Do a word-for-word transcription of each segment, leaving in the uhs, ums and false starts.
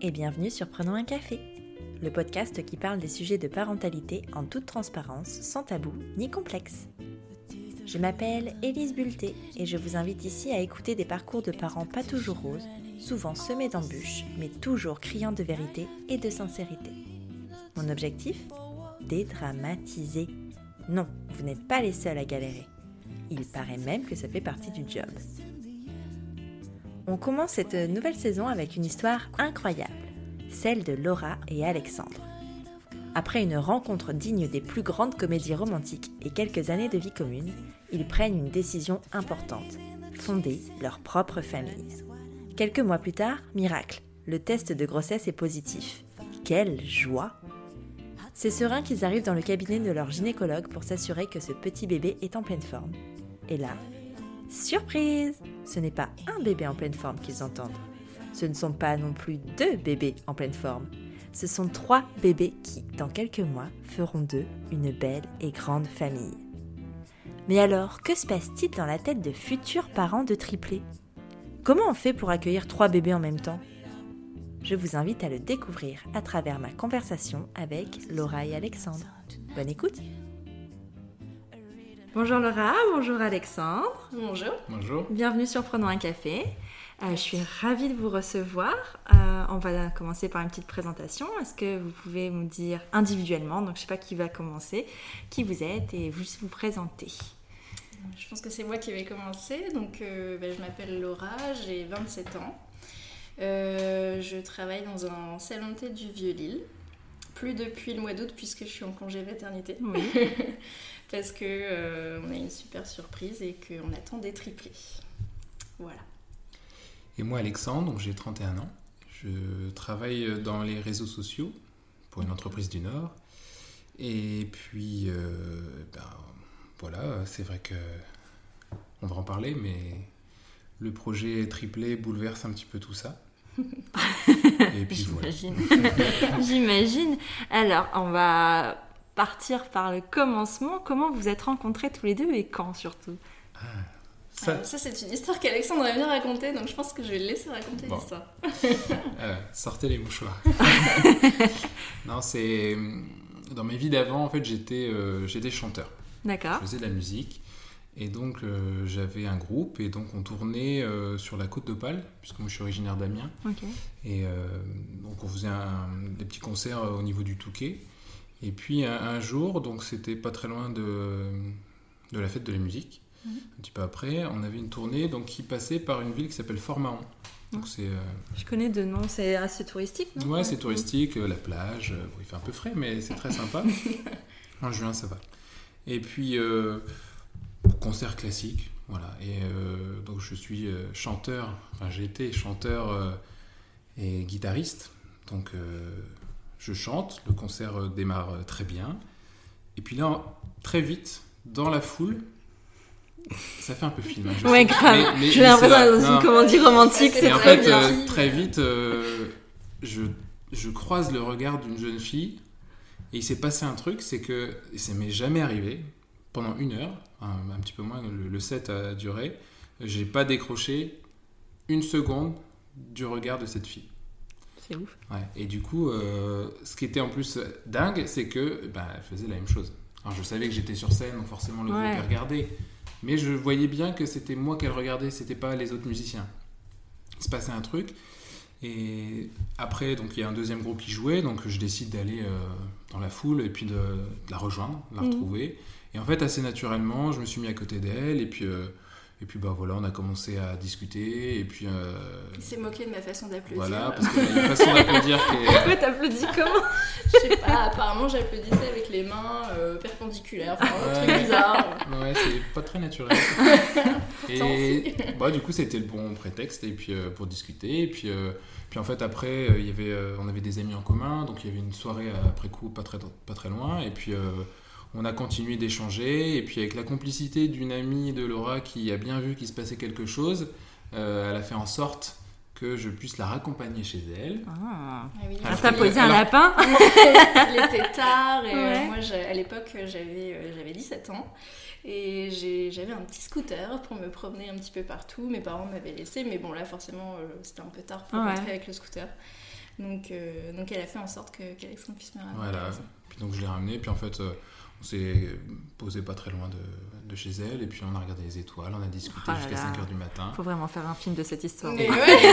et bienvenue sur Prenons un café, le podcast qui parle des sujets de parentalité en toute transparence, sans tabou ni complexe. Je m'appelle Élise Bulté et je vous invite ici à écouter des parcours de parents pas toujours roses, souvent semés d'embûches, mais toujours criant de vérité et de sincérité. Mon objectif ? Dédramatiser. Non, vous n'êtes pas les seuls à galérer. Il paraît même que ça fait partie du job. On commence cette nouvelle saison avec une histoire incroyable, celle de Laura et Alexandre. Après une rencontre digne des plus grandes comédies romantiques et quelques années de vie commune, ils prennent une décision importante, fonder leur propre famille. Quelques mois plus tard, miracle, le test de grossesse est positif. Quelle joie! C'est serein qu'ils arrivent dans le cabinet de leur gynécologue pour s'assurer que ce petit bébé est en pleine forme. Et là, surprise! Ce n'est pas un bébé en pleine forme qu'ils entendent. Ce ne sont pas non plus deux bébés en pleine forme. Ce sont trois bébés qui, dans quelques mois, feront d'eux une belle et grande famille. Mais alors, que se passe-t-il dans la tête de futurs parents de triplés ? Comment on fait pour accueillir trois bébés en même temps ? Je vous invite à le découvrir à travers ma conversation avec Laura et Alexandre. Bonne écoute ! Bonjour Laura, bonjour Alexandre. Bonjour. Bonjour. Bienvenue sur Prenons un café. Euh, je suis ravie de vous recevoir. Euh, on va commencer par une petite présentation. Est-ce que vous pouvez me dire individuellement, donc je ne sais pas qui va commencer, qui vous êtes et vous vous présenter. Je pense que c'est moi qui vais commencer. Donc, euh, ben, je m'appelle Laura, j'ai vingt-sept ans. Euh, je travaille dans un salon de thé du Vieux-Lille. Plus depuis le mois d'août puisque je suis en congé maternité. Oui. Parce qu'on euh, a une super surprise et qu'on attend des triplés. Voilà. Et moi Alexandre, donc j'ai trente et un ans. Je travaille dans les réseaux sociaux pour une entreprise du Nord. Et puis, euh, ben, voilà, c'est vrai que on va en parler, mais le projet triplé bouleverse un petit peu tout ça. Et puis J'imagine. Voilà. J'imagine. Alors, on va partir par le commencement. Comment vous êtes rencontrés tous les deux et quand surtout ? ah, ça... Alors, ça, c'est une histoire qu'Alexandre a bien racontée, donc je pense que je vais le laisser raconter bon. l'histoire. euh, sortez les mouchoirs. Non, c'est... Dans mes vies d'avant, en fait, j'étais, euh, j'étais chanteur. D'accord. Je faisais de la musique. Et donc, euh, j'avais un groupe, et donc on tournait euh, sur la côte d'Opale, puisque moi je suis originaire d'Amiens. Okay. Et euh, donc, on faisait un, des petits concerts au niveau du Touquet. Et puis, un, un jour, donc c'était pas très loin de, de la fête de la musique, mmh. un petit peu après, on avait une tournée donc, qui passait par une ville qui s'appelle Fort-Mahon. Donc, c'est, euh... Je connais de nom, c'est assez touristique, non ? Ouais, c'est touristique, euh, la plage, euh, il fait un peu frais, mais c'est très sympa. En juin, ça va. Et puis... Euh, concert classique, voilà. Et euh, donc je suis euh, chanteur, enfin j'ai été chanteur euh, et guitariste. Donc euh, je chante, le concert euh, démarre euh, très bien. Et puis là, très vite, dans la foule, ça fait un peu film. Hein, ouais, grave. Mais, mais, J'ai l'impression d'être dans une comédie romantique, c'est et en très fait, bien. Euh, très vite, euh, je, je croise le regard d'une jeune fille et il s'est passé un truc, c'est que ça m'est jamais arrivé. Pendant une heure, un, un petit peu moins, le, le set a duré, j'ai pas décroché une seconde du regard de cette fille. C'est ouf. Ouais. Et du coup, euh, ce qui était en plus dingue, c'est que ben, elle faisait la même chose. Alors je savais que j'étais sur scène, donc forcément le ouais. groupe regardait, mais je voyais bien que c'était moi qu'elle regardait, c'était pas les autres musiciens. Il se passait un truc. Et après, donc il y a un deuxième groupe qui jouait, donc je décide d'aller euh, dans la foule et puis de, de la rejoindre, de la retrouver. Mmh. Et en fait, assez naturellement, je me suis mis à côté d'elle et puis, euh, et puis bah, voilà, on a commencé à discuter. Et puis, euh, il s'est moqué de ma façon d'applaudir. Voilà, parce qu'il y a une façon d'applaudir qui est... Pourquoi t'applaudis comment ? Je sais pas, apparemment j'applaudissais avec les mains euh, perpendiculaires, enfin un ouais. truc bizarre. Ouais, c'est pas très naturel. Et bah, du coup, c'était le bon prétexte et puis, euh, pour discuter. Et puis, euh, puis en fait, après, euh, y avait, euh, on avait des amis en commun, donc il y avait une soirée après coup, pas très, pas très loin. Et puis... Euh, on a continué d'échanger, et puis avec la complicité d'une amie de Laura qui a bien vu qu'il se passait quelque chose, euh, elle a fait en sorte que je puisse la raccompagner chez elle. Ah, ah oui. Elle t'a posé un lapin. Il était tard, et ouais. euh, moi à l'époque j'avais, euh, j'avais dix-sept ans, et j'ai, j'avais un petit scooter pour me promener un petit peu partout. Mes parents m'avaient laissé, mais bon là forcément euh, c'était un peu tard pour ouais. rentrer avec le scooter. Donc, euh, donc elle a fait en sorte que, qu'Alexandre puisse me ramener. Voilà. Puis donc je l'ai ramené, puis en fait euh, on s'est posé pas très loin de, de chez elle, et puis on a regardé les étoiles, on a discuté Oh là jusqu'à là. cinq heures du matin. Faut vraiment faire un film de cette histoire. Mais ouais.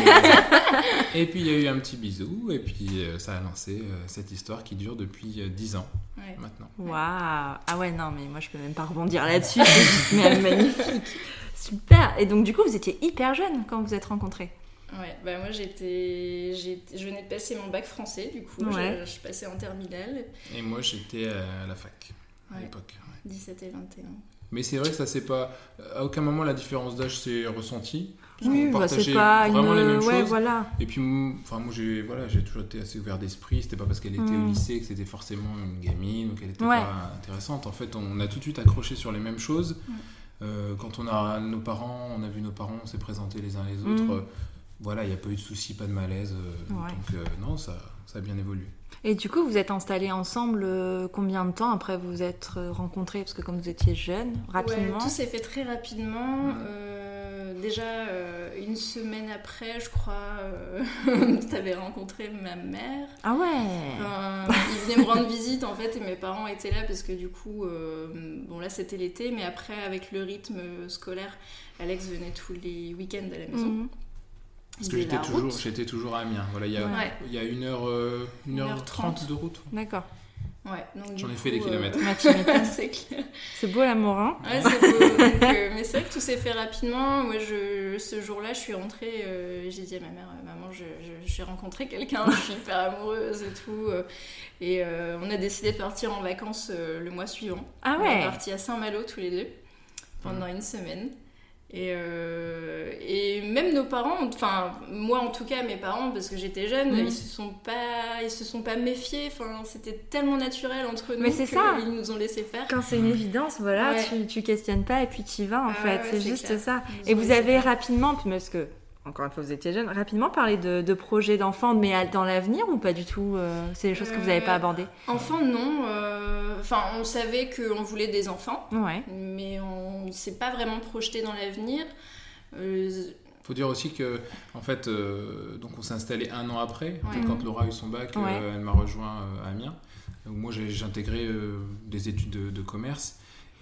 Et puis il y a eu un petit bisou, et puis euh, ça a lancé euh, cette histoire qui dure depuis euh, dix ans Ouais. maintenant. Waouh. Ah ouais, non, mais moi je peux même pas rebondir là-dessus. C'est juste mais, magnifique. Super. Et donc du coup, vous étiez hyper jeune quand vous êtes rencontrés. Ouais, bah moi j'étais, j'étais, je venais de passer mon bac français du coup, Ouais. je, je passais en terminale, Et moi j'étais à la fac à Ouais. l'époque. Ouais. dix-sept et vingt et un. Mais c'est vrai que ça c'est pas. À aucun moment la différence d'âge s'est ressentie. Parce Oui, qu'on bah, c'est partageait pas vraiment une... les mêmes ouais, choses. voilà. Et puis, m- enfin, moi, j'ai, voilà, j'ai toujours été assez ouvert d'esprit. C'était pas parce qu'elle était Mm. au lycée que c'était forcément une gamine ou qu'elle était Ouais. pas intéressante. En fait, on a tout de suite accroché sur les mêmes choses. Mm. Euh, quand on a nos parents, on a vu nos parents, on s'est présentés les uns les autres. Mm. Euh, voilà, il n'y a pas eu de soucis, pas de malaise. euh, Ouais. Donc, euh, non, ça, ça a bien évolué. Et du coup, vous êtes installés ensemble euh, combien de temps après vous êtes euh, rencontrés? Parce que comme vous étiez jeunes, rapidement. Ouais, tout s'est fait très rapidement. Ouais. Euh, déjà, euh, une semaine après, je crois, euh, tu avais rencontré ma mère. Ah ouais. Euh, il venait me rendre visite en fait et mes parents étaient là parce que du coup, euh, bon là c'était l'été, mais après avec le rythme scolaire, Alex venait tous les week-ends à la maison. Mhm. Parce Il que faisait j'étais la toujours, route. j'étais toujours à Amiens. Voilà, il y a, Ouais. il y a une heure, euh, une Une heure heure trente trente. de route. D'accord. Ouais, donc du J'en ai coup, fait des euh, kilomètres. Ma tu m'étonnes. c'est clair. C'est beau l'amour, hein? Ouais, c'est beau. Donc, euh, mais c'est vrai que tout s'est fait rapidement. Moi, je, ce jour-là, je suis rentrée. Euh, j'ai dit à ma mère, maman, je, je, j'ai rencontré quelqu'un. Je suis hyper amoureuse et tout. euh, Et euh, on a décidé de partir en vacances euh, le mois suivant. Ah On est ouais. partis à Saint-Malo tous les deux pendant une semaine. Et, euh, et même nos parents, enfin moi en tout cas mes parents parce que j'étais jeune, Mhm. ils se sont pas, ils se sont pas méfiés. Enfin c'était tellement naturel entre nous Mais c'est ça. qu'ils nous ont laissé faire. Quand c'est une évidence, voilà, Ouais. tu, tu questionnes pas et puis tu y vas en Ah fait. ouais, c'est c'est juste clair. ça. Ils nous Et ont vous laissé avez faire. rapidement, parce que, encore une fois, vous étiez jeune, rapidement parlé de, de projets d'enfants, mais à- dans l'avenir ou pas du tout euh, c'est des choses que vous n'avez pas Euh, abordées? Enfants non. euh, Enfin on savait qu'on voulait des enfants, Ouais. mais on s'est pas vraiment projeté dans l'avenir. Euh, Faut dire aussi que, en fait, euh, donc on s'est installé un an après. En Ouais. fait, quand Laura a eu son bac, euh, Ouais. elle m'a rejoint euh, à Amiens. Donc, moi, j'ai, j'ai intégré euh, des études de, de commerce.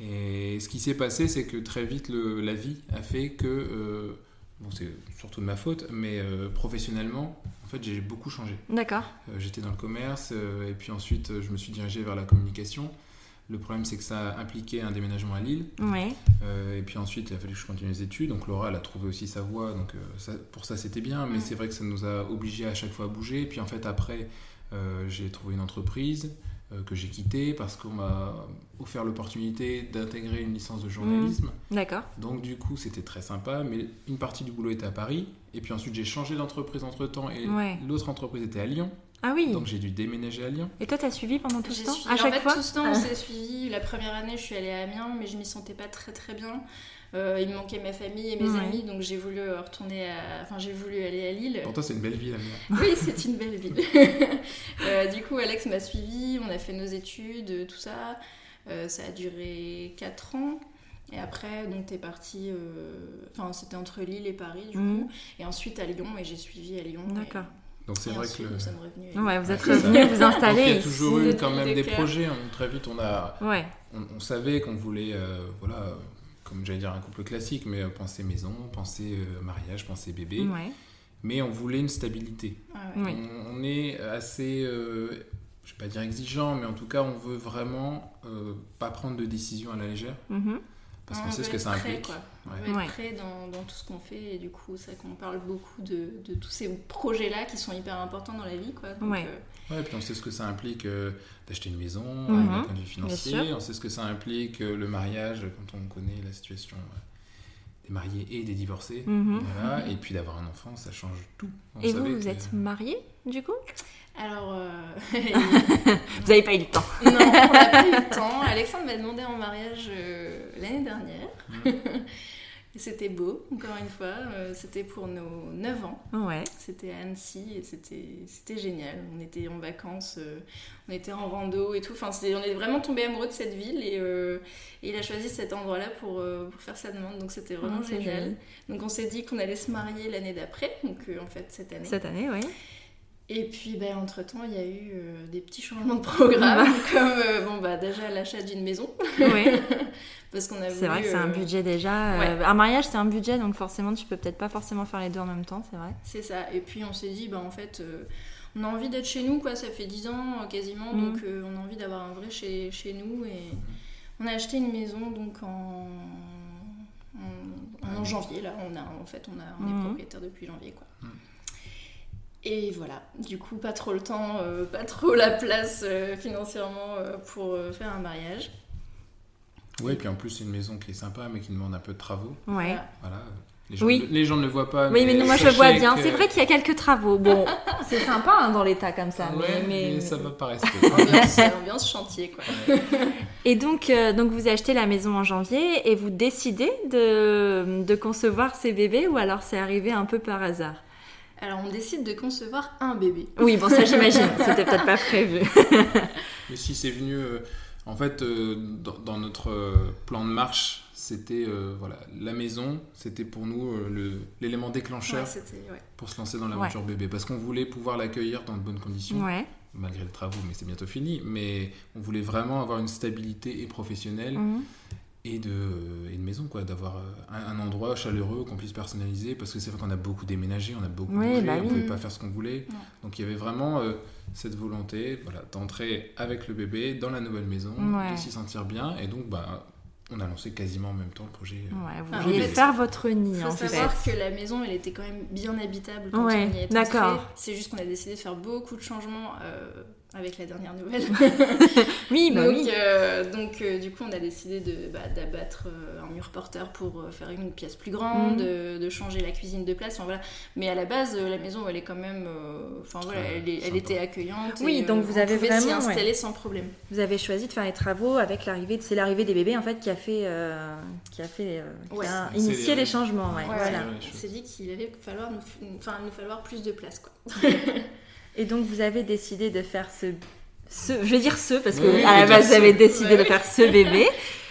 Et ce qui s'est passé, c'est que très vite, le- la vie a fait que, euh, bon, c'est surtout de ma faute, mais euh, professionnellement, en fait, j'ai beaucoup changé. D'accord. Euh, j'étais dans le commerce, euh, et puis ensuite, euh, je me suis dirigé vers la communication. Le problème, c'est que ça impliquait un déménagement à Lille. Ouais. Euh, et puis ensuite, il a fallu que je continue les études. Donc Laura, elle a trouvé aussi sa voie. Donc euh, ça, pour ça, c'était bien. Mais Mm. c'est vrai que ça nous a obligés à chaque fois à bouger. Et puis en fait, après, euh, j'ai trouvé une entreprise euh, que j'ai quittée parce qu'on m'a offert l'opportunité d'intégrer une licence de journalisme. D'accord. Donc du coup, c'était très sympa. Mais une partie du boulot était à Paris. Et puis ensuite, j'ai changé d'entreprise entre-temps. Et Ouais. l'autre entreprise était à Lyon. Ah oui. Donc j'ai dû déménager à Lyon. Et toi, t'as suivi pendant tout ce J'ai temps? suivi- À en chaque fait, fois? tout ce temps, on s'est suivi. La première année, je suis allée à Amiens, mais je m'y sentais pas très très bien. Euh, il me manquait ma famille et mes Ouais. amis, donc j'ai voulu euh, retourner à... Enfin, j'ai voulu aller à Lille. Pour toi, c'est une belle ville, Amiens. Oui, c'est une belle ville. Euh, du coup, Alex m'a suivi, on a fait nos études, tout ça. Euh, ça a duré quatre ans. Et après, donc, t'es parti... euh, Enfin, c'était entre Lille et Paris, du Mhm. coup. Et ensuite à Lyon, et j'ai suivi à Lyon. et- D'accord. Donc c'est et vrai ensuite, que... nous sommes revenus. à Ouais, vous êtes Ouais, c'est ça. revenus vous Donc, installer il y a ici. toujours eu quand même Des des cœurs. projets. On- très vite, on a... Ouais. On, on savait qu'on voulait, euh, voilà, euh, comme j'allais dire un couple classique, mais euh, penser maison, penser euh, mariage, penser bébé. Ouais. Mais on voulait une stabilité. Ah ouais. Oui. On, on est assez, euh, je vais pas dire exigeant, mais en tout cas, on veut vraiment euh, pas prendre de décision à la légère, Mhm. parce Non, qu'on on sait ce veut que être ça prêt, implique. quoi. Ouais. On veut être Ouais. prêt dans, dans tout ce qu'on fait et du coup c'est vrai qu'on parle beaucoup de, de tous ces projets-là qui sont hyper importants dans la vie quoi. Donc, Ouais. euh, Ouais, et puis on sait ce que ça implique euh, d'acheter une maison, Mhm. d'un point de vue financier. Bien On sait ce que ça implique euh, le mariage, quand on connaît la situation euh, des mariés et des divorcés. Mhm. Voilà. Et puis d'avoir un enfant, ça change tout. On Et vous, savait vous que- êtes mariés, du coup? alors euh, Vous n'avez pas eu le temps. non, on n'a pas eu le temps. Alexandre m'a demandé en mariage euh, l'année dernière. Mhm. Et c'était beau, encore une fois. Euh, c'était pour nos neuf ans. Ouais. C'était à Annecy et c'était, c'était génial. On était en vacances, euh, on était en rando et tout. Enfin, c'est- on est vraiment tombé amoureux de cette ville et, euh, et il a choisi cet endroit-là pour, euh, pour faire sa demande. Donc c'était vraiment Ah, c'est génial. joli. Donc on s'est dit qu'on allait se marier l'année d'après, donc euh, en fait cette année. Cette année, oui. Et puis, ben, entre-temps, il y a eu euh, des petits changements de programme, comme euh, bon, bah, déjà l'achat d'une maison. Oui. Parce qu'on a C'est voulu, vrai que c'est un euh, budget déjà. ouais. Euh, un mariage, c'est un budget, donc forcément, tu peux peut-être pas forcément faire les deux en même temps, c'est vrai. C'est ça. Et puis, on s'est dit, bah, en fait, euh, on a envie d'être chez nous, quoi. Ça fait dix ans euh, quasiment, Mhm. donc euh, on a envie d'avoir un vrai chez, chez nous. Et on a acheté une maison, donc en, en, en janvier, là. On, a, en fait, on, a, on Mhm. est propriétaire depuis janvier, quoi. Mhm. Et voilà, du coup, pas trop le temps, euh, pas trop la place euh, financièrement euh, pour euh, faire un mariage. Ouais, et puis en plus, c'est une maison qui est sympa, mais qui demande un peu de travaux. Ouais. Voilà. Voilà. Les gens, Oui. les gens ne le voient pas. Oui, mais moi je le sachez vois bien. que- C'est vrai qu'il y a quelques travaux. Bon, c'est sympa hein, dans l'état comme ça. Ouais, mais, mais ça va pas rester. Ambiance, ambiance chantier, quoi. Et donc, euh, donc, vous achetez la maison en janvier et vous décidez de, de concevoir ces bébés ou alors c'est arrivé un peu par hasard? Alors, on décide de concevoir un bébé. Oui, bon, ça j'imagine. C'était peut-être pas prévu. Mais si c'est venu, euh, en fait, euh, dans, dans notre euh, plan de marche, c'était euh, voilà, la maison, c'était pour nous euh, le, l'élément déclencheur Ouais, c'était, ouais. pour se lancer dans l'aventure bébé, parce qu'on voulait pouvoir l'accueillir dans de bonnes conditions, Ouais. malgré le travaux, mais c'est bientôt fini. Mais on voulait vraiment avoir une stabilité et professionnelle Mhm. et de et une maison, quoi, d'avoir un, un endroit chaleureux qu'on puisse personnaliser, parce que c'est vrai qu'on a beaucoup déménagé, on a beaucoup Oui, bougé, bah on oui. pouvait pas faire ce qu'on voulait. Non. Donc il y avait vraiment euh, cette volonté, voilà, d'entrer avec le bébé dans la nouvelle maison, Ouais. de s'y sentir bien, et donc bah on a lancé quasiment en même temps le projet. euh, Ouais, vous Ah, vouliez en fait, faire votre nid Il en faut fait. savoir que la maison, elle était quand même bien habitable quand Ouais, on y est d'accord. entré. C'est juste qu'on a décidé de faire beaucoup de changements euh, avec la dernière nouvelle. Oui, bah donc, oui. euh, donc euh, du coup, on a décidé de, bah, d'abattre euh, un mur porteur pour euh, faire une pièce plus grande, Mhm. de, de changer la cuisine de place. Enfin, voilà. Mais à la base, euh, la maison, elle est quand même... euh, Enfin voilà, Ouais, elle, est- elle sympa. était accueillante. Oui, et, donc euh, vous on avez pouvait s'y vraiment, installer ouais. sans problème. Vous avez choisi de faire les travaux avec l'arrivée. De... C'est l'arrivée des bébés en fait qui a fait, euh, qui a fait, euh, qui Ouais. a C'est- initié c'est- les changements. Ouais, Ouais, voilà. ouais. On s'est dit qu'il allait falloir nous, enfin, nous falloir plus de place, quoi. Et donc vous avez décidé de faire ce, ce je vais dire ce parce que Oui, oui, à la faut dire base vous ce. avez décidé Ouais. de faire ce bébé.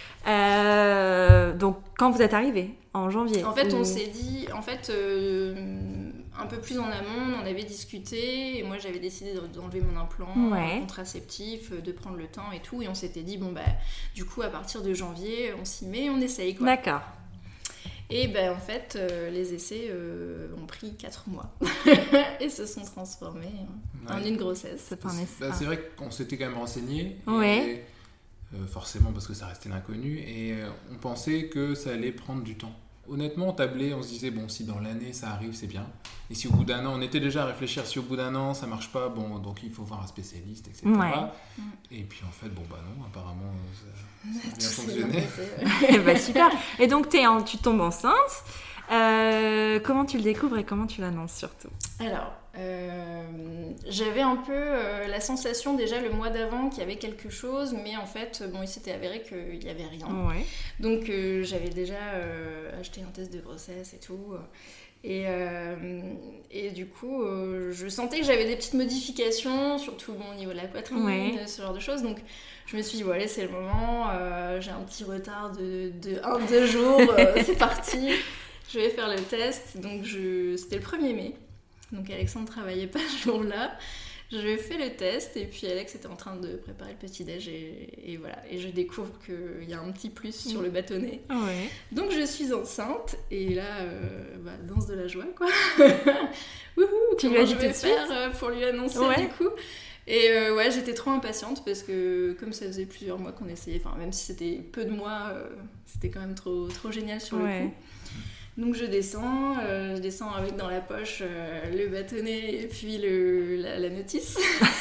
Euh, donc quand vous êtes arrivé en janvier. En fait, ou- on s'est dit, en fait, euh, un peu plus en amont, on avait discuté, et moi j'avais décidé d'enlever mon implant Ouais. contraceptif, de prendre le temps et tout, et on s'était dit, bon bah, du coup, à partir de janvier, on s'y met, on essaye, quoi. D'accord. Et ben en fait, euh, les essais euh, ont pris quatre mois, et se sont transformés en Ouais. une grossesse. C'est un essai. Bah, c'est vrai qu'on s'était quand même renseigné. Ouais. Et, euh, forcément, parce que ça restait l'inconnu. Et euh, on pensait que ça allait prendre du temps. Honnêtement, on tablait, on se disait, bon, si dans l'année ça arrive, c'est bien. Et si au bout d'un an, on était déjà à réfléchir, si au bout d'un an ça marche pas, bon, donc il faut voir un spécialiste, et cetera. Ouais. Et puis en fait, bon, bah non, apparemment, ça, ça a Tout bien s'est fonctionné. bien passé, ouais. Eh ben, super. Et donc t'es en- tu tombes enceinte. Euh, comment tu le découvres et comment tu l'annonces surtout? Alors, euh, j'avais un peu euh, la sensation déjà le mois d'avant qu'il y avait quelque chose, mais en fait, bon, il s'était avéré qu'il n'y avait rien. Ouais. Donc, euh, j'avais déjà euh, acheté un test de grossesse et tout. Et, euh, et du coup, euh, je sentais que j'avais des petites modifications, surtout bon, au niveau de la poitrine, Ouais. ce genre de choses. Donc, je me suis dit, bon, allez, c'est le moment. euh, j'ai un petit retard de, de un, deux jours. euh, c'est parti. Je vais faire le test. Donc, je... c'était le premier mai. Donc, Alexandre ne travaillait pas ce jour-là. Je fais le test et puis Alex était en train de préparer le petit-déj et, et voilà. Et je découvre qu'il y a un petit plus sur le bâtonnet. Ouais. Donc je suis enceinte et là, euh, bah, danse de la joie quoi. Wouhou, Tu lui comment as je dit vais tout de suite faire euh, pour lui annoncer Ouais. du coup. Et euh, ouais, j'étais trop impatiente parce que comme ça faisait plusieurs mois qu'on essayait, enfin même si c'était peu de mois, euh, c'était quand même trop, trop génial sur Ouais. le coup. Donc je descends, euh, je descends avec dans la poche euh, le bâtonnet et puis le, la, la notice.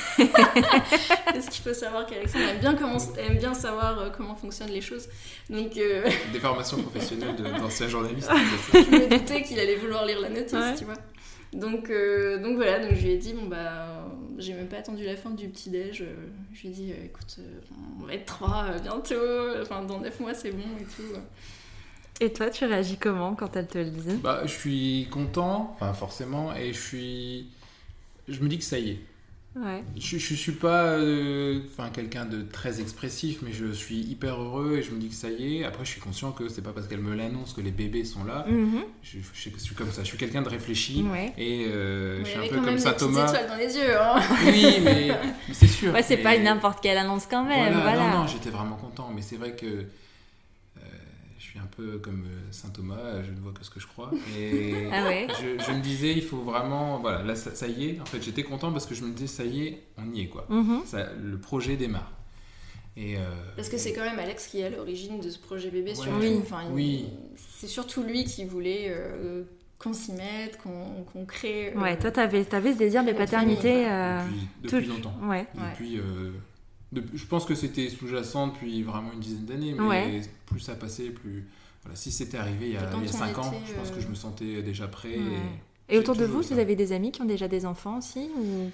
Parce qu'il faut savoir qu'Alexandre aime bien, comment, aime bien savoir euh, comment fonctionnent les choses. Donc euh, Des formations professionnelles de- d'anciens journalistes. je me doutais qu'il allait vouloir lire la notice, Ouais. tu vois. Donc, euh, donc voilà, donc je lui ai dit, bon bah, j'ai même pas attendu la fin du petit-déj. euh, je lui ai dit, euh, écoute, euh, on va être trois euh, bientôt, enfin dans neuf mois c'est bon et tout. Et toi, tu réagis comment quand elle te le dit? Bah, je suis content, enfin forcément, et je suis, je me dis que ça y est. Ouais. Je, je suis pas euh, enfin, quelqu'un de très expressif, mais je suis hyper heureux et je me dis que ça y est. Après, je suis conscient que c'est pas parce qu'elle me l'annonce que les bébés sont là. Mm-hmm. Je, je, je suis comme ça, je suis quelqu'un de réfléchi. Ouais. Et euh, Mais je suis un avec peu quand comme même ça, des petites Thomas. étoiles dans les yeux. Hein. Oui, mais, mais c'est sûr. Ouais, c'est mais... pas une n'importe quelle annonce quand même. Voilà, Voilà. Non, non, j'étais vraiment content. Mais c'est vrai que euh, je suis un peu comme euh, saint Thomas, je ne vois que ce que je crois. Et Ah ouais. je, je me disais, il faut vraiment. Voilà, là, ça, ça y est. En fait, j'étais content parce que je me disais, ça y est, on y est, quoi. Mm-hmm. Ça, le projet démarre. Et euh, Parce que c'est quand même Alex qui est à l'origine de ce projet bébé, Ouais. surtout. Oui. Enfin, il- Oui. C'est surtout lui qui voulait euh, qu'on s'y mette, qu'on, qu'on crée. euh, Ouais, toi, t'avais, t'avais ce désir de La paternité. famille, euh, depuis, depuis tout- longtemps. Ouais. Depuis, euh, depuis- je pense que c'était sous-jacent depuis vraiment une dizaine d'années, mais Ouais. plus ça passait, plus. Voilà, si c'était arrivé il y a, Et quand il y a on cinq ans, était, je pense que euh, je me sentais déjà prêt. Ouais. Et Et autour de toujours vous, ça. vous avez des amis qui ont déjà des enfants aussi ou...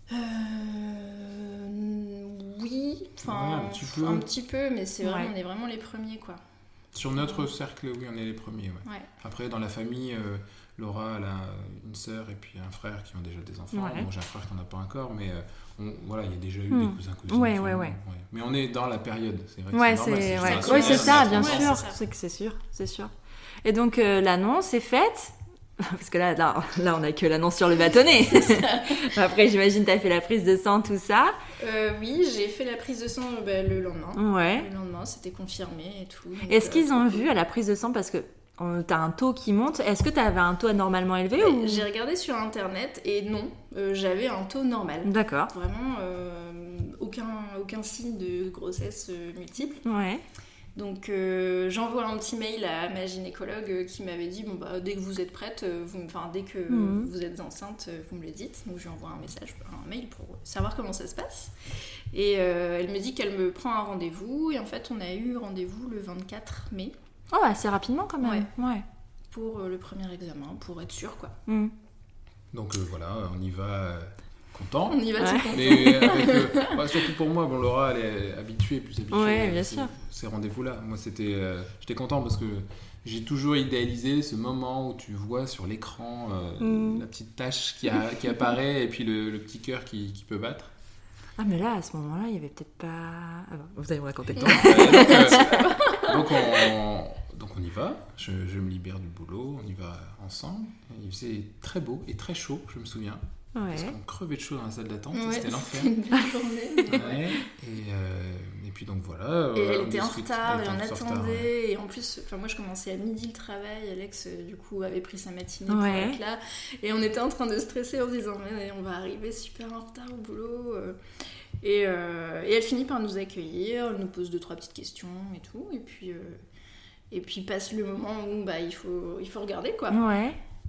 Euh, oui, enfin Ouais, un petit peu. un petit peu, mais c'est vraiment, Ouais. on est vraiment les premiers, quoi. Sur notre cercle, oui, on est les premiers. Ouais. Ouais. Après, dans la famille, euh, Laura, elle a une sœur et puis un frère qui ont déjà des enfants. Ouais. Bon, j'ai un frère qui n'en a pas encore, mais euh, on- voilà, il y a déjà eu Hmm. des cousins, cousines. Ouais, qui ouais, ont- ouais. Mais on est dans la période, c'est vrai que Ouais, c'est normal. c'est, c'est ouais. juste Oui, c'est naturel, ça, c'est bien naturel. sûr. c'est ça. C'est que c'est sûr, c'est sûr. Et donc euh, l'annonce est faite. Parce que là, là, là, on a que l'annonce sur le bâtonnet. Après, j'imagine, t'as fait la prise de sang, tout ça. Euh, oui, j'ai fait la prise de sang bah, le lendemain. Ouais. Le lendemain, c'était confirmé et tout. donc, Est-ce euh, qu'ils ont trop vu cool. à la prise de sang, parce que euh, t'as un taux qui monte, est-ce que t'avais un taux anormalement élevé Ouais, ou... J'ai regardé sur internet et non, euh, j'avais un taux normal. D'accord. Vraiment, euh, aucun, aucun signe de grossesse euh, multiple. Ouais. Donc euh, j'envoie un petit mail à ma gynécologue euh, qui m'avait dit bon bah dès que vous êtes prête, euh, vous, enfin dès que Mhm. vous êtes enceinte, euh, vous me le dites. Donc je lui envoie un message, un mail pour savoir comment ça se passe. Et euh, elle me dit qu'elle me prend un rendez-vous et en fait on a eu rendez-vous le vingt-quatre mai Oh, assez rapidement quand même. Ouais. pour euh, le premier examen pour être sûr quoi. Mm. Donc euh, voilà, on y va euh, content. On y va Ouais. tout content. Mais avec, euh, bah, surtout pour moi, bon, Laura, elle est habituée, plus habituée Ouais, à bien ces, sûr. ces rendez-vous-là. Moi, c'était, euh, j'étais content parce que j'ai toujours idéalisé ce moment où tu vois sur l'écran euh, Mm. la petite tache qui, a- qui apparaît et puis le, le petit cœur qui, qui peut battre. Ah, mais là, à ce moment-là, il y avait peut-être pas... Ah bon, vous allez me raconter. Donc, euh, donc, euh, donc on, donc on y va, je, je me libère du boulot, on y va ensemble. Il faisait très beau et très chaud, je me souviens. Parce Ouais. qu'on crevait de chaud dans la salle d'attente, Ouais, c'était l'enfer. c'était une belle journée. mais- Ouais, et, euh, et puis donc voilà. Et euh, elle on était en discute, retard elle et on était en retard, attendait. ouais. Et en plus, enfin moi je commençais à midi le travail. Alex euh, du coup avait pris sa matinée pour Ouais. être là. Et on était en train de stresser en se disant mais on va arriver super en retard au boulot. euh. Et, euh, et elle finit par nous accueillir, elle nous pose deux trois petites questions et tout. Et puis euh, et puis passe le moment où bah il faut il faut regarder quoi. Ouais.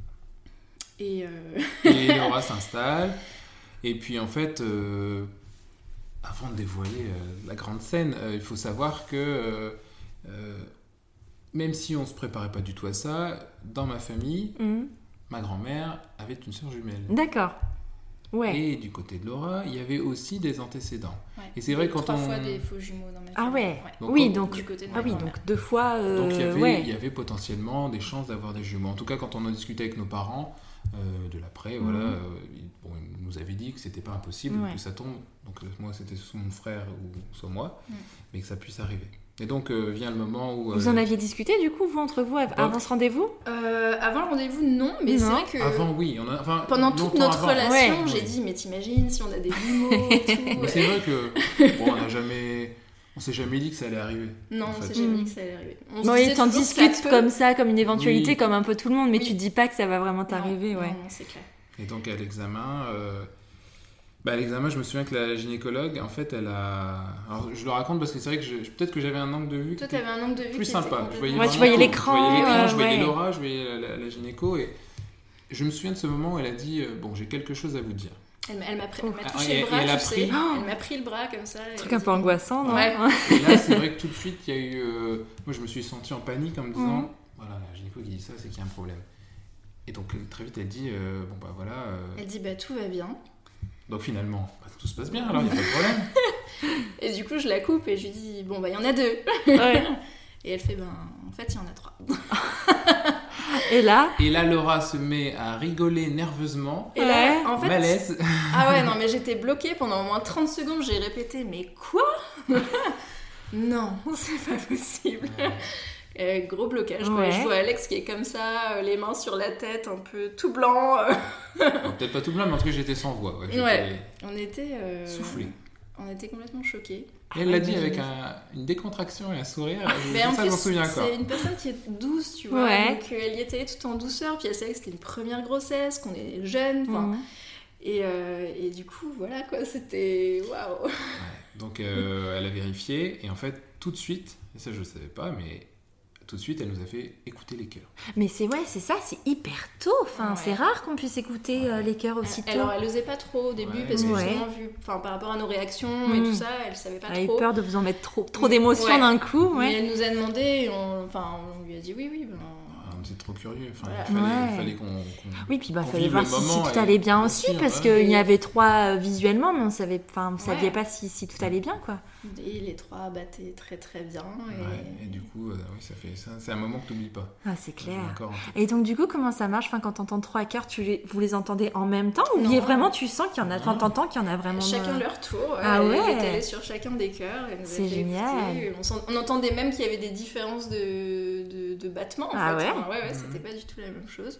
Et euh, Et Laura s'installe. Et puis en fait, euh, avant de dévoiler euh, la grande scène, euh, il faut savoir que euh, euh, même si on se préparait pas du tout à ça, dans ma famille, Mm. ma grand-mère avait une sœur jumelle. D'accord. Ouais. Et du côté de Laura, il y avait aussi des antécédents. ouais. Et c'est vrai Il y a quand trois on- fois des faux jumeaux dans ma Ah famille. ouais. Donc, Oui, quand- donc... Du côté de Ah ma oui, grand-mère. donc deux fois... euh, Donc il y, avait, ouais. il y avait potentiellement des chances d'avoir des jumeaux. En tout cas, quand on en discutait avec nos parents euh, de l'après, voilà, Mhm. euh, ils, bon, ils nous avaient dit que c'était pas impossible Ouais. que ça tombe. Donc euh, moi, c'était soit mon frère ou soit moi, Mhm. mais que ça puisse arriver. Et donc euh, vient le moment où... Vous euh, en aviez discuté du coup, vous, entre vous, av- avant ce rendez-vous? Euh, avant le rendez-vous, non, mais Non. c'est vrai que Avant, oui. On a, enfin, pendant toute longtemps notre avant. relation, Ouais. j'ai dit, mais t'imagines si on a des jumeaux et tout. Mais c'est vrai que bon, on n'a jamais... On s'est jamais dit que ça allait arriver. Non, en on fait. s'est jamais Mm. dit que ça allait arriver. On se Oui, disait t'en toujours que ça discutes peut- comme ça, comme une éventualité, Oui. comme un peu tout le monde, mais Oui. tu dis pas que ça va vraiment t'arriver, Non, ouais. Non, non, c'est clair. Et donc à l'examen, euh, bah, à l'examen, je me souviens que la gynécologue, en fait, elle a. Alors, je le raconte parce que c'est vrai que je- peut-être que j'avais un angle de vue qui Toi, était t'avais un angle de vue plus qui sympa. était Je complètement- voyais Ouais, tu vraiment voyais tout. l'écran, Je voyais l'écran, euh, je voyais ouais. Laura, je voyais la, la- la gynéco et je me souviens de ce moment où elle a dit euh, bon, j'ai quelque chose à vous dire. Elle, m'a- elle m'a pris- elle m'a Ah, touché et- le bras, et elle a tu pris- sais. Oh Elle m'a pris le bras comme ça. Un truc un peu angoissant, non? Ouais. Et là, c'est vrai que tout de suite, il y a eu. euh, moi, je me suis senti en panique en me disant Mhm. voilà, la gynéco qui dit ça, c'est qu'il y a un problème. Et donc, très vite, elle dit euh, bon, bah voilà. euh, Elle dit, bah tout va bien. donc, finalement, bah, tout se passe bien, alors il n'y a pas de problème. Et du coup, je la coupe et je lui dis, bon, bah il y en a deux. Ouais. Et elle fait, ben, en fait, il y en a trois. Et là Et là, Laura se met à rigoler nerveusement. Et là, en fait... Malaise. Ah ouais, non, mais j'étais bloquée pendant au moins trente secondes. J'ai répété, mais quoi? Non, c'est pas possible. Ouais. Euh, gros blocage, quoi. Ouais. Je vois Alex qui est comme ça, euh, les mains sur la tête, un peu tout blanc. euh. Bon, peut-être pas tout blanc, mais en tout cas, j'étais sans voix. Ouais, j'étais Ouais. On était... euh, soufflé. On était complètement choqués. Et elle l'a Ah, dit oui. avec un- une décontraction et un sourire. Je- Mais en ça, plus, j'en souviens encore. c'est une personne qui est douce, tu vois. Ouais. Donc euh, elle y était tout en douceur, puis elle savait que c'était une première grossesse, qu'on est jeune, enfin. Mhm. Et, euh, et du coup, voilà quoi, c'était waouh. Ouais. Donc, euh, elle a vérifié, et en fait, tout de suite, et ça, je ne le savais pas, mais tout de suite, elle nous a fait écouter les cœurs. Mais c'est ouais, c'est ça, c'est hyper tôt. Enfin, Ouais. c'est rare qu'on puisse écouter euh, les cœurs aussi tôt. Alors elle osait pas trop au début Ouais. parce que Ouais. justement, vu, enfin, par rapport à nos réactions et Mhm. tout ça, elle savait pas Elle a eu trop. peur de vous en mettre trop, trop d'émotions Ouais. d'un coup. Mais Ouais. elle nous a demandé, et on, enfin, on lui a dit oui, oui. Ben, Ah, on était trop curieux. Enfin, Voilà. il fallait, Ouais. il fallait qu'on, qu'on- Oui, puis bah qu'on fallait vive voir le si, si moment tout et- allait bien bien aussi, sûr, parce ouais. qu'il y avait trois euh, visuellement, mais on savait, enfin, vous saviez Ouais. pas si, si tout allait bien, quoi. et les trois battaient très très bien. Et... Ouais, et du coup, euh, oui, ça fait ça. C'est un moment que tu n'oublies pas. Ah, c'est Je clair. l'ai encore en tête. Et donc du coup, comment ça marche? Enfin, quand t'entends trois cœurs, tu les, vous les entendez en même temps ou Non. bien vraiment tu sens qu'il y en a, Non. t'entends qu'il y en a vraiment. Chacun euh, leur tour. Ah elle ouais. était allée sur chacun des cœurs. Elle nous a C'est fait génial. écouter. On, s'en- on entendait même qu'il y avait des différences de, de, de battements. En Ah fait. ouais Enfin, ouais, ouais, Mhm. c'était pas du tout la même chose.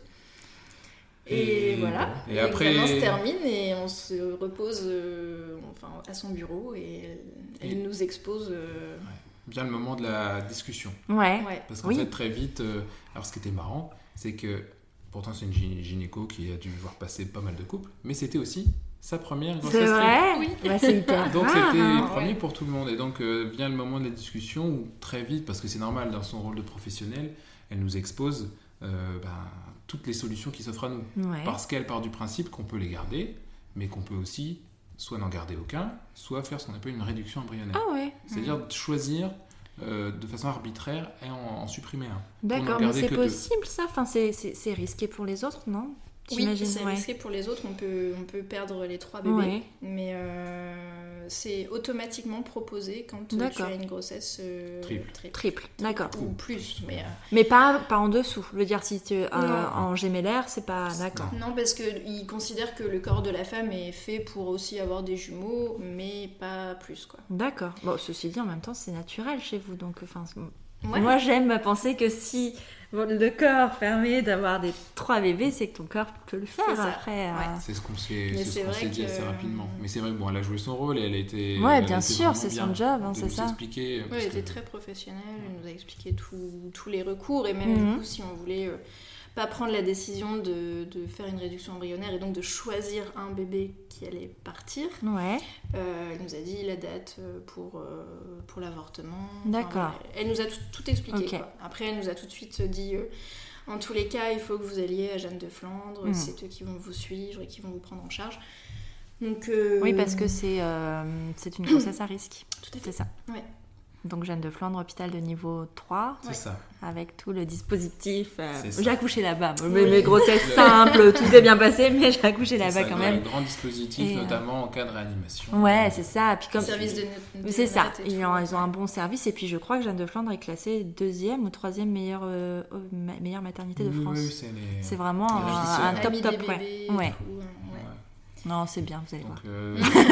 Et, Et voilà. bon. Et Et après- l'examen se termine et on se repose euh, enfin, à son bureau et elle, elle Et- nous expose. euh, Vient le moment de la discussion. Ouais. ouais. Parce qu'en Oui. fait, très vite, euh, alors ce qui était marrant, c'est que pourtant c'est une gyné- gynéco qui a dû voir passer pas mal de couples, mais c'était aussi sa première grossesse. C'est vrai. Oui. Bah, c'est hyper Donc rare, c'était hein. premier Ouais. pour tout le monde. Et donc euh, vient le moment de la discussion où très vite, parce que c'est normal dans son rôle de professionnel, elle nous expose euh, ben, toutes les solutions qui s'offrent à nous. Ouais. Parce qu'elle part du principe qu'on peut les garder, mais qu'on peut aussi soit n'en garder aucun, soit faire ce qu'on appelle une réduction embryonnaire. Ah ouais. C'est-à-dire de choisir euh, de façon arbitraire et en, en supprimer un. D'accord, n'en mais garder c'est que deux. possible ça. Enfin, c'est, c'est, c'est risqué pour les autres, non? Oui, J'imagine, c'est ouais. risqué pour les autres, on peut, on peut perdre les trois bébés, Ouais. mais euh, c'est automatiquement proposé quand euh, tu D'accord. as une grossesse euh, Triple. Triple, d'accord. Ou plus, mais... euh, Mais pas, pas en dessous. Je veux dire, si tu euh, Non. en gémellaire, c'est pas d'accord. Non, parce qu'ils considèrent que le corps de la femme est fait pour aussi avoir des jumeaux, mais pas plus, quoi. D'accord. Bon, ceci dit, en même temps, c'est naturel chez vous, donc enfin. c'est- Ouais. Moi, j'aime à penser que si le corps permet d'avoir des trois bébés, c'est que ton corps peut le faire C'est ça. après. euh, Ouais. C'est ce qu'on s'est, Mais c'est ce c'est qu'on vrai s'est dit que- assez rapidement. Mais c'est vrai que bon, elle a joué son rôle et elle a été. Ouais, elle bien a été sûr, vraiment c'est son bien job, hein, de c'est nous ça. expliquer. Ouais, parce elle était que- très professionnelle, elle nous a expliqué tout- tous les recours, et même Mhm. du coup, si on voulait euh, pas prendre la décision de, de faire une réduction embryonnaire et donc de choisir un bébé qui allait partir, Ouais. euh, elle nous a dit la date euh, pour, euh, pour l'avortement. D'accord. voilà. Elle nous a tout, tout expliqué. Ok. Quoi. Après, elle nous a tout de suite dit euh, en tous les cas, il faut que vous alliez à Jeanne de Flandre, Mhm. c'est eux qui vont vous suivre et qui vont vous prendre en charge. Donc, euh, Oui, parce que c'est, euh, c'est une grossesse à risque. Tout à fait. C'est ça. Ouais. Donc, Jeanne de Flandre, hôpital de niveau trois, C'est Ouais. ça. avec tout le dispositif. euh, C'est ça. J'ai accouché là-bas. Oui. Mes, mes grossesses simples, tout s'est bien passé, mais j'ai accouché C'est là-bas ça, quand il y a même. Un grand dispositif, Et, euh, notamment en cas de réanimation. Ouais, c'est ça. Puis comme Service de, de c'est ça, néonat et ils tout. ont, ils ont un bon service et puis je crois que Jeanne de Flandre est classée deuxième ou troisième meilleure, euh, euh, ma- meilleure maternité de Oui, France. oui, c'est les- C'est vraiment les un, régisseurs. un top Amis top, des ouais. bébés et Ouais. tout, euh, ouais. Ouais. Non, c'est bien, vous allez voir. Donc, euh,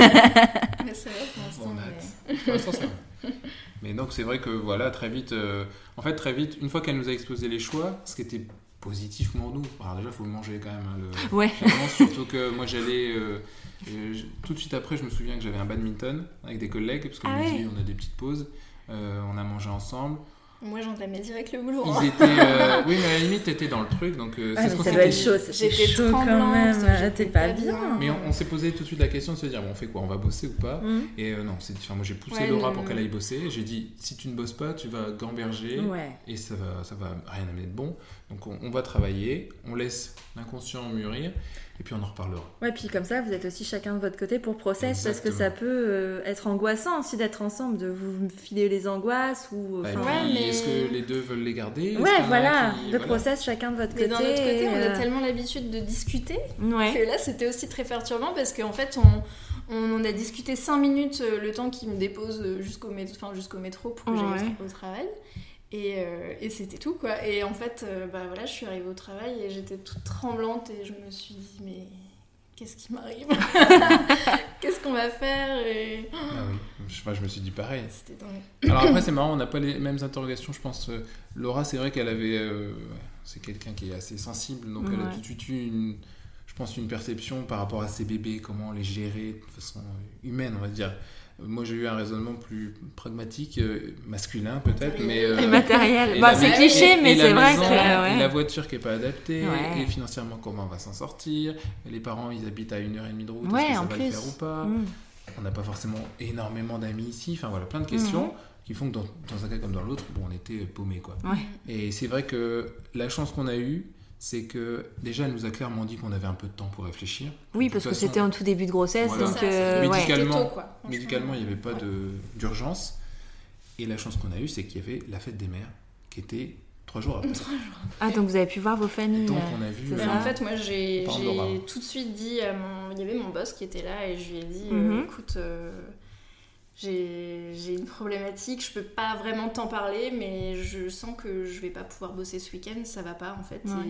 Mais c'est vrai pour l'instant, on a mais- hâte. Pour l'instant, ça va. Mais donc, c'est vrai que voilà, très vite, euh, en fait, très vite, une fois qu'elle nous a exposé les choix, ce qui était positif pour nous, alors déjà, il faut le manger quand même. hein, le... Ouais. Vraiment, surtout que moi, j'allais. euh, euh, je- tout de suite après, je me souviens que j'avais un badminton avec des collègues, parce que Ah le ouais. midi, on a des petites pauses. euh, on a mangé ensemble. Moi, j'entamais direct le boulot. Ils hein. étaient. euh, oui, mais à la limite, t'étais dans le truc, donc euh, c'est ce qu'on s'était dit. J'étais tremblante, j'étais pas bien. Mais on, on s'est posé tout de suite la question de se dire, bon, on fait quoi? On va bosser ou pas? Mhm. Et euh, non, c'est, enfin, moi j'ai poussé Ouais, Laura le- pour qu'elle aille bosser. J'ai dit, si tu ne bosses pas, tu vas gamberger Ouais. et ça va, ça va rien amener de bon. Donc on, on va travailler, on laisse l'inconscient mûrir et puis on en reparlera. Ouais, puis comme ça, vous êtes aussi chacun de votre côté pour process, parce que Exactement. ça peut euh, être angoissant aussi d'être ensemble, de vous filer les angoisses ou. Bah, et enfin, puis, Ouais, mais- est-ce que les deux veulent les garder? Est-ce Ouais, qu'il y en a voilà, qui- de voilà. process chacun de votre Mais côté. d'un autre côté, on a euh, tellement l'habitude de discuter Ouais. que là, c'était aussi très perturbant parce qu'en fait, on, on, on a discuté cinq minutes euh, le temps qu'il me dépose euh, jusqu'au, mét- enfin, jusqu'au métro pour que Ouais. j'aille au, au travail. Et, euh, et c'était tout, quoi. Et en fait, euh, bah voilà, je suis arrivée au travail et j'étais toute tremblante et je me suis dit, mais qu'est-ce qui m'arrive? Qu'est-ce qu'on va faire? Et... Ah oui, je, enfin, je me suis dit pareil. C'était dingue. Alors après, c'est marrant, on n'a pas les mêmes interrogations, je pense. Euh, Laura, c'est vrai qu'elle avait... Euh, c'est quelqu'un qui est assez sensible, donc ouais. Elle a tout de suite eu une... Je pense une perception par rapport à ses bébés, comment les gérer de façon humaine, on va dire. Moi, j'ai eu un raisonnement plus pragmatique, euh, masculin peut-être, mais... Euh, et matériel. Et bah, la, c'est cliché, et, mais et c'est vrai maison, que... Ouais. Et la voiture qui n'est pas adaptée, ouais. Et financièrement, comment on va s'en sortir. Et les parents, ils habitent à une heure et demie de route, ouais, est-ce que ça en va plus. le faire ou pas? mm. On n'a pas forcément énormément d'amis ici. Enfin, voilà, plein de questions mm. qui font que dans, dans un cas comme dans l'autre, bon, on était paumés, quoi. Ouais. Et c'est vrai que la chance qu'on a eue, c'est que déjà elle nous a clairement dit qu'on avait un peu de temps pour réfléchir. Oui, parce façon, que c'était en tout début de grossesse, voilà. donc ça, euh, médicalement, ouais. tôt, quoi, médicalement il n'y avait pas ouais. de, d'urgence. Et la chance qu'on a eue, c'est qu'il y avait la fête des mères qui était trois jours après. Trois jours après. Ah, donc vous avez pu voir vos familles. Donc on a vu. Euh, en fait, moi j'ai, j'ai tout de suite dit à mon, il y avait mon boss qui était là et je lui ai dit, mm-hmm. euh, écoute. Euh... J'ai, j'ai une problématique, je peux pas vraiment t'en parler, mais je sens que je vais pas pouvoir bosser ce week-end, ça va pas en fait, ouais.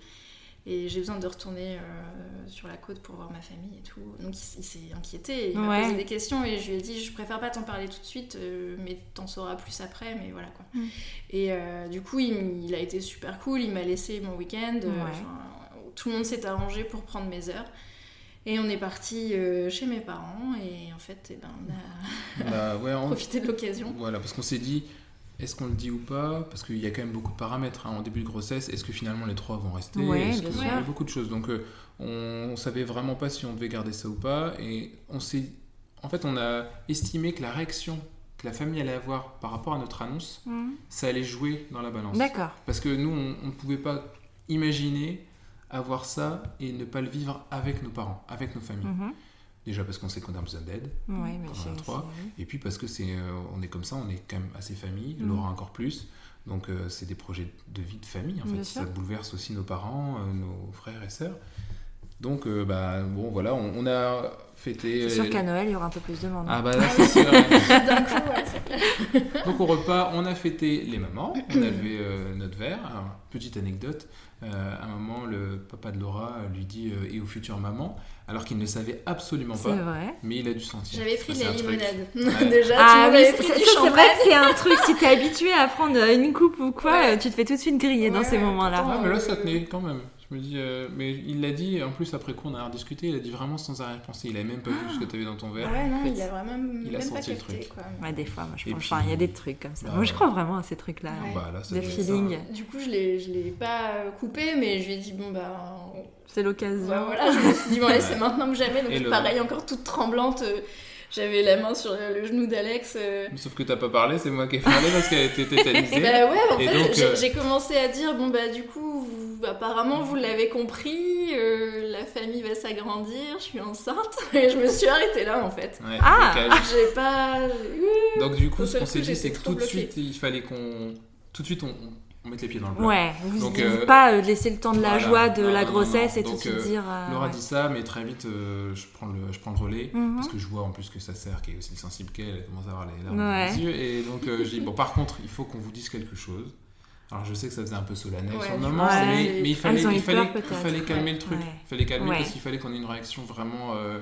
et, et j'ai besoin de retourner euh, sur la côte pour voir ma famille et tout. Donc il, il s'est inquiété, il ouais. m'a posé des questions et je lui ai dit je préfère pas t'en parler tout de suite, euh, mais t'en sauras plus après, mais voilà quoi. Mm. Et euh, du coup il, il a été super cool, il m'a laissé mon week-end, ouais. euh, tout le monde s'est arrangé pour prendre mes heures. Et on est parti euh, chez mes parents et en fait, eh ben, on a bah, ouais, on... profité de l'occasion. Voilà, parce qu'on s'est dit, est-ce qu'on le dit ou pas? Parce qu'il y a quand même beaucoup de paramètres hein, en début de grossesse. Est-ce que finalement les trois vont rester? Ouais, est-ce bien que... sûr. Il y a beaucoup de choses. Donc euh, on ne savait vraiment pas si on devait garder ça ou pas. Et on s'est... En fait, on a estimé que la réaction que la famille allait avoir par rapport à notre annonce, mmh. ça allait jouer dans la balance. D'accord. Parce que nous, on ne pouvait pas imaginer avoir ça et ne pas le vivre avec nos parents, avec nos familles. Mmh. Déjà parce qu'on sait qu'on a besoin d'aide, ouais, mais quand on a trois, c'est... et puis parce que c'est, euh, on est comme ça, on est quand même assez famille, mmh. Laura encore plus, donc euh, c'est des projets de vie de famille, en fait, ça bouleverse aussi nos parents, euh, nos frères et sœurs. Donc, euh, bah, bon, voilà, on, on a fêté... C'est sûr qu'à Noël, il y aura un peu plus de monde. Ah bah là, c'est sûr. D'un coup, ouais, c'est clair. Donc, au repas, on a fêté les mamans, on a levé euh, notre verre. Alors, petite anecdote, euh, à un moment, le papa de Laura lui dit euh, « et aux futures mamans », alors qu'il ne savait absolument pas, c'est vrai. Mais il a dû sentir. J'avais pris de la limonade. Ouais. Déjà, ah, tu oui, m'avais pris c'est, du ça, champagne. C'est vrai que c'est un truc, si t'es habitué à prendre une coupe ou quoi, ouais. Tu te fais tout de suite griller ouais, dans ces moments-là. Ah, mais là, ça tenait quand même. Je me dis, euh, mais il l'a dit, en plus après coup on a rediscuté, il a dit vraiment sans arrière-pensée, il avait même pas ah. vu ce que tu avais dans ton verre. Ouais, non, il a vraiment il même a senti pas le truc. Quoi. Ouais, des fois, moi je et pense, puis, enfin, il y a des trucs comme ça. Bah, moi je crois vraiment à ces trucs-là, ouais. bah, là des feelings. Ça. Du coup, je l'ai, je l'ai pas coupé, mais je lui ai dit, bon bah. C'est l'occasion. Bah, voilà, je me suis dit, bon, allez, c'est maintenant que jamais, donc le... pareil, encore toute tremblante. Euh, J'avais la main sur le genou d'Alex. Euh... Sauf que t'as pas parlé, c'est moi qui ai parlé parce qu'elle était tétanisée. Bah ouais, en et fait, donc, j'ai, euh... j'ai commencé à dire, bon bah du coup, vous, apparemment vous l'avez compris, euh, la famille va s'agrandir, je suis enceinte. Et je me suis arrêtée là en fait. Ouais, ah j'ai pas... Donc du coup, ce qu'on s'est dit, c'est que tout bloquée. de suite, il fallait qu'on... Tout de suite, on... on met les pieds dans le plat. Ouais, vous donc, ne euh, pas euh, laisser le temps de la voilà, joie de non, la non, grossesse non, non. et donc, tout de suite euh, dire... Euh, Laura ouais. dit ça, mais très vite, euh, je, prends le, je prends le relais, mm-hmm. parce que je vois en plus que sa sœur, qui est aussi sensible qu'elle, elle commence à avoir les larmes ouais. dans les yeux, et donc euh, je dis, bon par contre, il faut qu'on vous dise quelque chose. Alors je sais que ça faisait un peu solennel ouais, sur le moment, ouais. mais, mais il fallait, ah, il fallait, peur, il fallait calmer ouais. le truc, ouais. il fallait calmer ouais. parce qu'il fallait qu'on ait une réaction vraiment... Euh,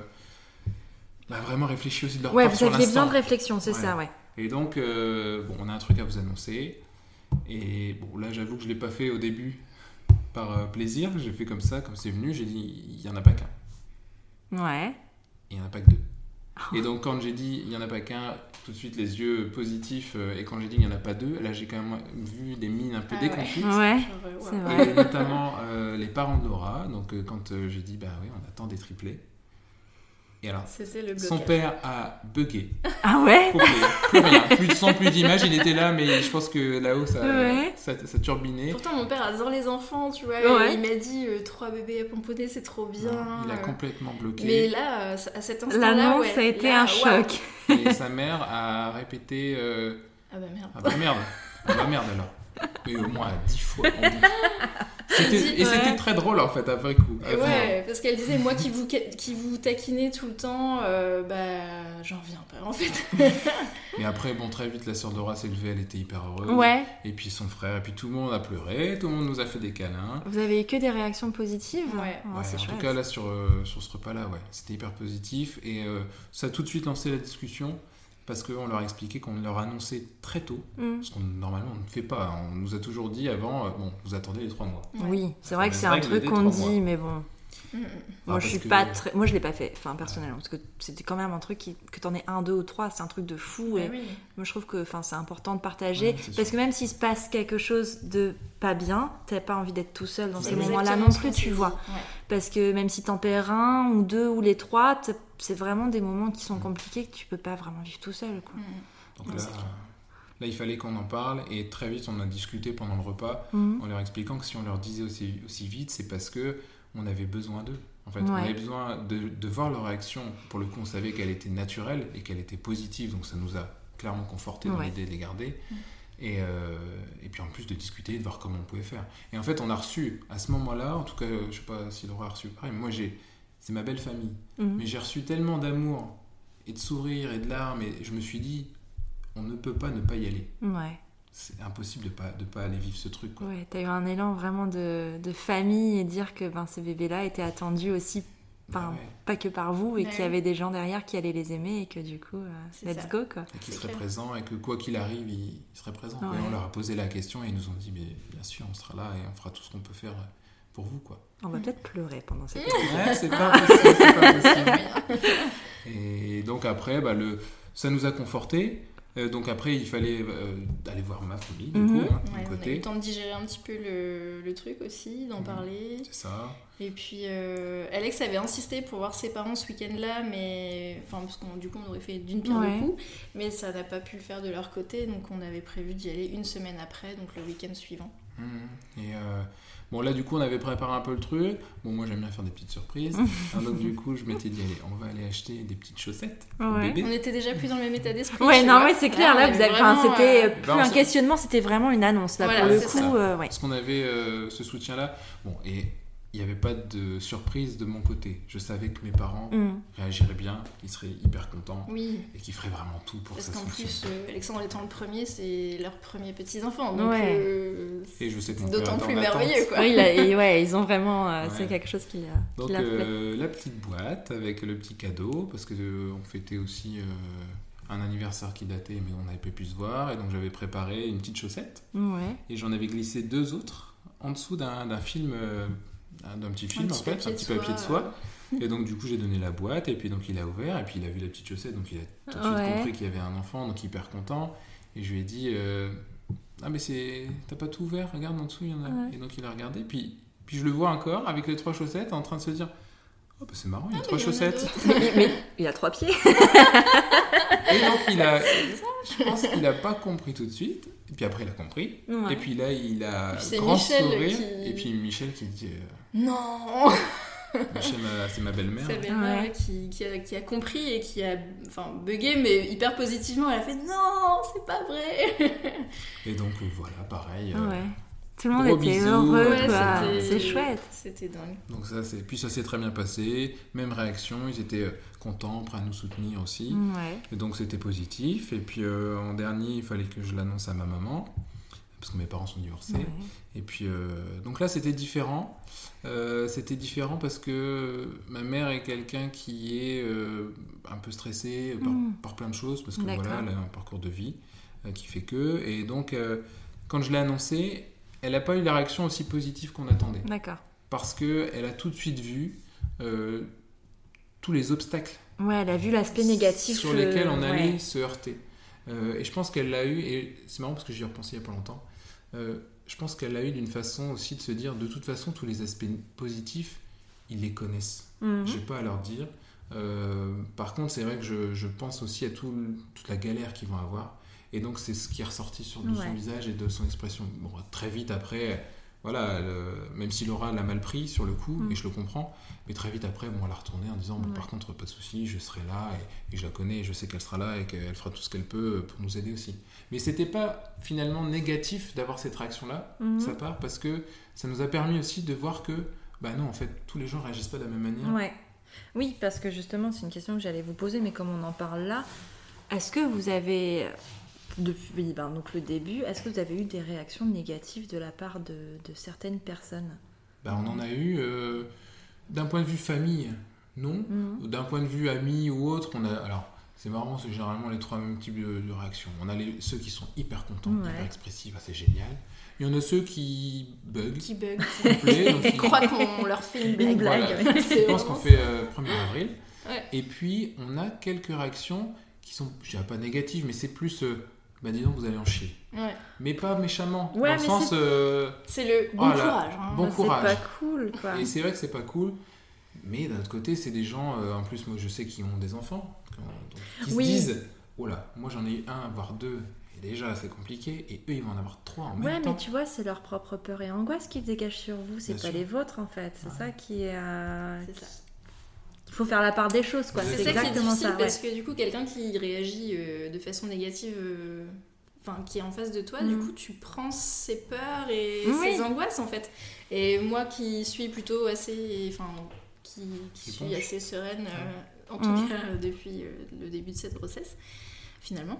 bah, vraiment réfléchie aussi de leur ouais, part vous sur aviez l'instant. besoin de réflexion, c'est ouais. ça, ouais. Et donc, euh, bon, on a un truc à vous annoncer. Et bon, là, j'avoue que je ne l'ai pas fait au début par euh, plaisir. J'ai fait comme ça, comme c'est venu. J'ai dit, il n'y en a pas qu'un. Ouais. Et il n'y en a pas que deux. Oh. Et donc, quand j'ai dit, il n'y en a pas qu'un, tout de suite, les yeux positifs. Euh, et quand j'ai dit, il n'y en a pas deux, là, j'ai quand même vu des mines un peu ah, déconfites. Ouais, ouais. c'est vrai. Et notamment euh, les parents de Laura. Donc, euh, quand euh, j'ai dit, bah oui, on attend des triplés. Et alors, son père a bugué. Ah ouais? Complet. Plus rien. Plus de son, plus d'image. Il était là, mais je pense que là-haut, ça, ouais. ça, ça turbinait. Pourtant, mon père adore les enfants, tu vois. Ouais. Il m'a dit euh, trois bébés à pomponner, c'est trop bien. Non, il a complètement bloqué. Mais là, à cet instant-là, l'annonce ouais, a été là, un choc. Et sa mère a répété. Euh... Ah bah merde. Ah bah merde. Ah bah merde alors. Mais au moins dix fois. On dit. C'était, et ouais. c'était très drôle en fait après coup. Ouais, ouais, parce qu'elle disait moi qui vous, qui vous taquinez tout le temps, euh, bah j'en reviens pas en fait. Mais après, bon, très vite, la sœur Dora s'est levée, elle était hyper heureuse. Ouais. Et puis son frère, et puis tout le monde a pleuré, tout le monde nous a fait des câlins. Vous avez eu que des réactions positives? Ouais. Oh, Ouais, c'est en chouette. tout cas, là, sur, euh, sur ce repas-là, ouais, c'était hyper positif. Et euh, ça a tout de suite lancé la discussion, parce qu'on leur a expliqué qu'on leur annonçait très tôt, Mm. ce qu'on normalement on ne fait pas. On nous a toujours dit avant, euh, bon, vous attendez les trois mois. Ouais. Oui, c'est vrai que Les c'est un règles truc des qu'on trois dit, mois. mais bon. Mm, mm. Moi, Ah, je parce suis que- pas très. Moi, je l'ai pas fait, enfin, personnellement, parce que c'était quand même un truc qui... que t'en aies un, deux ou trois, c'est un truc de fou. Ouais, Et oui. moi, je trouve que, enfin, c'est important de partager, Ouais, c'est parce sûr. que même s'il se passe quelque chose de pas bien, t'as pas envie d'être tout seul dans Bah ces oui. moments-là Exactement non ce plus, qu'on tu s'est vois. dit. Ouais. Parce que même si t'en perds un ou deux ou les trois, t'as- c'est vraiment des moments qui sont compliqués que tu peux pas vraiment vivre tout seul, quoi. Mm. Donc Non, là, c'est clair. là, il fallait qu'on en parle, et très vite, on a discuté pendant le repas, Mhm. en leur expliquant que si on leur disait aussi, aussi vite, c'est parce que on avait besoin d'eux. En fait, on Ouais. avait besoin de, de voir leur réaction. Pour le coup, on savait qu'elle était naturelle et qu'elle était positive, donc ça nous a clairement conforté dans Ouais. l'idée de les garder. Mm. Et, euh, et puis en plus de discuter, de voir comment on pouvait faire. Et en fait, on a reçu, à ce moment-là, en tout cas, je sais pas si Laura a reçu pareil, mais moi, j'ai, c'est ma belle famille. Mhm. Mais j'ai reçu tellement d'amour et de sourires et de larmes, et je me suis dit, on ne peut pas ne pas y aller. Ouais. C'est impossible de pas, de pas aller vivre ce truc, quoi. Ouais, t'as eu un élan vraiment de, de famille et dire que ben, ces bébés-là étaient attendus aussi, Bah enfin, ouais. pas que par vous, et Ouais. qu'il y avait des gens derrière qui allaient les aimer et que du coup, euh, C'est let's ça. go, quoi. Et qu'ils C'est seraient clair. présents, et que quoi qu'il arrive, ils, ils seraient présents. quoi. Ouais. Et on leur a posé la question et ils nous ont dit, mais bien sûr, on sera là et on fera tout ce qu'on peut faire pour vous, quoi. On va peut-être pleurer pendant cette Ouais, c'est pas possible, c'est pas possible. Et donc après, bah, le, ça nous a confortés. Euh, donc après, il fallait euh, aller voir ma famille, du Mhm. coup, hein, de Ouais, mon on a eu côté. le temps de digérer un petit peu le, le truc aussi, d'en Mhm. parler. C'est ça. Et puis euh, Alex avait insisté pour voir ses parents ce week-end-là, mais enfin parce qu'on du coup on aurait fait d'une pierre Ouais. deux coups, mais ça n'a pas pu le faire de leur côté, donc on avait prévu d'y aller une semaine après, donc le week-end suivant. Mhm. Et euh, bon, là, du coup, on avait préparé un peu le truc. Bon, moi, j'aime bien faire des petites surprises. Alors, donc, du coup, je m'étais dit, allez, on va aller acheter des petites chaussettes pour Ouais. bébé. On était déjà plus dans le même état d'esprit. Ouais, tu non, vois. ouais, c'est clair. Là, on vous avait avez, enfin, vraiment, c'était euh, plus Bah, on un s'est- questionnement, c'était vraiment une annonce. Là, Voilà, pour le c'est coup, ça. euh, ouais. Parce qu'on avait euh, ce soutien-là. Bon, et il n'y avait pas de surprise de mon côté. Je savais que mes parents Mm. réagiraient bien, qu'ils seraient hyper contents Oui, et qu'ils feraient vraiment tout pour parce que ça qu'en fonctionne. plus, euh, Alexandre étant le premier, c'est leurs premiers petits-enfants, donc Ouais. euh, Et je sais que c'est mon père d'autant était plus en attente. merveilleux, quoi. Oui, là, et ouais, ils ont vraiment. euh, Ouais. C'est quelque chose qui, l'a- qui Donc leur plaît. euh, la petite boîte avec le petit cadeau, parce que euh, on fêtait aussi euh, un anniversaire qui datait, mais on n'avait pas pu se voir, et donc j'avais préparé une petite chaussette, Ouais. et j'en avais glissé deux autres en dessous d'un, d'un film, euh, d'un petit film Un en petit fait, papier un de petit papier de soie, soie. Et donc du coup j'ai donné la boîte, et puis donc il a ouvert, et puis il a vu la petite chaussette, donc il a tout de suite Ouais. compris qu'il y avait un enfant, donc hyper content, et je lui ai dit euh, ah mais c'est t'as pas tout ouvert, regarde en dessous il y en a. Ouais. Et donc il a regardé, puis puis je le vois encore avec les trois chaussettes en train de se dire oh bah c'est marrant, il y a Ah, trois mais il y en a chaussettes. d'autres. mais, mais il a trois pieds. Et donc il a, je pense qu'il a pas compris tout de suite, et puis après il a compris, Ouais. et puis là il a Et puis c'est grand Michel sourire, qui- et puis Michel qui dit euh, Non. Michel, ma- c'est ma belle-mère. Sa belle-mère Ouais. qui, qui, a, qui a compris et qui a enfin, bugué, mais hyper positivement. Elle a fait non, c'est pas vrai. Et donc euh, voilà, pareil. euh, Ouais. Tout le monde Gros était bisous. heureux, Ouais, quoi. c'était- C'est chouette. C'était dingue. Donc ça c'est, puis ça s'est très bien passé, même réaction, ils étaient euh, contents, prêts à nous soutenir aussi. Ouais. Et donc c'était positif. Et puis euh, en dernier, il fallait que je l'annonce à ma maman, parce que mes parents sont divorcés. Ouais. Et puis euh, donc là c'était différent. Euh, c'était différent parce que ma mère est quelqu'un qui est euh, un peu stressé par, Mm. par plein de choses, parce que D'accord. voilà, elle a un parcours de vie euh, qui fait que. Et donc euh, quand je l'ai annoncé, elle n'a pas eu la réaction aussi positive qu'on attendait. D'accord. Parce qu'elle a tout de suite vu euh, tous les obstacles Ouais, elle a vu l'aspect négatif. sur lesquels on euh, allait ouais. se heurter. Euh, et je pense qu'elle l'a eu, et c'est marrant parce que j'y ai repensé il n'y a pas longtemps, euh, je pense qu'elle l'a eu d'une façon aussi de se dire, de toute façon, tous les aspects positifs, ils les connaissent. Mhm. J'ai pas à leur dire. Euh, par contre, c'est vrai que je, je pense aussi à tout, toute la galère qu'ils vont avoir. Et donc, c'est ce qui est ressorti sur de Ouais. son visage et de son expression. Bon, très vite après, voilà, elle, même si Laura l'a mal pris sur le coup, mmh. et je le comprends, mais très vite après, bon, elle a retourné en disant bon, ouais. par contre, pas de souci, je serai là, et, et je la connais, et je sais qu'elle sera là, et qu'elle fera tout ce qu'elle peut pour nous aider aussi. Mais c'était pas finalement négatif d'avoir cette réaction-là, mmh. de sa part, parce que ça nous a permis aussi de voir que, bah non, en fait, tous les gens réagissent pas de la même manière. Ouais. Oui, parce que justement, c'est une question que j'allais vous poser, mais comme on en parle là, est-ce que vous avez, depuis ben, donc le début, est-ce que vous avez eu des réactions négatives de la part de, de certaines personnes ? Ben, on en a eu, euh, d'un point de vue famille, non. Mmh. D'un point de vue amis ou autre, on a... Alors, c'est marrant, c'est généralement les trois mêmes types de, de réactions. On a les, ceux qui sont hyper contents, ouais. hyper expressifs, ah, c'est génial. Il y en a ceux qui bug. Qui bug. Complet, donc ils ils croient qu'on leur fait une blague. Une blague. Voilà. Je pense qu'on fait euh, premier avril. Ouais. Et puis, on a quelques réactions qui sont, je dirais pas négatives, mais c'est plus, euh, bah dis donc, vous allez en chier. Ouais. Mais pas méchamment. Ouais, dans le sens... C'est, euh, c'est le bon voilà, courage. Hein. Bon bah, courage. C'est pas cool, quoi. Et c'est vrai que c'est pas cool. Mais d'un autre côté, c'est des gens, euh, en plus, moi, je sais qui ont des enfants, donc, qui oui. se disent, oh là, moi, j'en ai eu un, voire deux. Et déjà, c'est compliqué, et eux, ils vont en avoir trois en même ouais, temps. Ouais, mais tu vois, c'est leur propre peur et angoisse qu'ils dégagent sur vous, c'est Bien pas sûr. les vôtres, en fait. C'est ouais. ça qui est... Euh... C'est ça. Il faut faire la part des choses, quoi. C'est, c'est ça exactement qui est difficile, ça. Parce ouais. que du coup, quelqu'un qui réagit euh, de façon négative, euh, enfin, qui est en face de toi, mmh. du coup, tu prends ses peurs et oui. ses angoisses, en fait. Et moi qui suis plutôt assez... Enfin, qui, qui suis penche. assez sereine, euh, en tout mmh. cas, euh, depuis euh, le début de cette grossesse, finalement...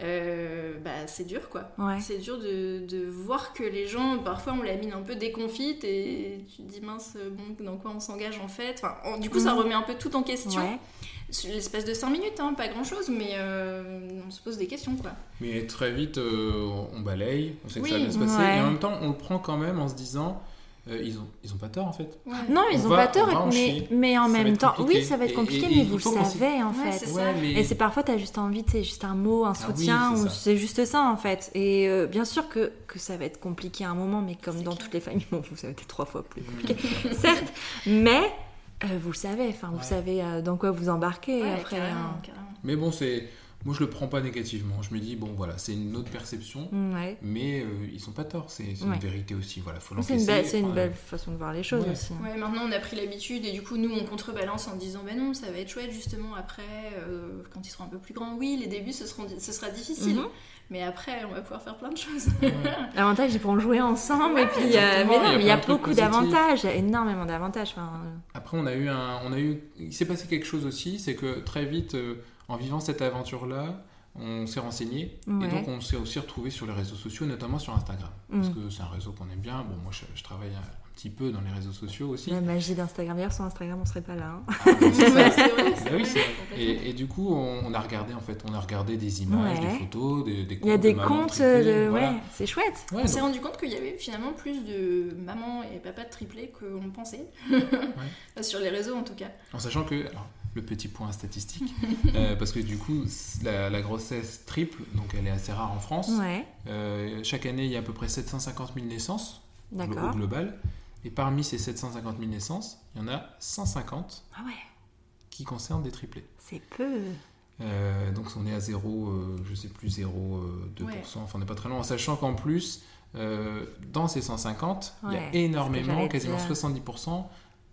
Euh, bah, c'est dur quoi ouais. c'est dur de, de voir que les gens parfois on la mine un peu déconfite et tu te dis mince bon, dans quoi on s'engage en fait enfin, on, du coup mmh. ça remet un peu tout en question ouais. l'espace de cinq minutes hein, pas grand chose mais euh, on se pose des questions quoi. Mais très vite euh, on balaye, on sait que oui. ça va bien se passer ouais. et en même temps on le prend quand même en se disant Euh, ils ont ils ont pas tort en fait. Ouais. Non, ils on ont va, pas tort, mais, mais en ça même temps, compliqué. oui, ça va être compliqué, et, et, mais et vous le savez en ouais, fait. C'est ouais, mais... Et c'est parfois t'as juste envie, c'est juste un mot, un soutien, ah oui, c'est, ou c'est juste ça en fait. Et euh, bien sûr que que ça va être compliqué à un moment, mais comme c'est dans clair. Toutes les familles, bon, vous ça va être trois fois plus compliqué, certes, mais euh, vous le savez, enfin vous ouais. savez euh, dans quoi vous embarquez ouais, après. Carrément, hein. carrément. Mais bon, c'est moi, je le prends pas négativement. Je me dis, bon, voilà, c'est une autre perception, ouais. mais euh, ils sont pas torts. C'est, c'est ouais. une vérité aussi. Voilà, faut c'est une, belle, c'est une belle façon de voir les choses ouais. aussi. Ouais, maintenant, on a pris l'habitude et du coup, nous, on contrebalance en disant, ben non, ça va être chouette justement après, euh, quand ils seront un peu plus grands. Oui, les débuts, ce, seront, ce sera difficile. Mm-hmm. Mais après, on va pouvoir faire plein de choses. Ouais. L'avantage, c'est pour en jouer ensemble. Ouais, et puis, euh, mais non, il y a, y a beaucoup d'avantages. Il y a énormément d'avantages. Enfin, après, on a eu un, on a eu, il s'est passé quelque chose aussi, c'est que très vite, euh, en vivant cette aventure-là, on s'est renseigné ouais. et donc on s'est aussi retrouvé sur les réseaux sociaux, notamment sur Instagram, mmh. parce que c'est un réseau qu'on aime bien. Bon, moi, je, je travaille un, un petit peu dans les réseaux sociaux aussi. La magie d'Instagram. D'ailleurs, sans Instagram, on serait pas là. Hein. Ah, c'est, ça. c'est vrai. C'est bah oui, c'est vrai. Et, et du coup, on, on a regardé en fait, on a regardé des images, ouais. des photos, des, des comptes. Il y a des de comptes, triplés, de... voilà. ouais, c'est chouette. Ouais, on donc... s'est rendu compte qu'il y avait finalement plus de mamans et papas de triplés qu'on pensait, ouais. sur les réseaux en tout cas. En sachant que, alors, le petit point statistique, euh, parce que du coup, la, la grossesse triple, donc elle est assez rare en France. Ouais. Euh, chaque année, il y a à peu près sept cent cinquante mille naissances D'accord. au global. Et parmi ces sept cent cinquante mille naissances, il y en a cent cinquante ah ouais. qui concernent des triplés. C'est peu. Euh, donc on est à zéro, euh, je sais plus, zéro virgule deux pour cent, ouais. Enfin on n'est pas très loin, en sachant qu'en plus, euh, dans ces cent cinquante, ouais, il y a énormément, quasiment dire. soixante-dix pour cent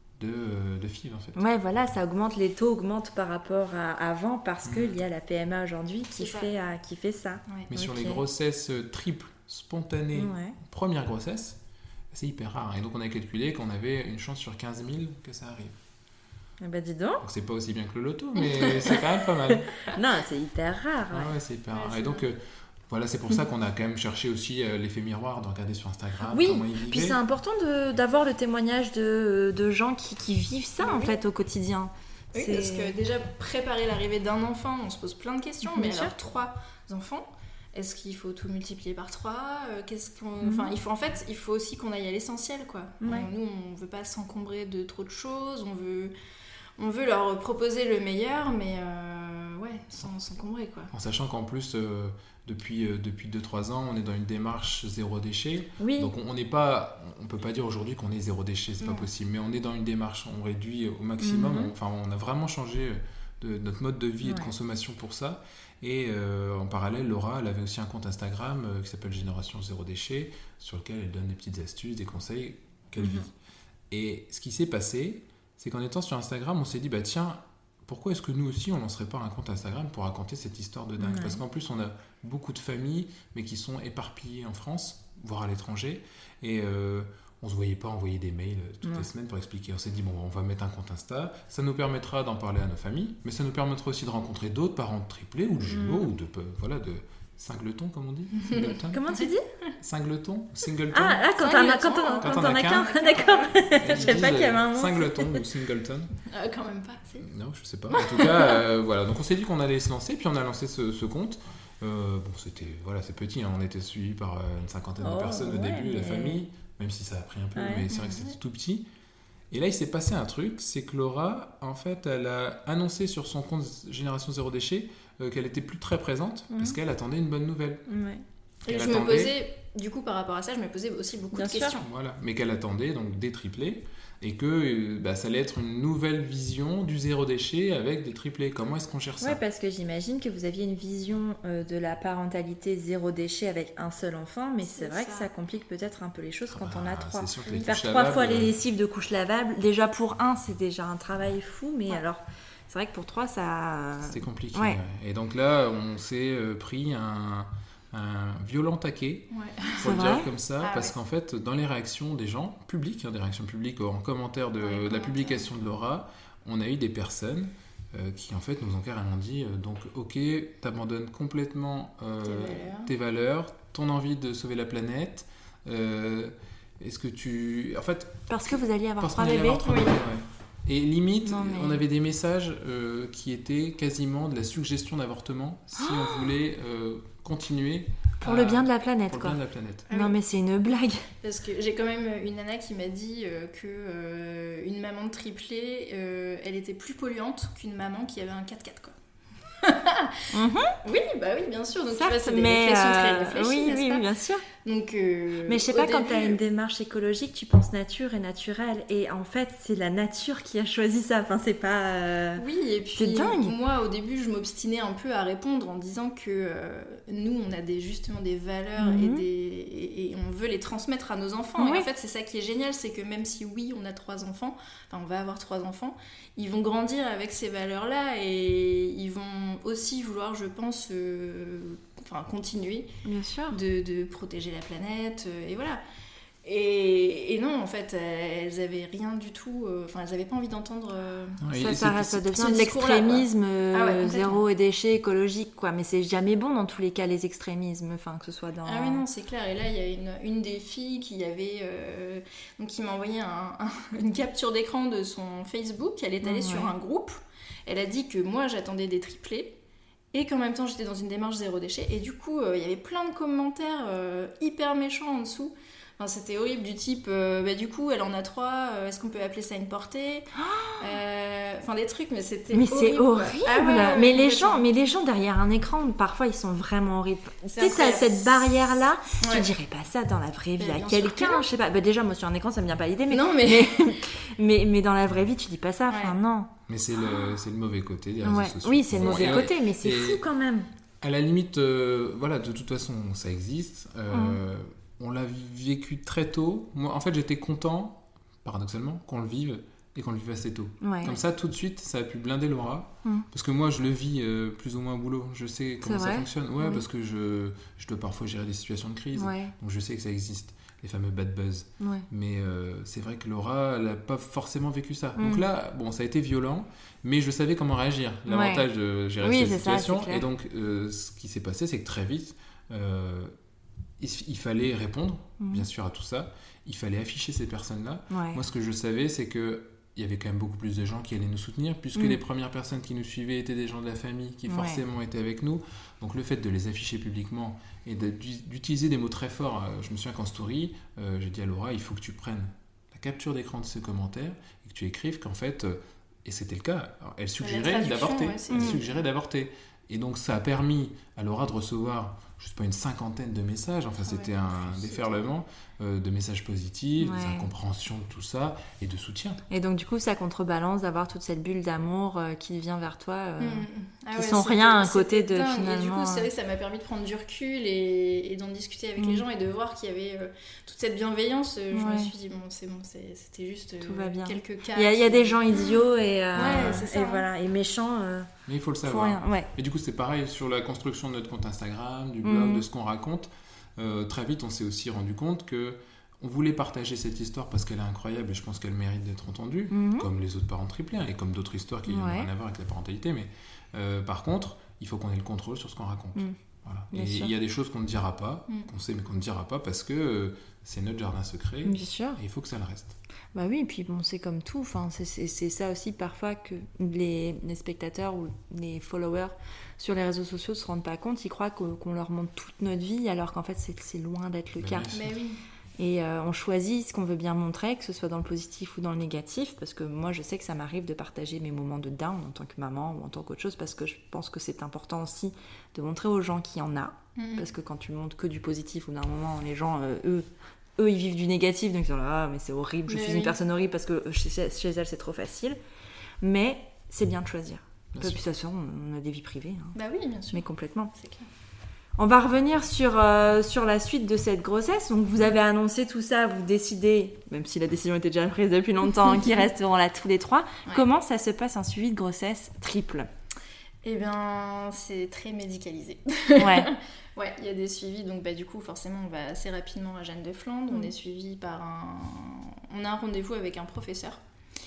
de, de filles en fait. Ouais, voilà, ça augmente, les taux augmentent par rapport à avant parce mmh. qu'il y a la P M A aujourd'hui qui, fait, euh, qui fait ça. Ouais. Mais okay. sur les grossesses triples, spontanées, ouais. première grossesse, c'est hyper rare. Et donc on a calculé qu'on avait une chance sur quinze mille que ça arrive. Eh ben dis donc. Donc c'est pas aussi bien que le loto, mais c'est quand même pas mal. Non, c'est hyper rare. Ouais, ah ouais c'est hyper ouais, rare. C'est Et donc... Euh, voilà, c'est pour ça qu'on a quand même cherché aussi euh, l'effet miroir, de regarder sur Instagram oui, comment ils vivaient. Puis c'est important de, d'avoir le témoignage de, de gens qui, qui vivent ça oui, en oui. fait au quotidien. Oui, c'est... parce que déjà préparer l'arrivée d'un enfant, on se pose plein de questions, Bien mais sûr. Alors trois enfants, est-ce qu'il faut tout multiplier par trois Qu'est-ce qu'on... Mm-hmm. Enfin, il faut en fait, il faut aussi qu'on aille à l'essentiel, quoi. Ouais. Nous, on veut pas s'encombrer de trop de choses, on veut, on veut leur proposer le meilleur, mais euh, ouais, sans s'encombrer, quoi. En sachant qu'en plus. Euh... Depuis, euh, depuis deux trois ans, on est dans une démarche zéro déchet. Oui. Donc on n'est pas, on peut pas dire aujourd'hui qu'on est zéro déchet, c'est non. pas possible. Mais on est dans une démarche, on réduit au maximum. Mm-hmm. On, enfin, on a vraiment changé de notre mode de vie ouais. et de consommation pour ça. Et euh, en parallèle, Laura, elle avait aussi un compte Instagram euh, qui s'appelle Génération Zéro Déchet, sur lequel elle donne des petites astuces, des conseils qu'elle mm-hmm. vit. Et ce qui s'est passé, c'est qu'en étant sur Instagram, on s'est dit, bah tiens, pourquoi est-ce que nous aussi, on ne lancerait pas un compte Instagram pour raconter cette histoire de dingue ? Ouais. Parce qu'en plus, on a beaucoup de familles, mais qui sont éparpillées en France, voire à l'étranger, et euh, on ne se voyait pas envoyer des mails toutes ouais. les semaines pour expliquer. On s'est dit, bon, on va mettre un compte Insta, ça nous permettra d'en parler à nos familles, mais ça nous permettra aussi de rencontrer d'autres parents de triplés ou de jumeaux, mmh. ou de, voilà, de singletons, comme on dit. Singleton. Comment tu dis ? Singleton, singleton. Ah, ah quand t'en as quand on, quand quand on a qu'un, qu'un. D'accord. Je sais pas qu'il y avait un nom. Singleton ou singleton. Euh, quand même pas, c'est... Non, je sais pas. En tout cas, euh, voilà. Donc on s'est dit qu'on allait se lancer, puis on a lancé ce, ce compte. Euh, bon, c'était, voilà, c'est petit, hein. On était suivis par une cinquantaine oh, de personnes au ouais, début, mais... la famille, même si ça a pris un peu, ouais. mais c'est vrai que c'était tout petit. Et là, il s'est passé un truc, c'est que Laura, en fait, elle a annoncé sur son compte Génération Zéro Déchet euh, qu'elle était plus très présente mmh. parce qu'elle attendait une bonne nouvelle. Ouais. Et je attendait... me posais, du coup, par rapport à ça, je me posais aussi beaucoup Bien de sûr. questions. Voilà, mais qu'elle attendait donc des triplés et que bah, ça allait être une nouvelle vision du zéro déchet avec des triplés. Comment est-ce qu'on gère ça ? Oui, parce que j'imagine que vous aviez une vision euh, de la parentalité zéro déchet avec un seul enfant, mais c'est, c'est vrai ça. que ça complique peut-être un peu les choses ah quand bah, on a trois. C'est sûr que les Faire trois lavables, fois les lessives de couches lavables, déjà pour un, c'est déjà un travail fou, mais ouais. alors... C'est vrai que pour trois, ça... C'était compliqué. Ouais. Ouais. Et donc là, on s'est euh, pris un, un violent taquet, ouais. pour le dire comme ça, ah, parce ouais. qu'en fait, dans les réactions des gens, publiques, hein, des réactions publiques en commentaire de, ouais, de la publication de Laura, on a eu des personnes euh, qui en fait nous ont carrément dit, euh, donc ok, t'abandonnes complètement euh, tes, valeurs. tes valeurs, ton envie de sauver la planète, euh, est-ce que tu... En fait... Parce que vous alliez avoir trois bébés, oui. ouais. Et limite, non, mais... on avait des messages euh, qui étaient quasiment de la suggestion d'avortement si oh on voulait euh, continuer pour à... le bien de la planète, pour quoi. le bien de la planète. Ah non, oui. mais c'est une blague. Parce que j'ai quand même une nana qui m'a dit euh, que euh, une maman de triplé, euh, elle était plus polluante qu'une maman qui avait un quatre-quatre, quoi. mm-hmm. Oui, bah oui, bien sûr. Donc, Certes, tu vois, c'est des mais réflexions euh... très réfléchies, oui, n'est-ce oui, pas ? bien sûr. Donc, euh, mais je sais pas, début... quand tu as une démarche écologique, tu penses nature et naturel. Et en fait, c'est la nature qui a choisi ça. Enfin, c'est pas... Euh... Oui, et puis, c'est dingue. Moi, au début, je m'obstinais un peu à répondre en disant que euh, nous, on a des, justement des valeurs mm-hmm. et, des, et, et on veut les transmettre à nos enfants. Oui. Et en fait, c'est ça qui est génial, c'est que même si, oui, on a trois enfants, enfin, on va avoir trois enfants, ils vont grandir avec ces valeurs-là et ils vont aussi vouloir, je pense, euh, enfin, continuer Bien sûr. De, de protéger la planète, euh, et voilà. Et, et non, en fait, elles avaient rien du tout, euh, enfin, elles avaient pas envie d'entendre... Euh, oui, ça, ça, ça devient de l'extrémisme, euh, ah ouais, zéro et déchet écologique, quoi. Mais c'est jamais bon dans tous les cas, les extrémismes, enfin, que ce soit dans... Ah oui, non, c'est clair. Et là, il y a une, une des filles qui avait... Euh, donc, qui m'a envoyé un, un, une capture d'écran de son Facebook. Elle est allée mmh, sur ouais. un groupe. Elle a dit que moi, j'attendais des triplés. Et qu'en même temps, j'étais dans une démarche zéro déchet. Et du coup, euh, il y avait plein de commentaires euh, hyper méchants en dessous. Enfin, c'était horrible, du type, euh, bah, du coup, elle en a trois, euh, est-ce qu'on peut appeler ça une portée ? euh, Enfin, des trucs, mais c'était mais horrible. Mais c'est horrible ah, ouais, mais, les gens, mais les gens derrière un écran, parfois, ils sont vraiment horribles. Tu sais, t'as cette barrière-là, ouais. tu dirais pas ça dans la vraie vie mais à quelqu'un, je sais pas. Bah, déjà, moi, sur un écran, ça me vient pas l'idée, mais... Non, mais... mais, mais, mais dans la vraie vie, tu dis pas ça, enfin, ouais. non. Mais c'est le, c'est le mauvais côté des réseaux ouais. sociaux. Oui, c'est le mauvais et côté, ouais. mais c'est et fou quand même. À la limite, euh, voilà, de toute façon, ça existe. Euh, mmh. On l'a vécu très tôt. Moi, en fait, j'étais content, paradoxalement, qu'on le vive et qu'on le vive assez tôt. Ouais. Comme ça, tout de suite, ça a pu blinder Laura. Mmh. Parce que moi, je le vis euh, plus ou moins au boulot. Je sais comment ça fonctionne. Ouais, oui. Parce que je, je dois parfois gérer des situations de crise. Ouais. Donc, je sais que ça existe. Les fameux bad buzz. Ouais. Mais euh, c'est vrai que Laura, elle n'a pas forcément vécu ça. Mm. Donc là, bon, ça a été violent, mais je savais comment réagir. L'avantage ouais. de gérer oui, cette situation. Ça, et donc, euh, ce qui s'est passé, c'est que très vite, euh, il, il fallait répondre, mm. bien sûr, à tout ça. Il fallait afficher ces personnes-là. Ouais. Moi, ce que je savais, c'est que il y avait quand même beaucoup plus de gens qui allaient nous soutenir, puisque mm. les premières personnes qui nous suivaient étaient des gens de la famille qui forcément ouais. étaient avec nous. Donc le fait de les afficher publiquement et de, d'utiliser des mots très forts, euh, je me souviens qu'en story, euh, j'ai dit à Laura, il faut que tu prennes la capture d'écran de ces commentaires et que tu écrives qu'en fait, euh, et c'était le cas, elle suggérait d'avorter. Ouais, elle suggérait d'avorter. Et donc ça a permis à Laura de recevoir, je sais pas, une cinquantaine de messages. Enfin, c'était ouais, un déferlement euh, de messages positifs, Ouais. d'incompréhension de tout ça et de soutien. Et donc, du coup, ça contrebalance d'avoir toute cette bulle d'amour euh, qui vient vers toi, euh, Mmh. Ah qui ouais, sont c'était- rien à un côté de c'était dingue. finalement. Et du coup, c'est euh, vrai que ça m'a permis de prendre du recul et, et d'en discuter avec Mm. les gens et de voir qu'il y avait euh, toute cette bienveillance. Euh, Je Ouais. me suis dit, bon, c'est bon, c'est- c'était juste euh, Tout va bien. quelques cas. Il y, a- il y a qui- des gens idiots et, euh, Ouais, c'est ça, et hein. voilà, et méchants euh, Mais il faut le pour savoir. rien. Ouais. Et du coup, c'est pareil sur la construction de notre compte Instagram, du blog, Mhm. de ce qu'on raconte. Euh, très vite, on s'est aussi rendu compte que on voulait partager cette histoire parce qu'elle est incroyable et je pense qu'elle mérite d'être entendue, Mhm. comme les autres parents triplés hein, et comme d'autres histoires qui n'ont Ouais. rien à voir avec la parentalité. Mais euh, par contre, il faut qu'on ait le contrôle sur ce qu'on raconte. Mhm. Voilà. Bien Et sûr. il y a des choses qu'on ne dira pas, Mhm. qu'on sait mais qu'on ne dira pas parce que euh, c'est notre jardin secret Bien sûr. et il faut que ça le reste. Bah oui, et puis bon, c'est comme tout. Enfin, c'est, c'est, c'est ça aussi parfois que les, les spectateurs ou les followers sur les réseaux sociaux se rendent pas compte. Ils croient que- qu'on leur montre toute notre vie, alors qu'en fait, c'est, c'est loin d'être le Ben cas. oui. Mais oui. Et euh, on choisit ce qu'on veut bien montrer, que ce soit dans le positif ou dans le négatif, parce que moi, je sais que ça m'arrive de partager mes moments de down en tant que maman ou en tant qu'autre chose, parce que je pense que c'est important aussi de montrer aux gens qu'il y en a. Mhm. Parce que quand tu montres que du positif, ou d'un moment, les gens, euh, eux, eux, ils vivent du négatif, donc ils sont là, ah, mais c'est horrible, je Mais suis oui. une personne horrible parce que chez, chez elle, c'est trop facile. Mais c'est bien de choisir. Bien Puis, de sûr. toute façon, on a des vies privées, hein. Bah oui, bien sûr. Mais complètement. C'est clair. On va revenir sur, euh, sur la suite de cette grossesse. Donc, vous avez annoncé tout ça, vous décidez, même si la décision était déjà prise depuis longtemps, qu'ils resteront là tous les trois. Ouais. Comment ça se passe un suivi de grossesse triple? Eh bien, c'est très médicalisé. Ouais. Ouais, il y a des suivis, donc bah, du coup, forcément, on va assez rapidement à Jeanne de Flandre. Mm. On est suivi par un. On a un rendez-vous avec un professeur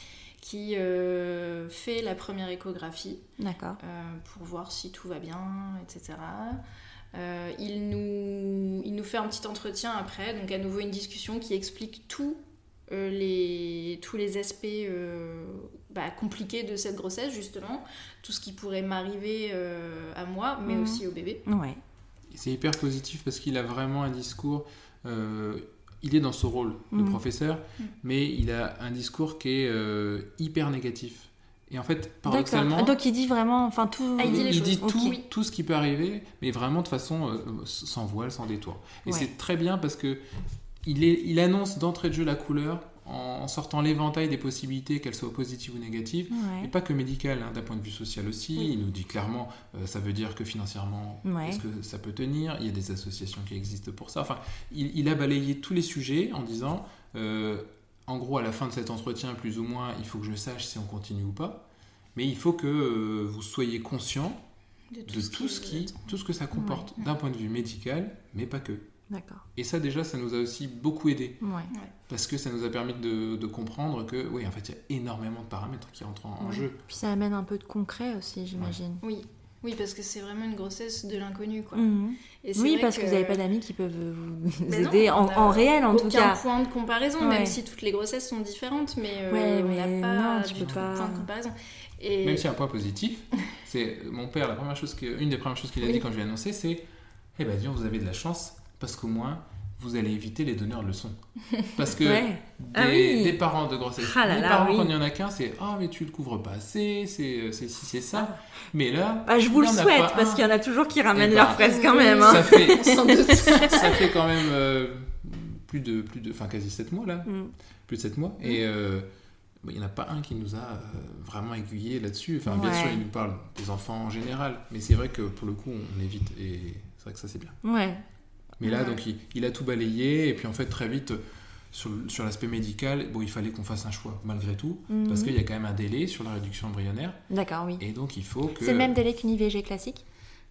qui euh, fait la première échographie D'accord. euh, pour voir si tout va bien, et cetera. Euh, il, nous, il nous fait un petit entretien après, donc à nouveau une discussion qui explique tout, euh, les, tous les aspects euh, bah, compliqués de cette grossesse, justement, tout ce qui pourrait m'arriver euh, à moi, mais Mhm. aussi au bébé. Ouais. C'est hyper positif parce qu'il a vraiment un discours. euh, il est dans ce rôle de Mhm. professeur, Mhm. mais il a un discours qui est euh, hyper négatif. Et en fait, D'accord. paradoxalement, Ah, donc, il dit vraiment, enfin, tout. Ah, il dit les il choses. dit Ok. tout, tout ce qui peut arriver, mais vraiment de façon euh, sans voile, sans détour. Et Ouais. c'est très bien parce que il, est, il annonce d'entrée de jeu la couleur en sortant l'éventail des possibilités, qu'elles soient positives ou négatives. Ouais. Et pas que médical, hein, d'un point de vue social aussi. Oui. Il nous dit clairement, euh, ça veut dire que financièrement, Ouais. est-ce que ça peut tenir? Il y a des associations qui existent pour ça. Enfin, il, il a balayé tous les sujets en disant, euh, en gros, à la fin de cet entretien, plus ou moins, il faut que je sache si on continue ou pas. Mais il faut que euh, vous soyez conscient de tout ce, qui, tout ce que ça comporte, Ouais. d'un point de vue médical, mais pas que. D'accord. Et ça, déjà, ça nous a aussi beaucoup aidé. Ouais. Parce que ça nous a permis de, de comprendre que, oui, en fait, il y a énormément de paramètres qui entrent en, en Ouais. jeu. Puis ça amène un peu de concret aussi, j'imagine. Oui. Oui, parce que c'est vraiment une grossesse de l'inconnu, quoi. Mhm. Et c'est Oui, vrai parce que, vous que n'avez pas d'amis qui peuvent vous Mais non, aider en, on a en réel, en aucun tout cas. point de comparaison, Ouais. même si toutes les grossesses sont différentes, mais, euh, Ouais, on mais n'a pas non, tu du peux tout pas. de point de comparaison. Et... Même si un point positif, c'est mon père, la première chose que, une des premières choses qu'il a Oui. dit quand je lui ai annoncé, c'est eh ben, dis donc, vous avez de la chance, parce qu'au moins, vous allez éviter les donneurs de leçons. Parce que Ouais. des, Ah oui. des parents de grossesse, Ah là les là, parents, oui. quand il n'y en a qu'un, c'est ah, mais tu le couvres pas assez, c'est c'est ci, c'est ça. Mais là, Bah, je vous il le y en a souhaite, pas parce un. qu'il y en a toujours qui ramènent Eh leurs ben, fraises quand même. ça Hein. fait, Sans doute. ça fait quand même euh, plus de, plus de, enfin quasi sept mois là, Mm. plus de sept mois. Et euh, bah, il n'y en a pas un qui nous a euh, vraiment aiguillé là-dessus. Enfin, bien Ouais. sûr, il nous parle des enfants en général, mais c'est vrai que pour le coup, on évite. Et c'est vrai que ça, c'est bien. Ouais. Mais là, Ouais. donc, il, il a tout balayé. Et puis, en fait, très vite, sur, sur l'aspect médical, bon, il fallait qu'on fasse un choix, malgré tout, Mhm. parce qu'il y a quand même un délai sur la réduction embryonnaire. D'accord, oui. Et donc, il faut que. C'est le même délai qu'une I V G classique?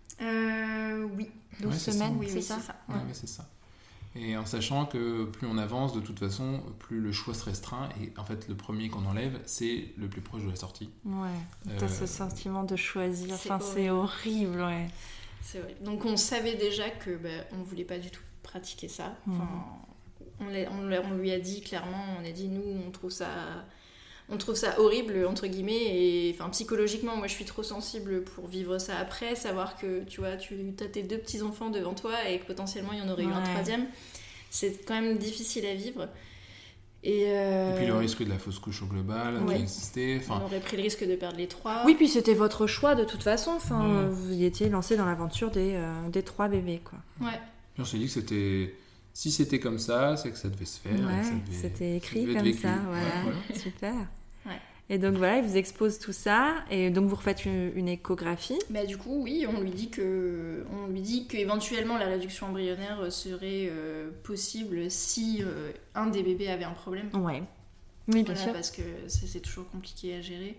Euh, oui. douze Ouais, c'est ça. semaines, Oui, c'est oui, ça? c'est ça. Ouais, ouais, c'est ça. Et en sachant que plus on avance, de toute façon, plus le choix se restreint. Et en fait, le premier qu'on enlève, c'est le plus proche de la sortie. Ouais. Euh, T'as ce sentiment de choisir. c'est Enfin, c'est horrible, ouais. C'est vrai. Donc on savait déjà que bah, on voulait pas du tout pratiquer ça. Enfin, on, l'a- on l'a- on lui a dit clairement, on a dit nous on trouve ça, on trouve ça horrible entre guillemets et enfin psychologiquement moi je suis trop sensible pour vivre ça après, savoir que tu vois tu as tes deux petits enfants devant toi et que potentiellement il y en aurait eu un Ouais. troisième, c'est quand même difficile à vivre. Et, euh... et puis le risque de la fausse couche au global ouais. qui existait. Enfin... On aurait pris le risque de perdre les trois. Oui, puis c'était votre choix de toute façon. Enfin, mmh. vous y étiez lancé dans l'aventure des, euh, des trois bébés, quoi. Ouais. Puis on s'est dit que c'était... Si c'était comme ça, c'est que ça devait se faire. Ouais, et que ça devait... c'était écrit ça devait comme vécu. ça. Voilà. Ouais, voilà. Super. Ouais. Et donc voilà, il vous expose tout ça. Et donc vous refaites une, une échographie. Bah, du coup, oui, on lui dit que, on lui dit qu'éventuellement la réduction embryonnaire serait euh, possible si euh, un des bébés avait un problème. Ouais. Oui, bien voilà, sûr. Parce que c'est, c'est toujours compliqué à gérer.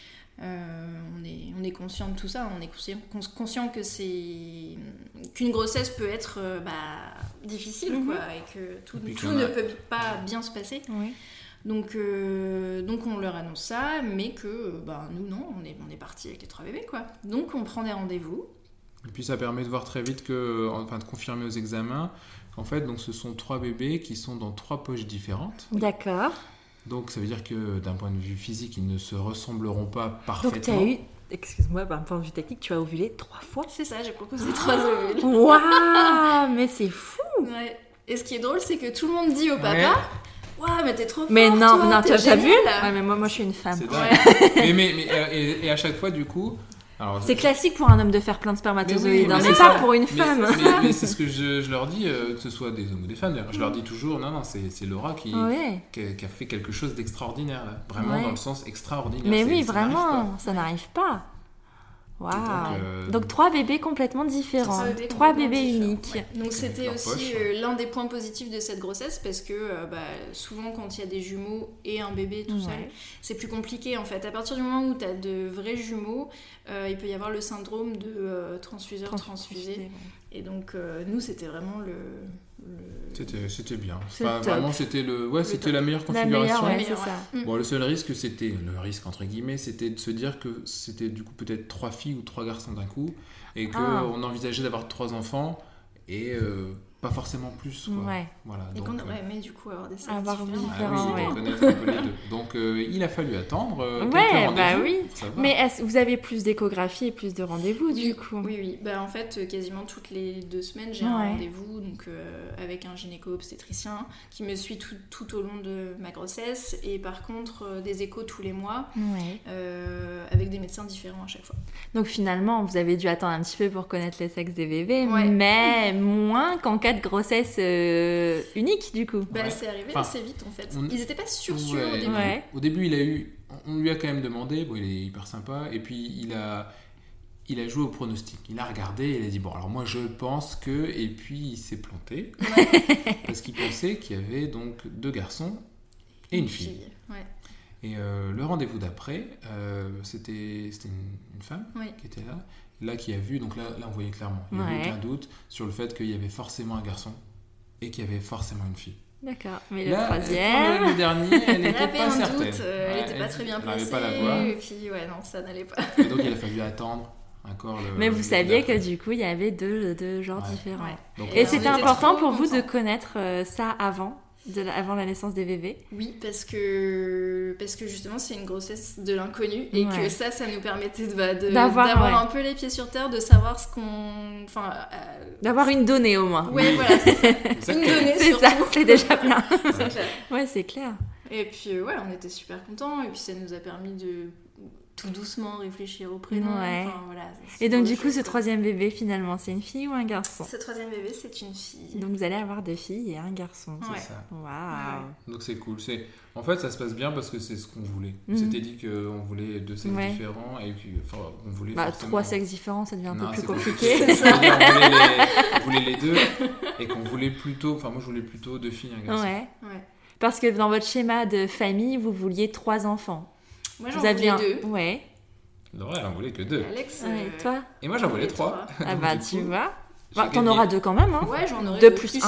Euh, on, est, on est conscient de tout ça, on est conscient, conscient que c'est, qu'une grossesse peut être euh, bah, difficile, mm-hmm. quoi, et que tout, et tout ne a... peut pas bien se passer. Oui. Donc, euh, donc on leur annonce ça, mais que bah, nous non, on est, on est partis avec les trois bébés, quoi. Donc on prend des rendez-vous. Et puis ça permet de voir très vite que, enfin de confirmer aux examens qu'en fait donc ce sont trois bébés qui sont dans trois poches différentes. D'accord. Donc ça veut dire que d'un point de vue physique ils ne se ressembleront pas parfaitement. Donc tu as eu, excuse-moi, d'un point de vue technique, tu as ovulé trois fois. C'est ça, j'ai proposé trois ovules. Waouh, mais c'est fou. Ouais. Et ce qui est drôle, c'est que tout le monde dit au papa. Ouais. Waouh, mais t'es trop fort, mais non, toi, non, t'es t'as, t'as génial. vu ouais, mais moi, moi, je suis une femme. C'est dingue. mais, mais, mais euh, et, et à chaque fois, du coup... Alors, c'est je... classique pour un homme de faire plein de spermatozoïdes, mais, oui, mais, mais pas ça. Pour une femme. Mais, mais, mais c'est ce que je, je leur dis, euh, que ce soit des hommes ou des femmes, d'ailleurs. Je leur dis toujours, non, non, c'est, c'est Laura qui, ouais. qui, a, qui a fait quelque chose d'extraordinaire, là. Vraiment ouais. dans le sens extraordinaire. Mais c'est, oui, ça vraiment, n'arrive ça n'arrive pas. Waouh. Donc, euh... donc trois bébés complètement différents, trois bébés, trois bébés différents, uniques. Ouais. Donc c'était aussi poche, euh, ouais. l'un des points positifs de cette grossesse parce que euh, bah, souvent quand il y a des jumeaux et un bébé tout ouais. seul, c'est plus compliqué en fait. À partir du moment où tu as de vrais jumeaux, euh, il peut y avoir le syndrome de euh, transfuseur transfusé. Ouais. Et donc euh, nous c'était vraiment le... le... C'était, c'était bien. Enfin, vraiment, c'était, le, ouais, le c'était la meilleure configuration. La meilleure, ouais, c'est ça. Bon, le seul risque, c'était, le risque entre guillemets, c'était de se dire que c'était du coup peut-être trois filles ou trois garçons d'un coup, et qu'on ah. envisageait d'avoir trois enfants, et euh, pas forcément plus. Quoi. Ouais. Voilà, et donc, qu'on aurait aimé du coup avoir des sexes avoir différents. différents. Ah oui, ouais. connaître un peu les deux. Donc euh, il a fallu attendre euh, ouais, quelques bah rendez-vous. Oui. Mais est-ce, vous avez plus d'échographie et plus de rendez-vous oui, du coup? Oui, oui. Bah, en fait, quasiment toutes les deux semaines, j'ai ouais. un rendez-vous donc, euh, avec un gynéco-obstétricien qui me suit tout, tout au long de ma grossesse. Et par contre, euh, des échos tous les mois ouais. euh, avec des médecins différents à chaque fois. Donc finalement, vous avez dû attendre un petit peu pour connaître les sexes des bébés, ouais. mais moins qu'en cas de grossesse euh, unique du coup. Bah, ouais. c'est arrivé enfin, assez vite en fait. On... Ils n'étaient pas sûrs sûrs ouais. au début. Ouais. Au début, il a eu, on lui a quand même demandé, bon, il est hyper sympa, et puis il a, il a joué au pronostic. Il a regardé, et il a dit bon, alors moi je pense que, et puis il s'est planté ouais. parce qu'il pensait qu'il y avait donc deux garçons et une, une fille. fille. Ouais. Et euh, le rendez-vous d'après, euh, c'était, c'était une, une femme oui. qui était là, là qui a vu, donc là, là on voyait clairement, il n'y ouais. avait aucun doute sur le fait qu'il y avait forcément un garçon et qu'il y avait forcément une fille. D'accord, mais le là, troisième... Le dernier, elle n'était pas certaine. Doute, euh, elle n'était ouais, pas très bien placée, pas la voix. Et puis ouais, non, ça n'allait pas. Et donc il a fallu attendre encore le... Mais vous le saviez que du coup, il y avait deux, deux genres ouais. différents. Ouais. Donc, et euh, c'était important pour vous de connaître euh, ça avant De la, avant la naissance des bébés? Oui, parce que, parce que justement c'est une grossesse de l'inconnu et ouais. que ça, ça nous permettait de, de, d'avoir, d'avoir ouais. un peu les pieds sur terre, de savoir ce qu'on... Enfin, euh... d'avoir une donnée au moins. Ouais, voilà, c'est ça. Une donnée c'est surtout. ça, c'est déjà bien. C'est clair. Ouais, c'est clair. Et puis euh, ouais, on était super contents et puis ça nous a permis de tout doucement réfléchir au prénom. Ouais. Enfin, voilà, et donc du coup, ce troisième bébé finalement, c'est une fille ou un garçon? Ce troisième bébé, c'est une fille. Donc vous allez avoir deux filles et un garçon. C'est ouais. ça. Waouh. Ouais. Donc c'est cool. C'est... En fait, ça se passe bien parce que c'est ce qu'on voulait. On mmh. s'était dit qu'on voulait deux sexes ouais. différents et puis enfin, on voulait bah, forcément... trois sexes différents, ça devient un non, peu plus compliqué. compliqué. C'est ça. on, voulait les... on voulait les deux et qu'on voulait plutôt... Enfin, moi, je voulais plutôt deux filles et un garçon. Ouais. ouais. Parce que dans votre schéma de famille, vous vouliez trois enfants. Moi, j'en vous voulais un... deux. Ouais. Laura, elle en voulait que deux. Et Alex, euh... ouais, et toi? Et moi, j'en voulais trois. Ah bah, tu coup, vois. Bah, t'en auras deux quand même, hein. Ouais, j'en aurai deux. deux plus, plus un.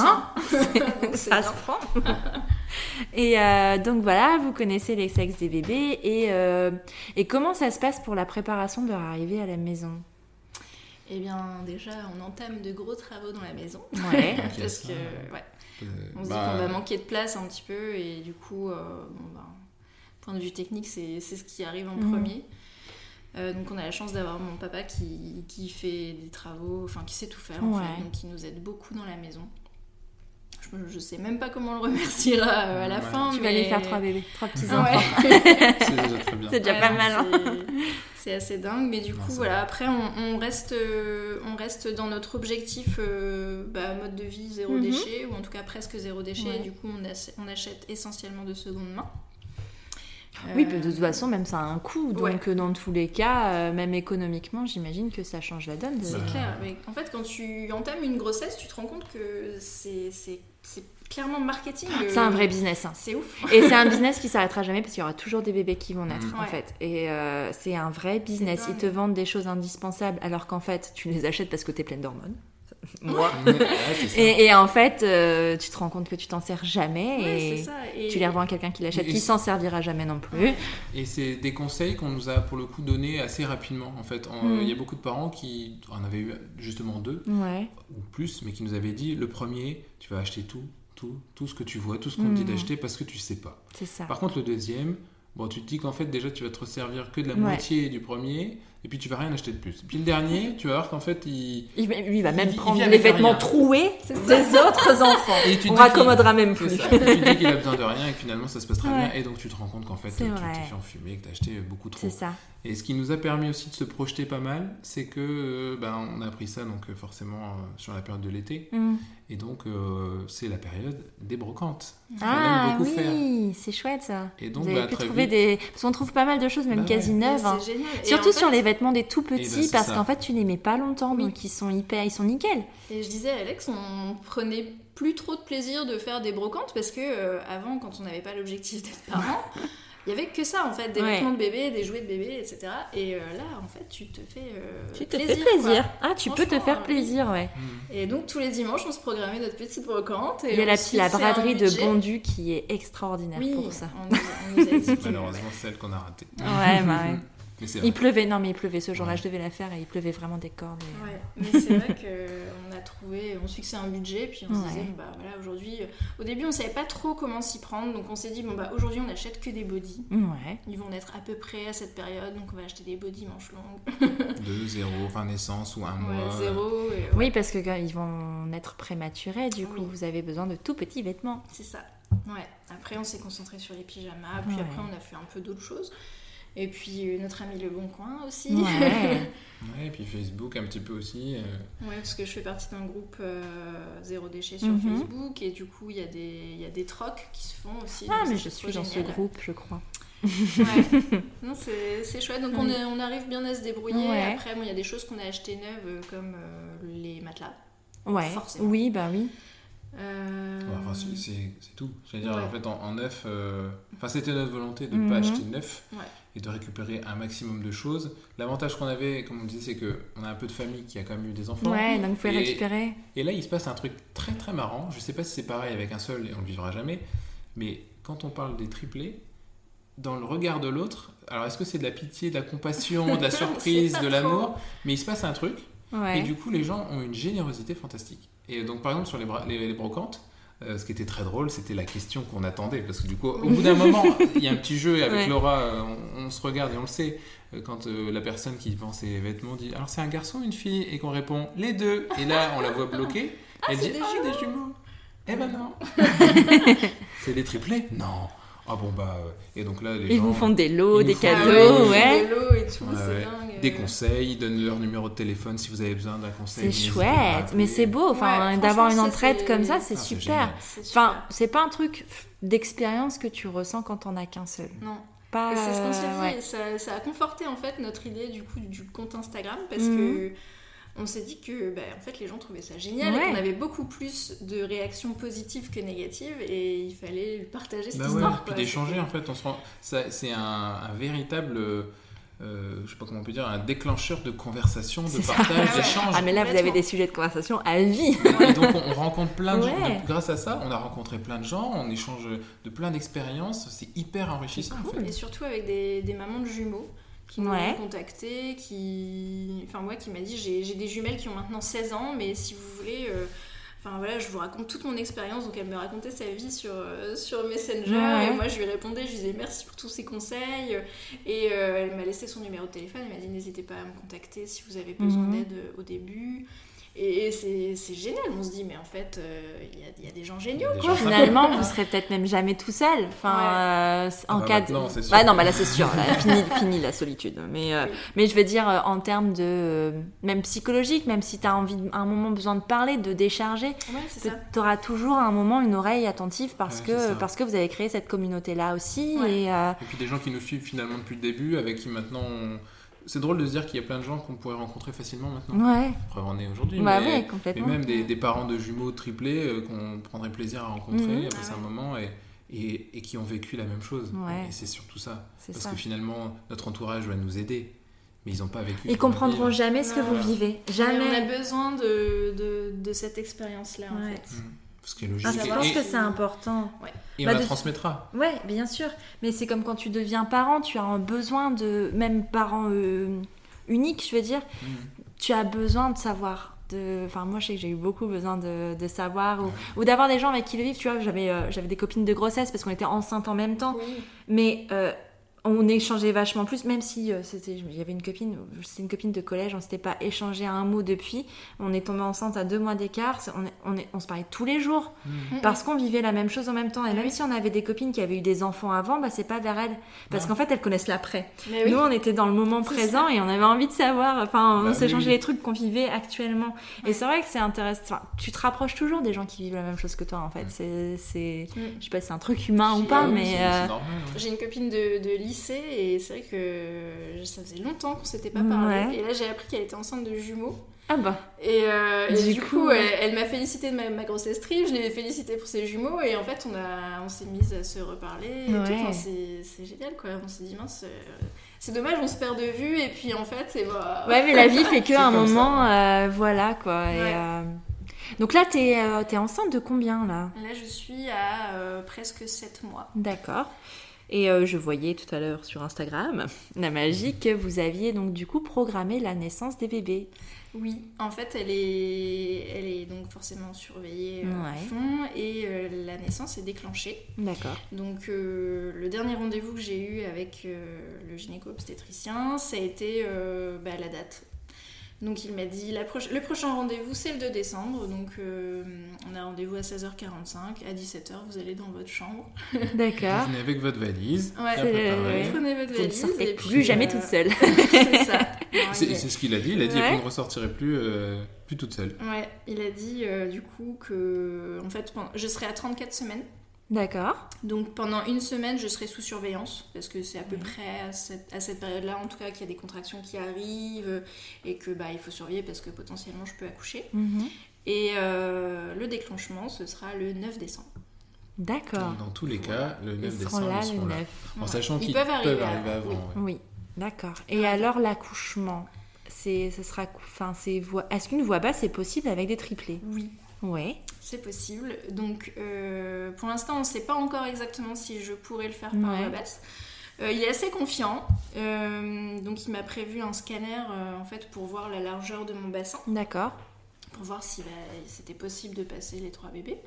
un. Ça se prend. Et euh, donc voilà, vous connaissez les sexes des bébés. Et, euh, et comment ça se passe pour la préparation de leur arrivée à la maison? Eh bien, déjà, on entame de gros travaux dans la maison. Ouais. Parce que, ouais. Euh, on se bah... dit qu'on va manquer de place un petit peu. Et du coup, euh, bon, bah, point de vue technique, c'est, c'est ce qui arrive en mmh. premier. Euh, donc, on a la chance d'avoir mon papa qui, qui fait des travaux, enfin, qui sait tout faire, en ouais. fait, donc qui nous aide beaucoup dans la maison. Je je, je sais même pas comment on le remerciera euh, à la Ouais. fin. Tu mais... vas lui faire trois bébés, trois petits Ah enfants. ouais. C'est déjà très bien. C'est déjà Ouais, pas non, mal. Hein. c'est- C'est assez dingue, mais du Non, coup, ça voilà. Après, on, on reste, euh, on reste dans notre objectif euh, bah, mode de vie zéro Mhm. déchet, ou en tout cas presque zéro déchet. Ouais. Et du coup, on, ach- on achète essentiellement de seconde main. Oui, Euh, de toute façon, même ça a un coût. Donc, Ouais. euh, dans tous les cas, euh, même économiquement, j'imagine que ça change la donne. de- C'est Bah, clair. Mais en fait, quand tu entames une grossesse, tu te rends compte que c'est, c'est, c'est clairement marketing. euh, C'est un vrai business. Hein. C'est ouf. Et c'est un business qui s'arrêtera jamais parce qu'il y aura toujours des bébés qui vont naître, Mhm. en Ouais. fait. Et euh, c'est un vrai business. dingue. Ils te vendent des choses indispensables alors qu'en fait, tu les achètes parce que t'es pleine d'hormones. Moi. Ouais, c'est ça. Et, et en fait, euh, tu te rends compte que tu t'en sers jamais Ouais, et c'est ça. Et... tu les revends à quelqu'un qui l'achète, Et- qui s'en servira jamais non plus. Ouais. Et c'est des conseils qu'on nous a pour le coup donnés assez rapidement. En fait, En- Mm. il y a beaucoup de parents qui en avaient eu justement deux Ouais. ou plus, mais qui nous avaient dit le premier, tu vas acheter tout, tout, tout ce que tu vois, tout ce qu'on te dit Mm. d'acheter parce que tu sais pas. C'est ça. Par contre, le deuxième, bon, tu te dis qu'en fait déjà tu vas te resservir que de la Ouais. moitié du premier, et puis tu vas rien acheter de plus. Puis le dernier, tu vas voir qu'en fait il Il, va- lui, il va même Il- il prendre vient les avec vêtements rien. troués C'est des autres enfants. Et tu On dis raccommodera même C'est plus. ça. Et tu te dis qu'il a besoin de rien et que finalement ça se passe très Ouais. bien, et donc tu te rends compte qu'en fait C'est tu vrai. t'es fait enfumer, que t'as acheté beaucoup trop. C'est ça. Et ce qui nous a permis aussi de se projeter pas mal, c'est que euh, ben, on a appris ça donc euh, forcément euh, sur la période de l'été, Mm. et donc euh, c'est la période des brocantes. On Ah aime beaucoup faire. oui, c'est chouette ça. Et donc Vous avez bah, pu très trouver vite, des... Parce qu'on trouve pas mal de choses, même Bah quasi ouais. neuves. hein. C'est génial. Et Surtout en fait- sur les vêtements des tout ben, petits, c'est parce ça. qu'en fait tu les mets pas longtemps, Oui. donc ils sont hyper, ils sont nickel. Et je disais à Alex, on prenait plus trop de plaisir de faire des brocantes parce que euh, avant, quand on n'avait pas l'objectif d'être parent, il y avait que ça en fait, des Ouais. vêtements de bébé, des jouets de bébé, et cetera. Et euh, là, en fait, tu te fais euh, Tu te plaisir, fais plaisir. quoi. Ah, tu peux te Franchement, faire euh, plaisir, ouais. Mm. Et donc tous les dimanches, on se programmait notre petite brocante. Et Il y a on la, se la fixait un braderie de budget. Bondu qui est extraordinaire Oui, pour ça. on nous, on nous a dit que- Malheureusement, c'est celle qu'on a ratée. Ouais, bah ouais. Mais c'est vrai. Il pleuvait, non mais il pleuvait ce jour-là, Ouais. je devais la faire et il pleuvait vraiment des cordes. et- Ouais, mais c'est vrai qu'on a trouvé, on se fixait un budget, puis on se Ouais. disait, bon, bah voilà, aujourd'hui, euh, au début, on savait pas trop comment s'y prendre, donc on s'est dit, bon, bah aujourd'hui, on achète que des bodys. Ouais. Ils vont naître à peu près à cette période, donc on va acheter des bodys manches longues. De zéro, enfin naissance ou un Ouais, mois. zéro. Et, ouais, Oui, parce que quand ils vont naître prématurés, du coup, Oui. vous avez besoin de tout petits vêtements. c'est ça. Ouais. Après, on s'est concentré sur les pyjamas, puis Ouais. après, on a fait un peu d'autres choses. Et puis, euh, notre ami Le Bon Coin aussi. Ouais. Ouais, et puis Facebook un petit peu aussi. euh, Ouais, parce que je fais partie d'un groupe euh, zéro déchet sur Mhm. Facebook, et du coup, il y, a des- il y a des trocs qui se font aussi. Ah, donc mais ça, je c'est suis trop dans ce génial. groupe, je crois. Ouais. Non, c'est, c'est chouette. Donc, on, Oui. est- on arrive bien à se débrouiller. Ouais. Après, bon, il y a des choses qu'on a achetées neuves, euh, comme euh, les matelas. Ouais. Forcément. Oui, bah oui. Euh, ouais, enfin, c'est- c'est c'est tout. C'est-à-dire, Ouais. en fait, en, en neuf, euh, enfin, c'était notre volonté de ne Mhm. pas acheter neuf Ouais. et de récupérer un maximum de choses. L'avantage qu'on avait, comme on disait, c'est qu'on a un peu de famille qui a quand même eu des enfants. Ouais, donc vous pouvez Et- récupérer. Et là, il se passe un truc très très marrant. Je sais pas si c'est pareil avec un seul et on le vivra jamais, mais quand on parle des triplés, dans le regard de l'autre, alors est-ce que c'est de la pitié, de la compassion, de la surprise, pas de trop. l'amour, mais il se passe un truc. Ouais. Et du coup, les gens ont une générosité fantastique. Et donc, par exemple, sur les, bra- les, les brocantes, euh, ce qui était très drôle, c'était la question qu'on attendait. Parce que du coup, au bout d'un moment, il y a un petit jeu et avec Ouais. Laura, euh, on, on se regarde et on le sait. euh, Quand euh, la personne qui vend ses vêtements dit alors c'est un garçon ou une fille et qu'on répond les deux. Et là, on la voit bloquée. Elle c'est dit des ah, jumeaux. des jumeaux. Eh ben non. C'est des triplés. Non. Ah bon bah euh, et donc là les Ils gens vous font des lots, ils des nous font Ah des ouais, cadeaux, ils font ouais. des lots et tout, Ouais, c'est ouais. dingue. Des conseils, ils donnent leur numéro de téléphone si vous avez besoin d'un conseil. C'est n'hésitez pas à chouette, appeler. mais c'est beau, enfin, Ouais, d'avoir une franchement, ça, entraide c'est- comme ça, c'est Ah, c'est super. génial. C'est Enfin, super. c'est pas un truc d'expérience que tu ressens quand on a qu'un seul. Non. Pas. Et c'est ce qu'on s'est dit, euh, ouais. et ça, ça a conforté en fait notre idée du coup du compte Instagram parce Mhm. que on s'est dit que bah, en fait les gens trouvaient ça génial Ouais. et qu'on avait beaucoup plus de réactions positives que négatives et il fallait partager cette Bah ouais, histoire. puis quoi. d'échanger C'était- en fait, on se rend... ça, c'est un, un véritable, euh, euh, je sais pas comment on peut dire, un déclencheur de conversation, de C'est ça. partage, Ouais. d'échange. Ah, mais là, vous avez Complètement. des sujets de conversation à vie. Et donc on, on rencontre plein de gens, Ouais. de- grâce à ça, on a rencontré plein de gens, on échange de plein d'expériences, c'est hyper enrichissant C'est en cool. fait. Et surtout avec des, des mamans de jumeaux qui nous Ouais. ont contactés, qui... Enfin moi qui m'a dit j'ai j'ai des jumelles qui ont maintenant seize ans mais si vous voulez... euh, Enfin voilà, je vous raconte toute mon expérience, donc elle me racontait sa vie sur, euh, sur Messenger, Ouais. et moi je lui répondais, je lui disais merci pour tous ces conseils, et euh, elle m'a laissé son numéro de téléphone, elle m'a dit n'hésitez pas à me contacter si vous avez besoin Mhm. d'aide euh, au début. Et c'est, c'est génial, on se dit, mais en fait, il euh, y, y a des gens géniaux, des quoi. gens Finalement, vous serez peut-être même jamais tout seul. Enfin, Ouais. euh, en Ah bah cas maintenant, de... c'est sûr. Bah non, bah là c'est sûr, là, fini, fini la solitude. Mais, euh, Oui. mais je veux dire, euh, en termes de... euh, même psychologique, même si tu as envie, à un moment, besoin de parler, de décharger, Ouais, c'est ça. tu auras toujours à un moment une oreille attentive parce, Ouais, que, c'est ça. parce que vous avez créé cette communauté-là aussi. Ouais. Et, euh, Et puis des gens qui nous suivent finalement depuis le début, avec qui maintenant... On... C'est drôle de se dire qu'il y a plein de gens qu'on pourrait rencontrer facilement maintenant. ouais, Preuve en est aujourd'hui. bah, mais... ouais, Mais complètement. même des, des parents de jumeaux triplés euh, qu'on prendrait plaisir à rencontrer Mhm. après Ah un ouais. moment et, et, et qui ont vécu la même chose. Ouais. Et c'est surtout ça. C'est Parce ça. que finalement, notre entourage va nous aider, mais ils n'ont pas vécu. ce Ils qu'on a comprendront vécu. jamais ce que Non. vous vivez. Mais Jamais. on a besoin de, de, de cette expérience-là, en Ouais. fait. Mhm. Ce qui est logique. Ah, je et, pense et- que c'est important. et bah, on la de- transmettra. Ouais, bien sûr. Mais c'est comme quand tu deviens parent, tu as un besoin de... Même parent euh, unique, je veux dire, Mhm. tu as besoin de savoir. De... Enfin, moi, je sais que j'ai eu beaucoup besoin de, de savoir ou, ou d'avoir des gens avec qui le vivre. Tu vois, j'avais, euh, j'avais des copines de grossesse parce qu'on était enceintes en même temps. Oui. Mais euh, on échangeait vachement plus, même si euh, c'était, il y avait une copine, c'était une copine de collège, on s'était pas échangé un mot depuis. On est tombé enceinte à deux mois d'écart. On, est, on, est, on se parlait tous les jours Mhm. parce qu'on vivait la même chose en même temps. Et Ah même oui. si on avait des copines qui avaient eu des enfants avant, bah c'est pas vers elles, parce Non. qu'en fait elles connaissent l'après. Mais oui. Nous, on était dans le moment C'est présent et on avait envie de savoir. Enfin, on Bah, s'échangeait oui. les trucs qu'on vivait actuellement. Et Ouais. c'est vrai que c'est intéressant. Enfin, tu te rapproches toujours des gens qui vivent la même chose que toi, en fait. C'est, c'est... Mm. Je sais pas si c'est un truc humain ou J'ai- pas, Ah oui, mais. c'est, euh, c'est normal. ouais. J'ai une copine de, de lycée et c'est vrai que ça faisait longtemps qu'on s'était pas Ouais. parlé. Et là, j'ai appris qu'elle était enceinte de jumeaux. Ah bah. Et, euh, et Du du, coup, coup, ouais. elle, elle m'a félicité de ma, ma grossesse trip, je l'ai félicité pour ses jumeaux et en fait, on, a, on s'est mis à se reparler. Et Ouais. tout. Enfin, c'est, c'est génial quoi. On s'est dit, mince, euh, c'est dommage, on se perd de vue et puis en fait, c'est. Bah... Ouais, mais la vie fait C'est qu'à un comme ça, moment, euh, voilà quoi. Et, Ouais. euh, Donc là, t'es, euh, t'es enceinte de combien là? Là, je suis à euh, presque sept mois. D'accord. Et euh, je voyais tout à l'heure sur Instagram, la magie, que vous aviez donc du coup programmé la naissance des bébés. Oui, en fait, elle est, elle est donc forcément surveillée euh, à Ouais. fond et euh, la naissance est déclenchée. D'accord. Donc, euh, le dernier rendez-vous que j'ai eu avec euh, le gynéco-obstétricien, ça a été euh, bah, la date. Donc, il m'a dit la proche- le prochain rendez-vous, c'est le deux décembre. Donc, euh, on a rendez-vous à seize heures quarante-cinq. À dix-sept heures, vous allez dans votre chambre. D'accord. Vous venez avec votre valise. Ouais, bien c'est- préparée. ouais. Prenez votre Vous ne valise. sortez et plus puis, jamais euh, toute seule. c'est ça. Non, C'est, il- c'est ce qu'il a dit. Il a dit Ouais. vous ne ressortirez plus, euh, plus toute seule. Ouais, il a dit euh, du coup que en fait, pendant- je serai à trente-quatre semaines. D'accord. Donc pendant une semaine, je serai sous surveillance parce que c'est à peu Mhm. près à cette, à cette période-là, en tout cas, qu'il y a des contractions qui arrivent et que bah il faut surveiller parce que potentiellement je peux accoucher. Mhm. Et euh, le déclenchement, ce sera le neuf décembre. D'accord. Donc, dans tous les cas, le Ils neuf seront décembre, là ils seront le là. neuf. En Voilà. sachant Ils qu'ils peuvent peuvent arriver arriver, avant, avant. oui. ouais. Oui, d'accord. Et alors l'accouchement, c'est, ce sera, enfin, c'est voie. Est-ce qu'une voie basse est possible avec des triplés? Oui. Ouais. C'est possible. Donc, euh, pour l'instant, on ne sait pas encore exactement si je pourrais le faire par Ouais. voie basse. Euh, il est assez confiant. Euh, donc, il m'a prévu un scanner euh, en fait pour voir la largeur de mon bassin, D'accord. pour voir si bah, c'était possible de passer les trois bébés.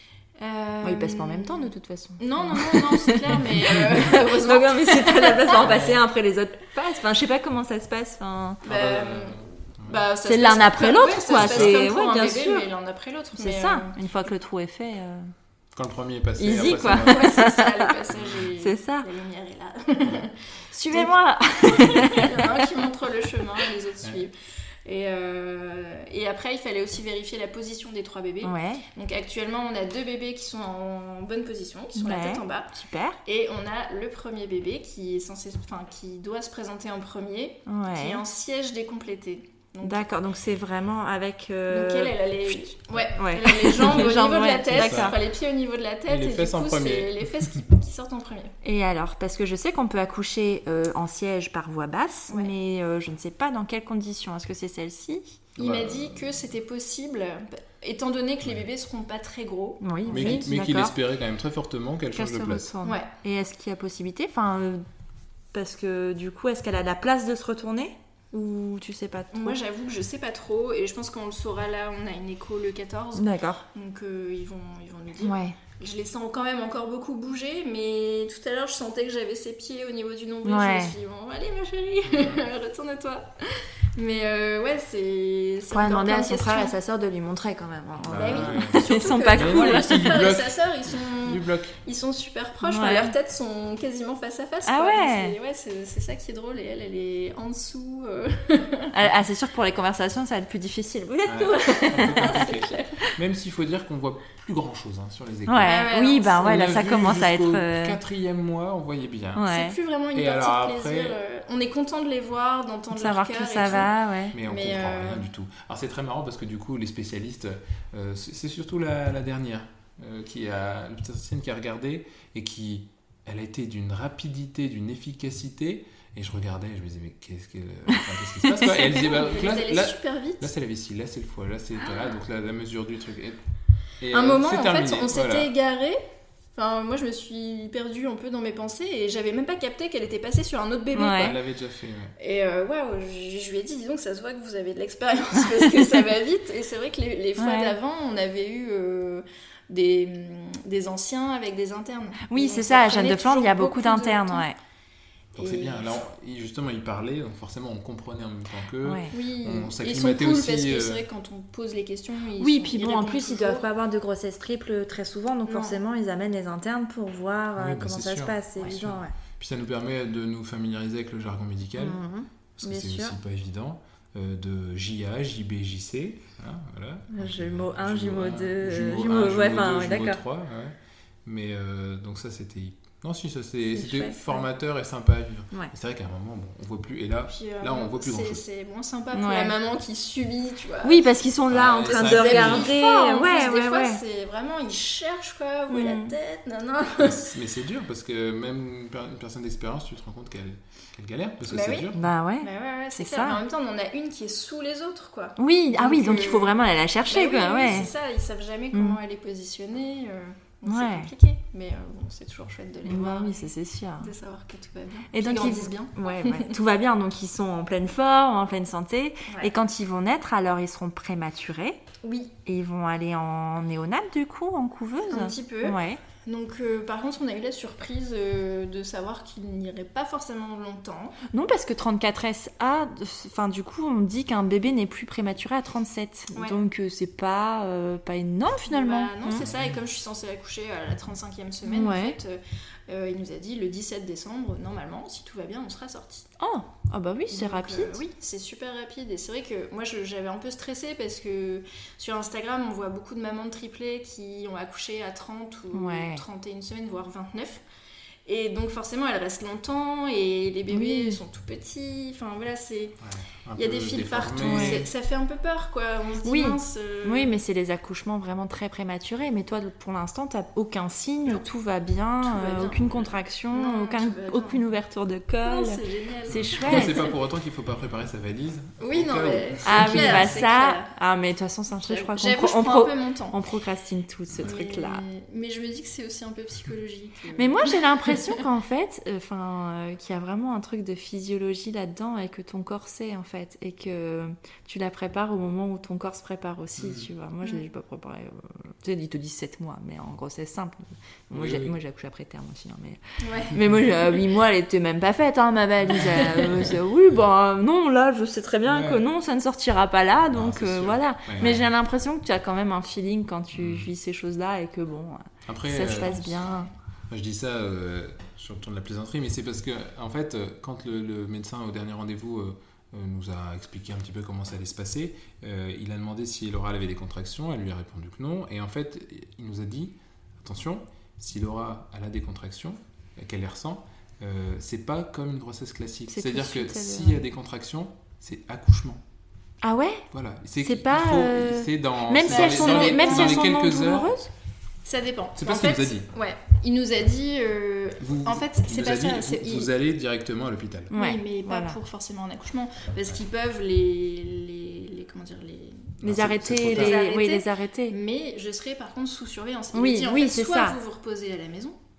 Euh, Ouais, ils passent pas en même temps de toute façon. Non, non, non, non, c'est clair, mais euh, heureusement. Non, non, mais c'est à la place d'en passer un après les autres passent. Enfin, je sais pas comment ça se passe. Enfin, Bah, Ah, euh, ouais. bah, ça C'est se l'un passe après comme- l'autre, ouais, ça quoi, se passe c'est- comme pour ouais, un bien bébé, sûr. mais l'un après l'autre. c'est mais, ça. euh, Une fois que le trou est fait. euh, Quand le premier est passé, Easy, après, quoi. ça va. Ouais, c'est ça, le passage est... C'est ça. La lumière est là. Suivez-moi. Il y en a un qui montre le chemin, les autres suivent. Et, euh, et après, il fallait aussi vérifier la position des trois bébés. Ouais. Donc actuellement, on a deux bébés qui sont en bonne position, qui sont la Ouais. tête en bas. Super. Et on a le premier bébé qui est censé, enfin, qui doit se présenter en premier, qui Ouais. est en siège décomplété. Donc, D'accord. Donc c'est vraiment avec. euh, donc elle, elle a les, ouais, Ouais. elle a les jambes Les au jambes, niveau de la ouais, tête, d'accord. enfin, les pieds au niveau de la tête, Et les et, fesses du en coup, premier. c'est les fesses qui, qui sortent en premier. Et alors, parce que je sais qu'on peut accoucher euh, en siège par voie basse, Ouais. mais euh, je ne sais pas dans quelles conditions. Est-ce que c'est celle-ci? Il Bah, m'a dit que c'était possible, étant donné que les bébés seront pas très gros. Oui, Mais, oui, qui- mais qu'il d'accord. espérait quand même très fortement qu'elle Qu'elle change de se place. retourne. Ouais. Et est-ce qu'il y a possibilité, enfin, euh, parce que du coup, est-ce qu'elle a la place de se retourner ou tu sais pas trop? Moi, j'avoue que je sais pas trop, et je pense qu'on le saura là. On a une écho le quatorze, D'accord. donc euh, ils vont, ils vont nous dire. Ouais. Je les sens quand même encore beaucoup bouger, mais tout à l'heure, je sentais que j'avais ses pieds au niveau du nombril. Ouais. Je me suis dit, bon, allez ma chérie, retourne-toi. Mais euh, ouais, c'est. On va demander à son frère et à sa sœur de lui montrer quand même. Bah, Bah oui. ouais. Ils sont pas cool. Ouais, Son c'est du frère et bloc. sa sœur, ils sont, Du bloc. ils sont super proches. Ouais. Enfin, leurs têtes sont quasiment face à face. Ah quoi. ouais. C'est, ouais, c'est, c'est ça qui est drôle. Et elle, elle est en dessous. Euh... Ah, ah, c'est sûr que pour les conversations, ça va être plus difficile. Vous êtes Ouais, tous. un peu compliqué. Même s'il faut dire qu'on voit plus grand chose hein, sur les écoles. Ouais, ouais, oui, non, bah On ouais, là l'a ça vu commence à jusqu'au être. euh, quatrième mois, on voyait bien. Ouais. C'est plus vraiment une Et partie alors de après- plaisir. euh, On est content de les voir, d'entendre De leur savoir cœur qui et ça tout. va, ouais. Mais on Mais, comprend euh, rien du tout. Alors c'est très marrant parce que du coup les spécialistes, euh, c'est, c'est surtout la, la dernière euh, qui a, la petite ancienne qui a regardé et qui, elle a été d'une rapidité, d'une efficacité. Et je regardais, et je me disais mais qu'est-ce, que, enfin, qu'est-ce qui se passe quoi. Et elle disait bah, Vous là, allez là, super vite. là c'est la vessie, là c'est le foie, là c'est là, donc la, la mesure du truc. Et, et, Un euh, moment, c'est en terminé, fait, on s'était voilà. égaré. Enfin, moi, je me suis perdue un peu dans mes pensées et j'avais même pas capté qu'elle était passée sur un autre bébé. Ouais. quoi. Elle l'avait déjà fait. Ouais. Et euh, waouh, je, je lui ai dit, dis donc, ça se voit que vous avez de l'expérience parce que ça va vite. Et c'est vrai que les, les fois Ouais. d'avant, on avait eu euh, des, des anciens avec des internes. Oui, Et c'est donc, ça, à prenait Jeanne de Flandre, il y a toujours beaucoup de d'internes, temps. ouais. Donc Et- c'est bien. Là, on- il- justement, il parlait, donc forcément, on comprenait en même temps qu'eux. Ouais. Oui, On ils sont s'acclimatait cool aussi, parce que euh, c'est vrai que quand on pose les questions, ils Oui, sont- puis ils bon, en répondent plus, ils toujours. doivent pas avoir de grossesse triple très souvent, donc Non. forcément, ils amènent les internes pour voir euh, Oui, bah, comment c'est ça sûr. se passe, c'est Ouais, évident, sûr. ouais. Puis ça nous permet de nous familiariser avec le jargon médical, Mhm. parce que bien c'est sûr. aussi pas évident. Euh, de J A, J B, J C. Hein, voilà. Jumeau un, jumeau un, deux, jumeau jumeau- un, ouais, jumeau enfin, deux, ouais, jumeau d'accord. trois, ouais. Mais euh, donc ça c'était. Non, si, ça, c'est- C'est c'était chouette, formateur et sympa à vivre. Ouais. C'est vrai qu'à un moment, bon, on voit plus. Et là, Puis, euh, là on voit plus c'est, grand chose. c'est moins sympa pour Ouais. la maman qui subit, tu vois. Oui, parce qu'ils sont là Ah, en et train ça de fait regarder. Plus fort, en Ouais, plus, ouais, des fois, ouais. c'est vraiment, ils cherchent quoi, où est la Mm. tête, nanana. Mais c'est dur parce que même une, per- une personne d'expérience, tu te rends compte qu'elle, qu'elle galère parce que Bah c'est oui. dur. Bah ouais. Bah ouais, ouais, c'est, C'est clair. ça. Mais en même temps, on en a une qui est sous les autres, quoi. Oui, ah oui, Donc, donc euh, il faut vraiment aller la chercher, Bah oui, quoi, oui, ouais. c'est ça, ils savent jamais comment elle est positionnée. euh, donc Ouais. c'est compliqué. Mais euh, bon, c'est toujours chouette de les Bah voir. oui, ça, c'est sûr. De savoir que tout va bien. Et Qu'ils donc ils grandissent bien. Ouais, ouais, tout va bien, donc ils sont en pleine forme, en pleine santé. Ouais. Et quand ils vont naître, alors ils seront prématurés Oui, et ils vont aller en néonat du coup, en couveuse. un petit peu. Ouais. Donc, euh, par contre, on a eu la surprise euh, de savoir qu'il n'irait pas forcément longtemps. Non, parce que trente-quatre S A, enfin du coup, on dit qu'un bébé n'est plus prématuré à trente-sept. Ouais. Donc euh, c'est pas euh, pas énorme finalement. Bah, non, Hein. c'est ça. Et comme je suis censée accoucher à la trente-cinquième semaine, Ouais. en fait, euh, euh, il nous a dit le dix-sept décembre, normalement, si tout va bien, on sera sorti. Oh, ah bah oui, c'est Donc, rapide. euh, oui, c'est super rapide. Et c'est vrai que moi, je- j'avais un peu stressé parce que sur Instagram, on voit beaucoup de mamans de triplés qui ont accouché à trente ou Ouais. trente et une semaines, voire vingt-neuf. Et donc, forcément, elles restent longtemps et les bébés Oui. sont tout petits. Enfin, voilà, c'est... Ouais, un Il y a peu des fils déformé. partout. Ouais. C'est- Ça fait un peu peur, quoi. On se dit, Oui. mince. euh, Oui, mais c'est les accouchements vraiment très prématurés. Mais toi, pour l'instant, t'as aucun signe, Non. tout va bien, Tout va euh, bien. aucune contraction, Non, aucun, tout va bien. aucune ouverture de non, col. c'est génial. C'est Mais chouette. c'est pas pour autant qu'il faut pas préparer sa valise. Oui, Au non, cas où. mais... Ah c'est oui, clair, bah c'est ça. clair. Ah, mais de toute façon, c'est un truc, je crois qu'on J'avoue, pro- je on, prends pro- un peu mon temps. on procrastine tout ce Mais- truc-là. Mais je me dis que c'est aussi un peu psychologique. Mais moi, j'ai l'impression qu'en fait, enfin, euh, qu'il y a vraiment un truc de physiologie là-dedans et que ton corps sait en fait, et que tu la prépares au moment où ton corps se prépare aussi, Mm. tu vois. Moi, je Mm. l'ai pas préparé. euh, Tu sais, ils te disent sept mois, mais en grossesse simple. Moi, Oui, j'ai, oui. moi, j'ai accouché après terme aussi, hein, mais. Ouais. Mais moi, j'ai- à huit mois, elle était même pas faite, hein, ma valise. Euh, c'est- oui, bah non, là, je sais très bien Ouais. que non, ça ne sortira pas là, donc c'est euh, sûr. voilà. Ouais, Mais ouais. j'ai l'impression que tu as quand même un feeling quand tu Mm. vis ces choses-là et que bon, Après, ça se euh, passe bien. Moi, je dis ça euh, sur le ton de la plaisanterie, mais c'est parce que, en fait, euh, quand le, le médecin au dernier rendez-vous euh, euh, nous a expliqué un petit peu comment ça allait se passer, euh, il a demandé si Laura avait des contractions, elle lui a répondu que non, et en fait, il nous a dit, attention, si Laura elle a des contractions, euh, qu'elle les ressent, euh, c'est pas comme une grossesse classique. C'est C'est-à-dire tout de que suite, elle- s'il y a des contractions, c'est accouchement. Ah ouais? Voilà. C'est qu'il pas, faut- euh, c'est dans, Même c'est si dans elles les- sont, dans non- les- même si dans elles les sont non quelques heures. douloureuses? Ça dépend. C'est pas En ce qu'il fait, nous a dit. Ouais. Il nous a dit. euh, Vous- en fait, il c'est nous pas a dit, ça. vous- c'est- il- vous allez directement à l'hôpital. Ouais, oui, mais pas voilà. pour forcément un accouchement. Parce qu'ils peuvent les. les, les comment dire les... Les c'est- arrêter, c'est trop les... tard. Les arrêter. oui, les arrêter. Mais je serai par contre sous surveillance. Il Oui, me dit, en oui, fait, c'est soit ça. vous vous reposez à la maison.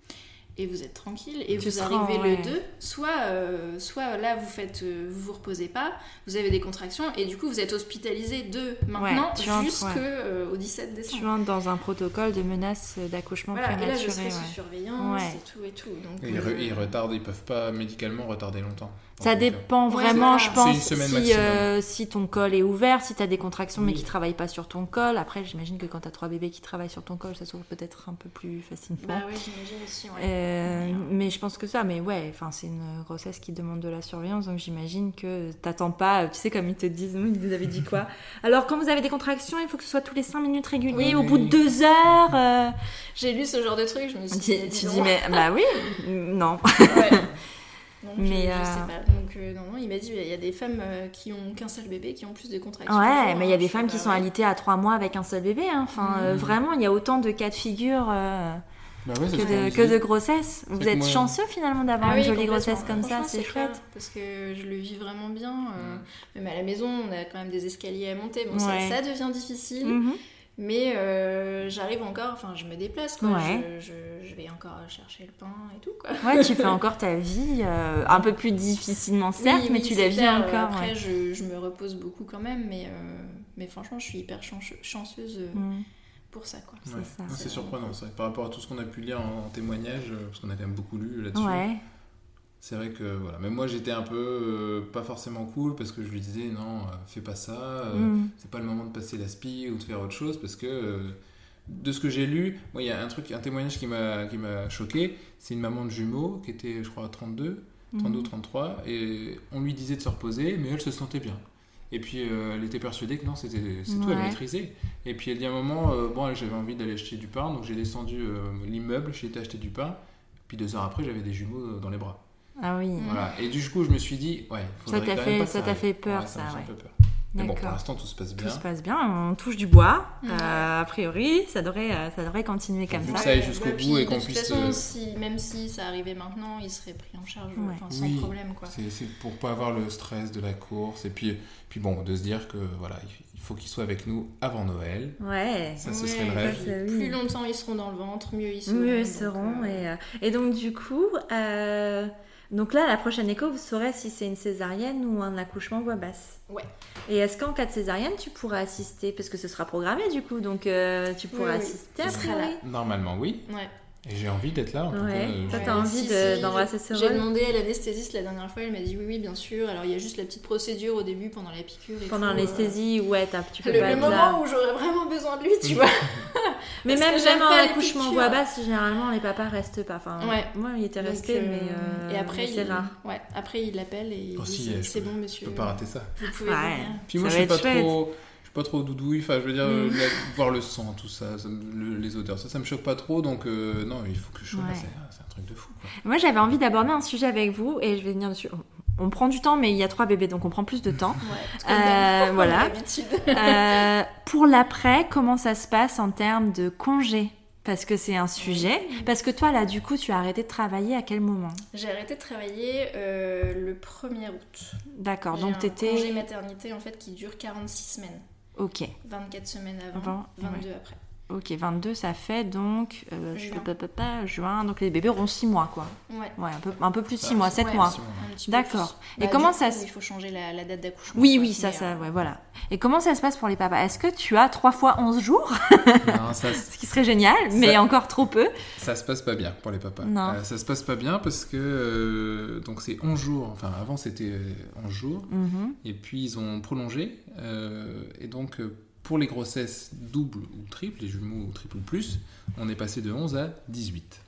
et vous êtes tranquille et Tu vous seras, arrivez ouais. le deux, soit, euh, soit là vous faites, euh, vous vous reposez pas, vous avez des contractions et du coup vous êtes hospitalisé de maintenant Ouais, tu entres, jusqu'au ouais. euh, dix-sept décembre. Tu entres dans un protocole de menace d'accouchement Voilà, et là je prématuré. serai ouais. sous surveillance Ouais. et tout et tout. Donc, Et ils, re- euh, ils retardent, ils peuvent pas médicalement retarder longtemps. Ça En tout cas. dépend Ouais, vraiment, c'est je ça. pense, C'est une semaine si, maximum. euh, si ton col est ouvert, si tu as des contractions mais Oui. qui travaillent pas sur ton col. Après, j'imagine que quand tu as trois bébés qui travaillent sur ton col, ça s'ouvre peut-être un peu plus facilement. Bah oui, j'imagine aussi. Ouais. Euh, Ouais. mais je pense que ça, mais ouais, enfin c'est une grossesse qui demande de la surveillance, donc j'imagine que t'attends pas, tu sais comme ils te disent, ils vous avez dit quoi. Alors quand vous avez des contractions, il faut que ce soit tous les cinq minutes réguliers, Oui, au oui, bout de oui. deux heures. euh, J'ai lu ce genre de truc, je me suis Tu, dit, tu dis dis donc. mais bah oui, non. Ouais. Donc, Mais, je, je euh, sais pas. Donc, euh, non, non, il m'a dit, il y a des femmes euh, qui ont qu'un seul bébé, qui ont plus de contractions. Ouais, que mais il y a moi. des Je femmes fais, qui bah sont ouais. alitées à trois mois avec un seul bébé. hein. Enfin, euh, Mhm. vraiment, il y a autant de cas de figure euh, Bah ouais, c'est que, ce qu'on de, dit. que de grossesse. Vous que êtes moi- chanceux finalement d'avoir Ah une oui, jolie complètement. grossesse comme ça, Franchement, c'est clair, chouette. parce que je le vis vraiment bien. euh, Mm. Même à la maison, on a quand même des escaliers à monter. Bon, Ouais. ça, ça devient difficile. Mhm. Mais euh, j'arrive encore, enfin je me déplace quoi, Ouais. je, je, je vais encore chercher le pain et tout quoi. Ouais, tu fais encore ta vie, euh, un peu plus difficilement certes, Oui, mais oui, tu c'est la vis clair, encore. Après ouais. je, je me repose beaucoup quand même, mais, euh, mais franchement je suis hyper chan- chanceuse euh, Mm. pour ça quoi. C'est Ouais. ça. Non, C'est C'est surprenant, c'est vrai. Par rapport à tout ce qu'on a pu lire en, en témoignage, euh, parce qu'on a quand même beaucoup lu là-dessus. Ouais. C'est vrai que voilà, même moi j'étais un peu euh, pas forcément cool parce que je lui disais non, euh, fais pas ça, euh, Mm. c'est pas le moment de passer la spie ou de faire autre chose parce que euh, de ce que j'ai lu, moi il y a un truc, un témoignage qui m'a qui m'a choqué, c'est une maman de jumeaux qui était je crois à trente-deux, trente-deux ou Mm. trente-trois et on lui disait de se reposer mais elle se sentait bien. Et puis euh, elle était persuadée que non, c'était c'est tout, elle Ouais. maîtrisait. Et puis elle dit à un moment, euh, bon j'avais envie d'aller acheter du pain, donc j'ai descendu euh, l'immeuble, j'ai été acheter du pain, puis deux heures après j'avais des jumeaux dans les bras. Ah oui. Mm. Voilà. Et du coup, je me suis dit, ouais, Ça faudrait t'a quand fait- même pas que ça t'a arrive. fait peur, Ouais, ça, me fait ouais. un peu peur. Mais bon, pour D'accord. l'instant, tout se passe Tout bien. se passe bien, on touche du bois. Mm. Euh, a priori, ça devrait, euh, ça devrait continuer comme Vu ça. que ça aille jusqu'au bah, bout puis, et qu'on de toute puisse, façon, euh, si, même si ça arrivait maintenant, il serait pris en charge Ouais. enfin, sans Oui. problème quoi. C'est c'est pour pas avoir le stress de la course. Et puis, puis bon, de se dire que voilà, il faut qu'ils soient avec nous avant Noël. Ouais. Ça, ce Ouais, serait le et rêve. puis, Ça, oui. Plus longtemps ils seront dans le ventre, mieux ils seront. Mieux ils donc, seront. euh, Et, euh, et donc, du coup, euh, donc là, la prochaine écho, vous saurez si c'est une césarienne ou un accouchement voix basse. Ouais. Et est-ce qu'en cas de césarienne, tu pourras assister, parce que ce sera programmé du coup, donc euh, tu pourras Oui, oui. assister Tu a seras priori. Normalement, oui. Ouais. Et j'ai envie d'être là, en tout Ouais. cas. euh, Toi, je- t'as Ouais, envie si, de- si, d'embrasser j'ai- ce J'ai rôle demandé à l'anesthésiste la dernière fois, elle m'a dit oui, oui, bien sûr. Alors il y a juste la petite procédure au début pendant la piqûre. Et Pendant tout, l'anesthésie, ouais, t'as- tu euh, peux Le, pas le être moment là. où j'aurais vraiment besoin de lui, tu vois. Mais parce même, que j'aime même en pas les accouchement piqûres. voix basse, généralement, les papas restent pas. Enfin, Ouais. moi, il était Donc, resté, euh, mais, euh, et après, mais c'est il, rare. ouais, après il l'appelle et il Oh, dit si, c'est- je c'est peux- bon monsieur. Je peux pas rater ça. Vous pouvez Ouais. venir. Puis moi, Ça je va suis pas être chouette. trop. Je suis pas trop doudouille, enfin je veux dire, Mm. euh, la- voir le sang, tout ça, ça me- le- les odeurs, ça, ça me choque pas trop, donc euh, non, il faut que je sois là, Ouais. c'est c'est un truc de fou. Quoi. Moi, j'avais envie d'aborder un sujet avec vous, et je vais venir dessus. On prend du temps, mais il y a trois bébés, donc on prend plus de temps. Ouais, Euh, comme voilà. d'habitude. Euh, pour l'après, comment ça se passe en termes de congés? Parce que c'est un sujet. Parce que toi, là, du coup, tu as arrêté de travailler à quel moment? J'ai arrêté de travailler euh, le premier août. D'accord, J'ai donc un t'étais... congé maternité en fait qui dure quarante-six semaines. Ok, vingt-quatre semaines avant, Avant, vingt-deux après. ok, vingt-deux, ça fait donc... Euh, je Juin. peux pas, pas, pas, juin, donc les bébés auront six mois, quoi. Ouais. Ouais, un peu, un peu plus de six Ah, mois, c'est sept ouais, mois. Six mois. Un petit peu D'accord. plus. Et Bah, comment du ça coup, se... Il faut changer la, la date d'accouchement. Oui, quoi, oui, ça, mais, ça, euh, ouais, voilà. Et comment ça se passe pour les papas? Est-ce que tu as trois fois onze jours? Non, ça, Ce qui serait génial, mais Ça- encore trop peu. Ça se passe pas bien pour les papas. Non. Euh, ça se passe pas bien parce que euh, donc c'est onze jours. Enfin avant c'était euh, onze jours Mhm. et puis ils ont prolongé euh, et donc euh, pour les grossesses doubles ou triples, les jumeaux ou triple ou plus, on est passé de onze à dix-huit.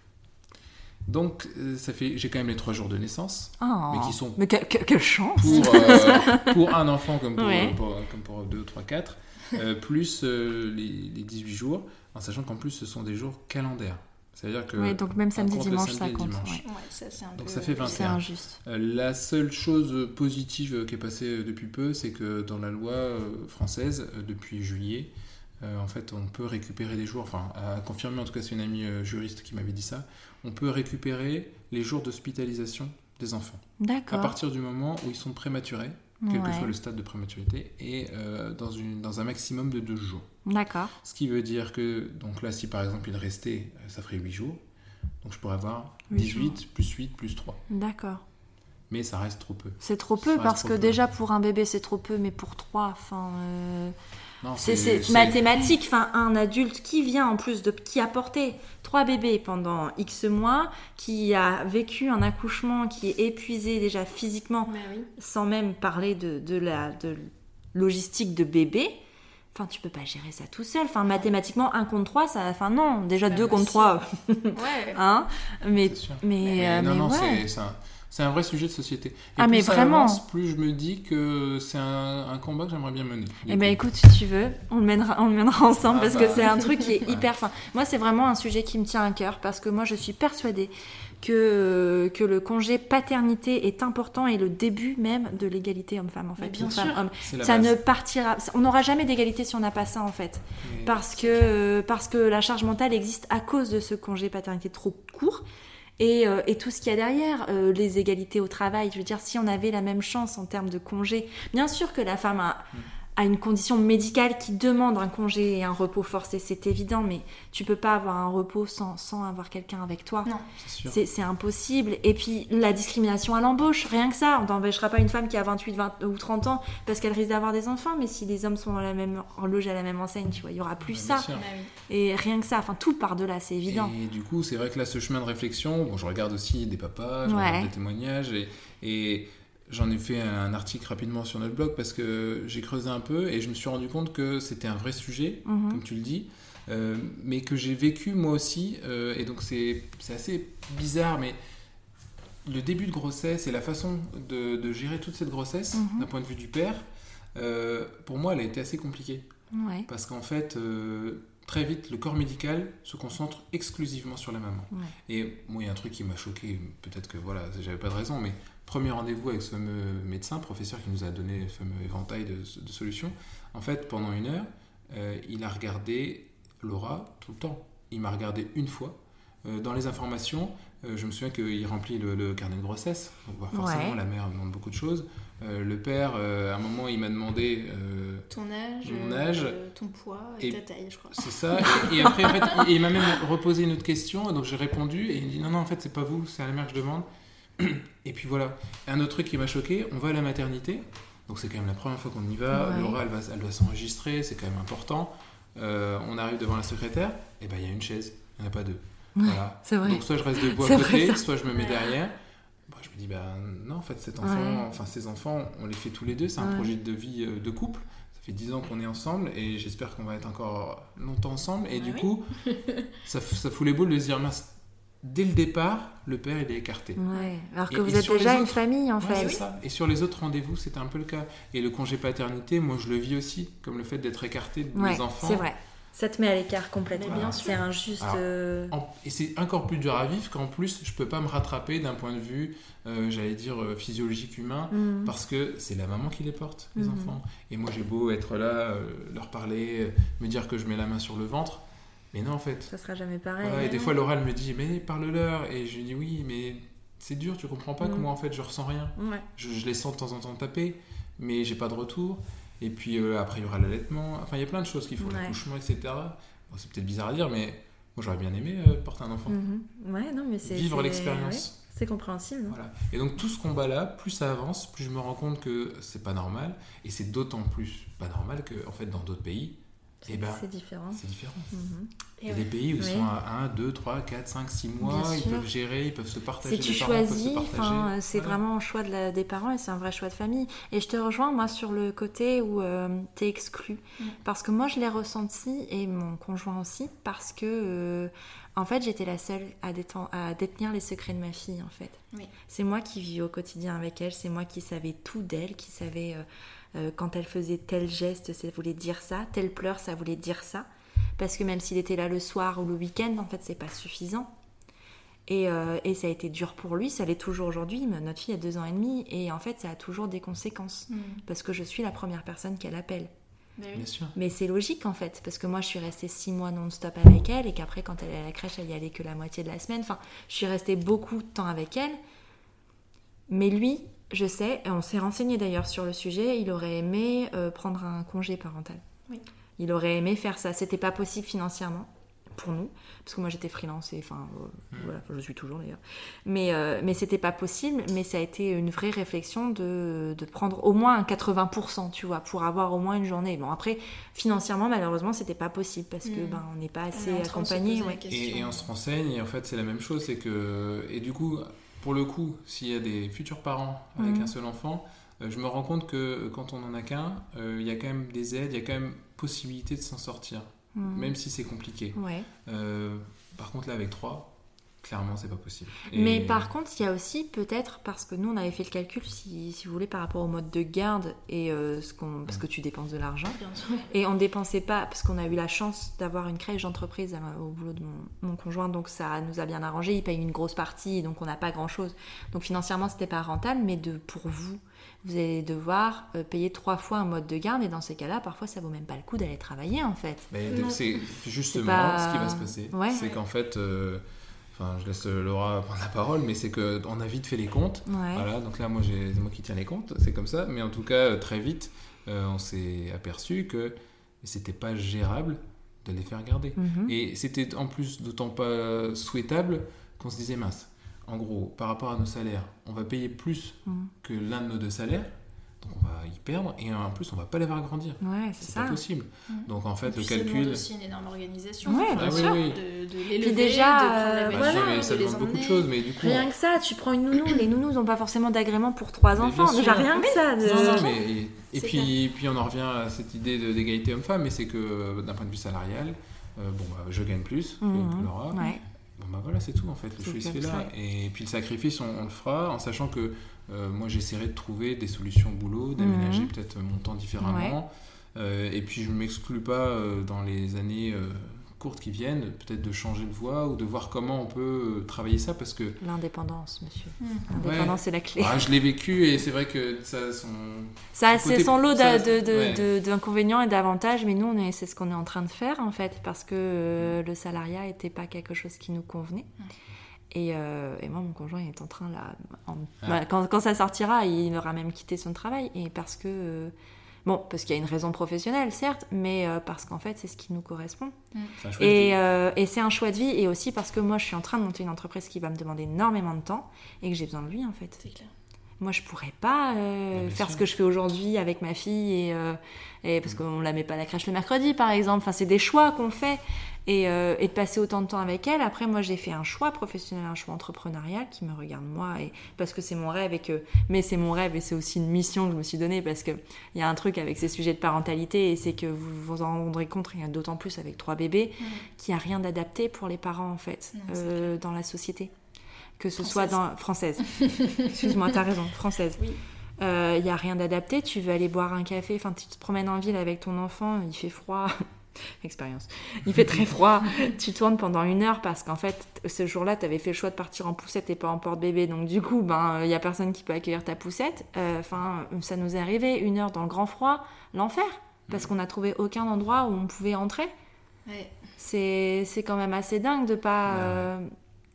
Donc euh, ça fait j'ai quand même les trois jours de naissance Oh. mais qui sont Mais que- que- quelle chance! pour euh, pour un enfant comme pour Ouais. pour- comme pour deux, trois, quatre euh, plus euh, les, les dix-huit jours en sachant qu'en plus ce sont des jours calendaires. C'est-à-dire que Oui, donc même on samedi, compte le dimanche, samedi ça et le compte. dimanche. ouais. Ouais, ça c'est un Donc peu... ça fait vingt et un. C'est injuste. Euh, la seule chose positive qui est passée depuis peu, c'est que dans la loi euh, française, euh, depuis juillet, euh, en fait, on peut récupérer des jours, enfin, à confirmer, en tout cas, c'est une amie euh, juriste qui m'avait dit ça, on peut récupérer les jours d'hospitalisation des enfants. À D'accord. partir du moment où ils sont prématurés, quel que Ouais. soit le stade de prématurité, et euh, dans, une, dans un maximum de deux jours. D'accord. Ce qui veut dire que, donc là, si par exemple il restait, euh, ça ferait huit jours. Donc je pourrais avoir Oui, dix-huit plus huit plus trois. D'accord. Mais ça reste trop peu. C'est trop Ça peu reste parce trop que peu. déjà pour un bébé c'est trop peu, mais pour trois, enfin, euh, Non, c'est, c'est mathématique. Enfin, un adulte qui vient en plus de qui a porté trois bébés pendant X mois, qui a vécu un accouchement, qui est épuisé déjà physiquement, Bah oui. sans même parler de, de la de logistique de bébé. Enfin, tu peux pas gérer ça tout seul. Enfin, mathématiquement, un contre trois, ça. Enfin, non, déjà Bah, deux bah, contre si. trois. Ouais. Hein, mais, C'est sûr. mais, Mais euh, non, mais non, ouais. c'est, c'est, un, c'est un vrai sujet de société. Et Ah, plus mais ça vraiment. avance, plus je me dis que c'est un, un combat que j'aimerais bien mener. Eh ben écoute, si tu veux, on le mènera, on le mènera ensemble Ah parce bah. que c'est un truc qui est Ouais. hyper. Enfin, moi, c'est vraiment un sujet qui me tient à cœur parce que moi, je suis persuadée que que le congé paternité est important et le début même de l'égalité homme-femme en fait. Mais bien Femme, sûr. homme. C'est la Ça base. ne partira, on n'aura jamais d'égalité si on n'a pas ça en fait, Mais- parce que euh, parce que la charge mentale existe à cause de ce congé paternité trop court. Et, euh, et tout ce qu'il y a derrière, euh, les égalités au travail, je veux dire, si on avait la même chance en termes de congé, bien sûr que la femme a, Mm. a une condition médicale qui demande un congé et un repos forcé, c'est évident, mais tu peux pas avoir un repos sans, sans avoir quelqu'un avec toi. Non. C'est sûr. C'est, c'est impossible. Et puis la discrimination à l'embauche, rien que ça, on n'empêchera pas une femme qui a vingt-huit vingt ou trente ans parce qu'elle risque d'avoir des enfants, mais si les hommes sont dans la même horloge à la même enseigne, tu vois, il y aura plus Ouais, bien ça. sûr. Bah oui. Et rien que ça, enfin tout par delà, c'est évident. Et du coup, c'est vrai que là, ce chemin de réflexion, bon, je regarde aussi des papas, je Ouais. regarde des témoignages, et, et j'en ai fait un article rapidement sur notre blog parce que j'ai creusé un peu et je me suis rendu compte que c'était un vrai sujet, Mhm. comme tu le dis, euh, mais que j'ai vécu moi aussi, euh, et donc c'est, c'est assez bizarre, mais le début de grossesse et la façon de, de gérer toute cette grossesse, Mhm. d'un point de vue du père, euh, pour moi, elle a été assez compliquée. Ouais. Parce qu'en fait, euh, très vite, le corps médical se concentre exclusivement sur la maman. Ouais. Et moi, il y a un truc qui m'a choqué, peut-être que voilà, j'avais pas de raison, mais premier rendez-vous avec ce fameux médecin, professeur qui nous a donné le fameux éventail de, de solutions, en fait, pendant une heure, euh, il a regardé Laura tout le temps. Il m'a regardé une fois. Euh, dans les informations, euh, je me souviens qu'il remplit le, le carnet de grossesse. Donc, bah, forcément, Ouais. la mère demande beaucoup de choses. Euh, le père, euh, à un moment, il m'a demandé... euh, Ton âge, Mon euh, âge. ton poids et, Et- ta taille, je crois. C'est ça. Et, et après, en fait, il, il m'a même reposé une autre question. Et donc, j'ai répondu. Et il me dit non, non, en fait, c'est pas vous, c'est à la mère que je demande. Et puis voilà. Et un autre truc qui m'a choqué, on va à la maternité. Donc, c'est quand même la première fois qu'on y va. Ouais. Laura, elle, va, elle doit s'enregistrer. C'est quand même important. Euh, on arrive devant la secrétaire. Et ben, il y a une chaise. Il n'y en a pas deux. Ouais, Voilà. c'est vrai. Donc, soit je reste debout C'est à vrai, côté, ça. soit je me mets Ouais. derrière. Bah, je me dis, bah non, en fait, cet enfant, Ouais. enfin, ces enfants, on les fait tous les deux. C'est un Ouais. projet de vie euh, de couple. Ça fait dix ans qu'on est ensemble et j'espère qu'on va être encore longtemps ensemble. Et Bah du oui. coup, ça, f- ça fout les boules de se dire, mince, dès le départ, le père, il est écarté. Ouais. Alors que Et- vous et êtes sur les déjà une autres- famille en Ouais, fait. c'est ça. Et sur les autres rendez-vous, c'était un peu le cas. Et le congé paternité, moi, je le vis aussi, comme le fait d'être écarté de Ouais, mes enfants. c'est vrai. Ça te met à l'écart complètement. Mais bien C'est sûr. injuste. Alors, euh, En- Et c'est encore plus dur à vivre qu'en plus, je peux pas me rattraper d'un point de vue, euh, j'allais dire, euh, physiologique humain, mhm. parce que c'est la maman qui les porte, les Mhm. enfants. Et moi, j'ai beau être là, euh, leur parler, euh, me dire que je mets la main sur le ventre, mais non, en fait. Ça sera jamais pareil. Voilà, et mais des non. fois, Laura, elle me dit, mais parle-leur. Et je lui dis, oui, mais c'est dur, tu comprends pas Mhm. que moi, en fait, je ressens rien. Ouais. Je, je les sens de temps en temps taper, mais j'ai pas de retour. Et puis euh, après, il y aura l'allaitement. Enfin, il y a plein de choses qu'il faut, Ouais. l'accouchement, et cetera. Bon, c'est peut-être bizarre à dire, mais moi, j'aurais bien aimé euh, porter un enfant. Mhm. Ouais, non, mais c'est. Vivre c'est- l'expérience. ouais, c'est compréhensible. Voilà. Et donc tout ce combat-là, plus ça avance, plus je me rends compte que c'est pas normal. Et c'est d'autant plus pas normal que, en fait, dans d'autres pays, C'est eh ben, c'est différent. c'est différent. Mhm. Il y a Et des ouais. pays où ils Oui. sont à un, deux, trois, quatre, cinq, six mois, Bien ils sûr. peuvent gérer, ils peuvent se partager. Si tu les parents peuvent se choisis, partager. enfin, c'est Voilà. vraiment un choix de la- des parents et c'est un vrai choix de famille. Et je te rejoins, moi, sur le côté où tu es exclu. Mm. Parce que moi, je l'ai ressenti et mon conjoint aussi, parce que, euh, en fait, j'étais la seule à, déten- à détenir les secrets de ma fille, en fait. Oui. C'est moi qui vis au quotidien avec elle, c'est moi qui savais tout d'elle, qui savais euh, euh, quand elle faisait tel geste, ça voulait dire ça, tel pleur, ça voulait dire ça. Parce que même s'il était là le soir ou le week-end, en fait, c'est pas suffisant. Et, euh, et ça a été dur pour lui, ça l'est toujours aujourd'hui. Notre fille a deux ans et demi et en fait, ça a toujours des conséquences. Mm. Parce que je suis la première personne qu'elle appelle. Bah oui. Bien sûr. Mais c'est logique en fait, parce que moi je suis restée six mois non-stop avec elle et qu'après quand elle est à la crèche, elle y allait que la moitié de la semaine. Enfin, je suis restée beaucoup de temps avec elle. Mais lui, je sais, et on s'est renseigné d'ailleurs sur le sujet, il aurait aimé euh, prendre un congé parental. Oui. Il aurait aimé faire ça. C'était pas possible financièrement pour nous, parce que moi j'étais freelance et enfin euh, mmh. voilà, je suis toujours d'ailleurs, mais euh, mais c'était pas possible. Mais ça a été une vraie réflexion de de prendre au moins un quatre-vingts pour cent, tu vois, pour avoir au moins une journée. Bon après financièrement malheureusement c'était pas possible parce que mmh. ben on n'est pas assez accompagné. Ouais. Et, et on se renseigne et en fait c'est la même chose, c'est que et du coup pour le coup s'il y a des futurs parents avec mmh. un seul enfant, euh, je me rends compte que quand on en a qu'un, euh, il y a quand même des aides, il y a quand même possibilité de s'en sortir. Mmh. Même si c'est compliqué. Ouais. Euh, par contre, là, avec trois, clairement, c'est pas possible. Et... Mais par contre, il y a aussi peut-être, parce que nous, on avait fait le calcul, si, si vous voulez, par rapport au mode de garde, et, euh, ce qu'on, parce que tu dépenses de l'argent. Bien sûr. Et on ne dépensait pas, parce qu'on a eu la chance d'avoir une crèche d'entreprise au boulot de mon, mon conjoint, donc ça nous a bien arrangé. Il paye une grosse partie, donc on n'a pas grand-chose. Donc financièrement, c'était pas rentable, mais de, pour vous, vous allez devoir euh, payer trois fois un mode de garde, et dans ces cas-là, parfois, ça vaut même pas le coup d'aller travailler, en fait. Mais donc, c'est justement c'est pas... ce qui va se passer. Ouais. C'est qu'en fait, euh, enfin, je laisse Laura prendre la parole, mais c'est qu'on a vite fait les comptes. Ouais. Voilà, donc là, moi, j'ai, c'est moi qui tiens les comptes, c'est comme ça. Mais en tout cas, très vite, euh, on s'est aperçu que c'était pas gérable de les faire garder. Mm-hmm. Et c'était en plus d'autant pas souhaitable qu'on se disait mince. En gros, par rapport à nos salaires, on va payer plus mmh. que l'un de nos deux salaires, donc on va y perdre, et en plus on va pas les voir grandir. Ouais, c'est, c'est ça. pas possible. Mmh. Donc en fait, et le calcul. Ça demande aussi une énorme organisation. Ouais, bien ah, sûr. Oui, oui. De, de l'élever, puis déjà, de prendre la euh, voilà, voilà, de ça les demande beaucoup de emmener. choses, mais du coup. Rien que ça, tu prends une nounou, les nounous n'ont pas forcément d'agrément pour trois mais enfants. Déjà rien que ça. De... Non, non, mais et, et puis, puis on en revient à cette idée de, d'égalité homme-femme, mais c'est que d'un point de vue salarial, euh, bon, bah, je gagne plus mmh. que Laura. Ouais. Bon bah voilà, c'est tout en fait, le c'est choix il se fait là. Ça. Et puis le sacrifice, on, on le fera en sachant que euh, moi j'essaierai de trouver des solutions au boulot, d'aménager mmh. peut-être mon temps différemment. Ouais. Euh, et puis je ne m'exclus pas euh, dans les années euh, courtes qui viennent, peut-être de changer de voie ou de voir comment on peut euh, travailler ça parce que... L'indépendance, monsieur. Mmh. ouais. L'indépendance, c'est la clé. Ah, je l'ai vécu et c'est vrai que ça a son... Ça, son c'est son lot ça, de, de, ouais. de, d'inconvénients et d'avantages, mais nous, on est, c'est ce qu'on est en train de faire, en fait, parce que euh, mmh. le salariat n'était pas quelque chose qui nous convenait. Mmh. Et, euh, et moi, mon conjoint, il est en train, là... En, ah. bah, quand, quand ça sortira, il aura même quitté son travail, et parce que... Euh, Bon, parce qu'il y a une raison professionnelle, certes, mais euh, parce qu'en fait, c'est ce qui nous correspond. Mmh. Et, euh, et c'est un choix de vie, et aussi parce que moi, je suis en train de monter une entreprise qui va me demander énormément de temps, et que j'ai besoin de lui, en fait. C'est clair. Moi, je pourrais pas euh, faire sûr. ce que je fais aujourd'hui avec ma fille, et, euh, et parce mmh. qu'on la met pas à la crèche le mercredi, par exemple. Enfin, c'est des choix qu'on fait, et, euh, et de passer autant de temps avec elle. Après, moi, j'ai fait un choix professionnel, un choix entrepreneurial qui me regarde moi, et parce que c'est mon rêve, et que mais c'est mon rêve, et c'est aussi une mission que je me suis donnée, parce que il y a un truc avec ces sujets de parentalité, et c'est que vous vous en rendrez compte, et d'autant plus avec trois bébés, mmh. qu'il n'y a rien d'adapté pour les parents en fait, non, euh, dans la société. Que ce française. soit dans... Française. Excuse-moi, t'as raison, française. Il oui. n'y euh, a rien d'adapté, tu veux aller boire un café, enfin tu te promènes en ville avec ton enfant, il fait froid, expérience, il fait très froid, tu tournes pendant une heure parce qu'en fait, ce jour-là, tu avais fait le choix de partir en poussette et pas en porte-bébé, donc du coup, ben, il n'y a personne qui peut accueillir ta poussette, enfin, euh, ça nous est arrivé, une heure dans le grand froid, l'enfer, parce qu'on n'a trouvé aucun endroit où on pouvait entrer. Ouais. C'est, c'est quand même assez dingue de pas... Ouais. Euh,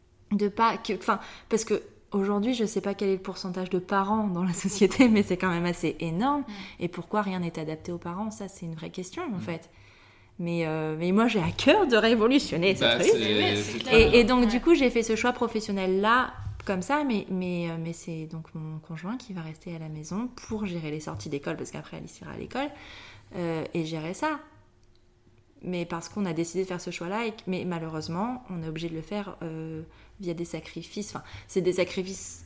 de pas que enfin parce que aujourd'hui je sais pas quel est le pourcentage de parents dans la société mais c'est quand même assez énorme mmh. et pourquoi rien n'est adapté aux parents, ça c'est une vraie question en mmh. fait mais euh, mais moi j'ai à cœur de révolutionner bah, ce truc c'est, c'est et, et donc ouais. du coup j'ai fait ce choix professionnel là comme ça mais mais mais c'est donc mon conjoint qui va rester à la maison pour gérer les sorties d'école parce qu'après Alice ira à l'école euh, et gérer ça. Mais parce qu'on a décidé de faire ce choix-là, et, mais malheureusement, on est obligé de le faire euh, via des sacrifices. Enfin, c'est des sacrifices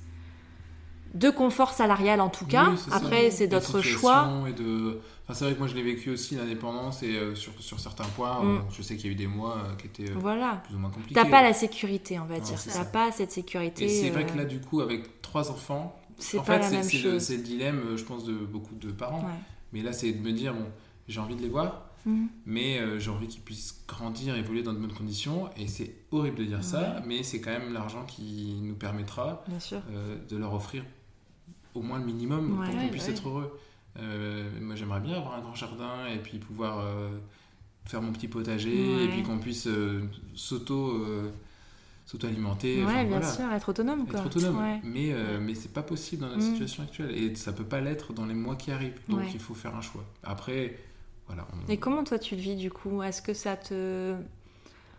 de confort salarial en tout cas. Oui, c'est Après, ça. c'est d'autres choix. Et de... enfin, c'est vrai que moi, je l'ai vécu aussi, l'indépendance, et euh, sur, sur certains points, mm. euh, je sais qu'il y a eu des mois euh, qui étaient euh, voilà. plus ou moins compliqués. T'as pas la sécurité, on va non, dire. T'as ça. pas cette sécurité. Et c'est euh... vrai que là, du coup, avec trois enfants, c'est en pas fait, la c'est, même c'est, chose. Le, c'est le dilemme, je pense, de beaucoup de parents. Ouais. Mais là, c'est de me dire, bon, j'ai envie de les voir. Mmh. Mais euh, j'ai envie qu'ils puissent grandir, évoluer dans de bonnes conditions, et c'est horrible de dire ouais. ça, mais c'est quand même l'argent qui nous permettra euh, de leur offrir au moins le minimum ouais. pour ouais, qu'on puisse ouais. être heureux. Euh, moi j'aimerais bien avoir un grand jardin et puis pouvoir euh, faire mon petit potager ouais. et puis qu'on puisse euh, s'auto euh, s'auto-alimenter. Ouais, enfin, bien voilà. sûr, être autonome quoi. Être autonome, ouais. mais, euh, mais c'est pas possible dans notre mmh. situation actuelle et ça peut pas l'être dans les mois qui arrivent, donc ouais. il faut faire un choix. Après. Voilà, on... Et comment toi tu le vis du coup ? Est-ce que ça te...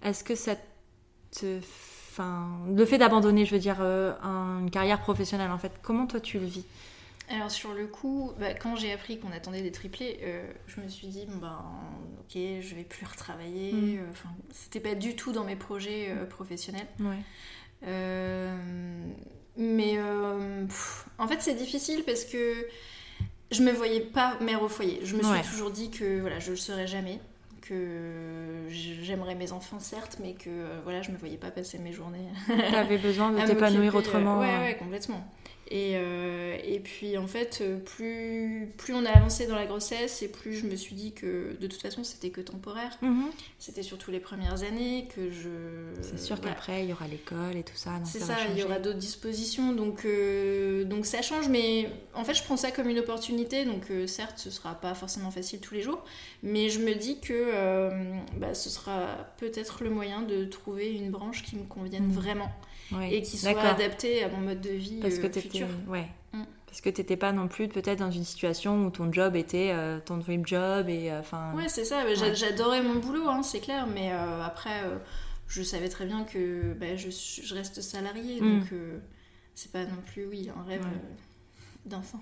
est-ce que ça te... Enfin, le fait d'abandonner, je veux dire, euh, un- une carrière professionnelle, en fait, comment toi tu le vis? Alors sur le coup, bah, quand j'ai appris qu'on attendait des triplés, euh, je me suis dit, bon, ben, ok, je vais plus retravailler. Mm. Euh, enfin, c'était pas du tout dans mes projets euh, professionnels. Ouais. Euh, mais euh, pff, en fait, c'est difficile parce que je me voyais pas mère au foyer. Je me suis Ouais. toujours dit que voilà, je le serais jamais, que j'aimerais mes enfants certes, mais que euh, voilà, je me voyais pas passer mes journées T'avais besoin de à t'épanouir m'occuper, autrement. euh, ouais, euh. ouais, complètement. Et, euh, et puis en fait, euh, plus, plus on a avancé dans la grossesse, et plus je me suis dit que de toute façon c'était que temporaire. Mhm. C'était surtout les premières années que je. C'est sûr voilà. qu'après, il y aura l'école et tout ça. Donc C'est ça, ça, va il y changer. aura d'autres dispositions, donc, euh, donc ça change, mais en fait je prends ça comme une opportunité, donc euh, certes ce sera pas forcément facile tous les jours, mais je me dis que euh, bah, ce sera peut-être le moyen de trouver une branche qui me convienne Mm. vraiment, Ouais. et qui soit D'accord. adaptée à mon mode de vie Parce que euh, t'étais, futur. ouais. Mm. Parce que t'étais pas non plus peut-être dans une situation où ton job était euh, ton dream job et enfin. Ouais, c'est ça, j'a- Ouais. j'adorais mon boulot, hein, c'est clair, mais euh, après euh, je savais très bien que bah, je, suis- je reste salariée, Mm. donc euh, c'est pas non plus, oui, un rêve Ouais. euh, d'enfant.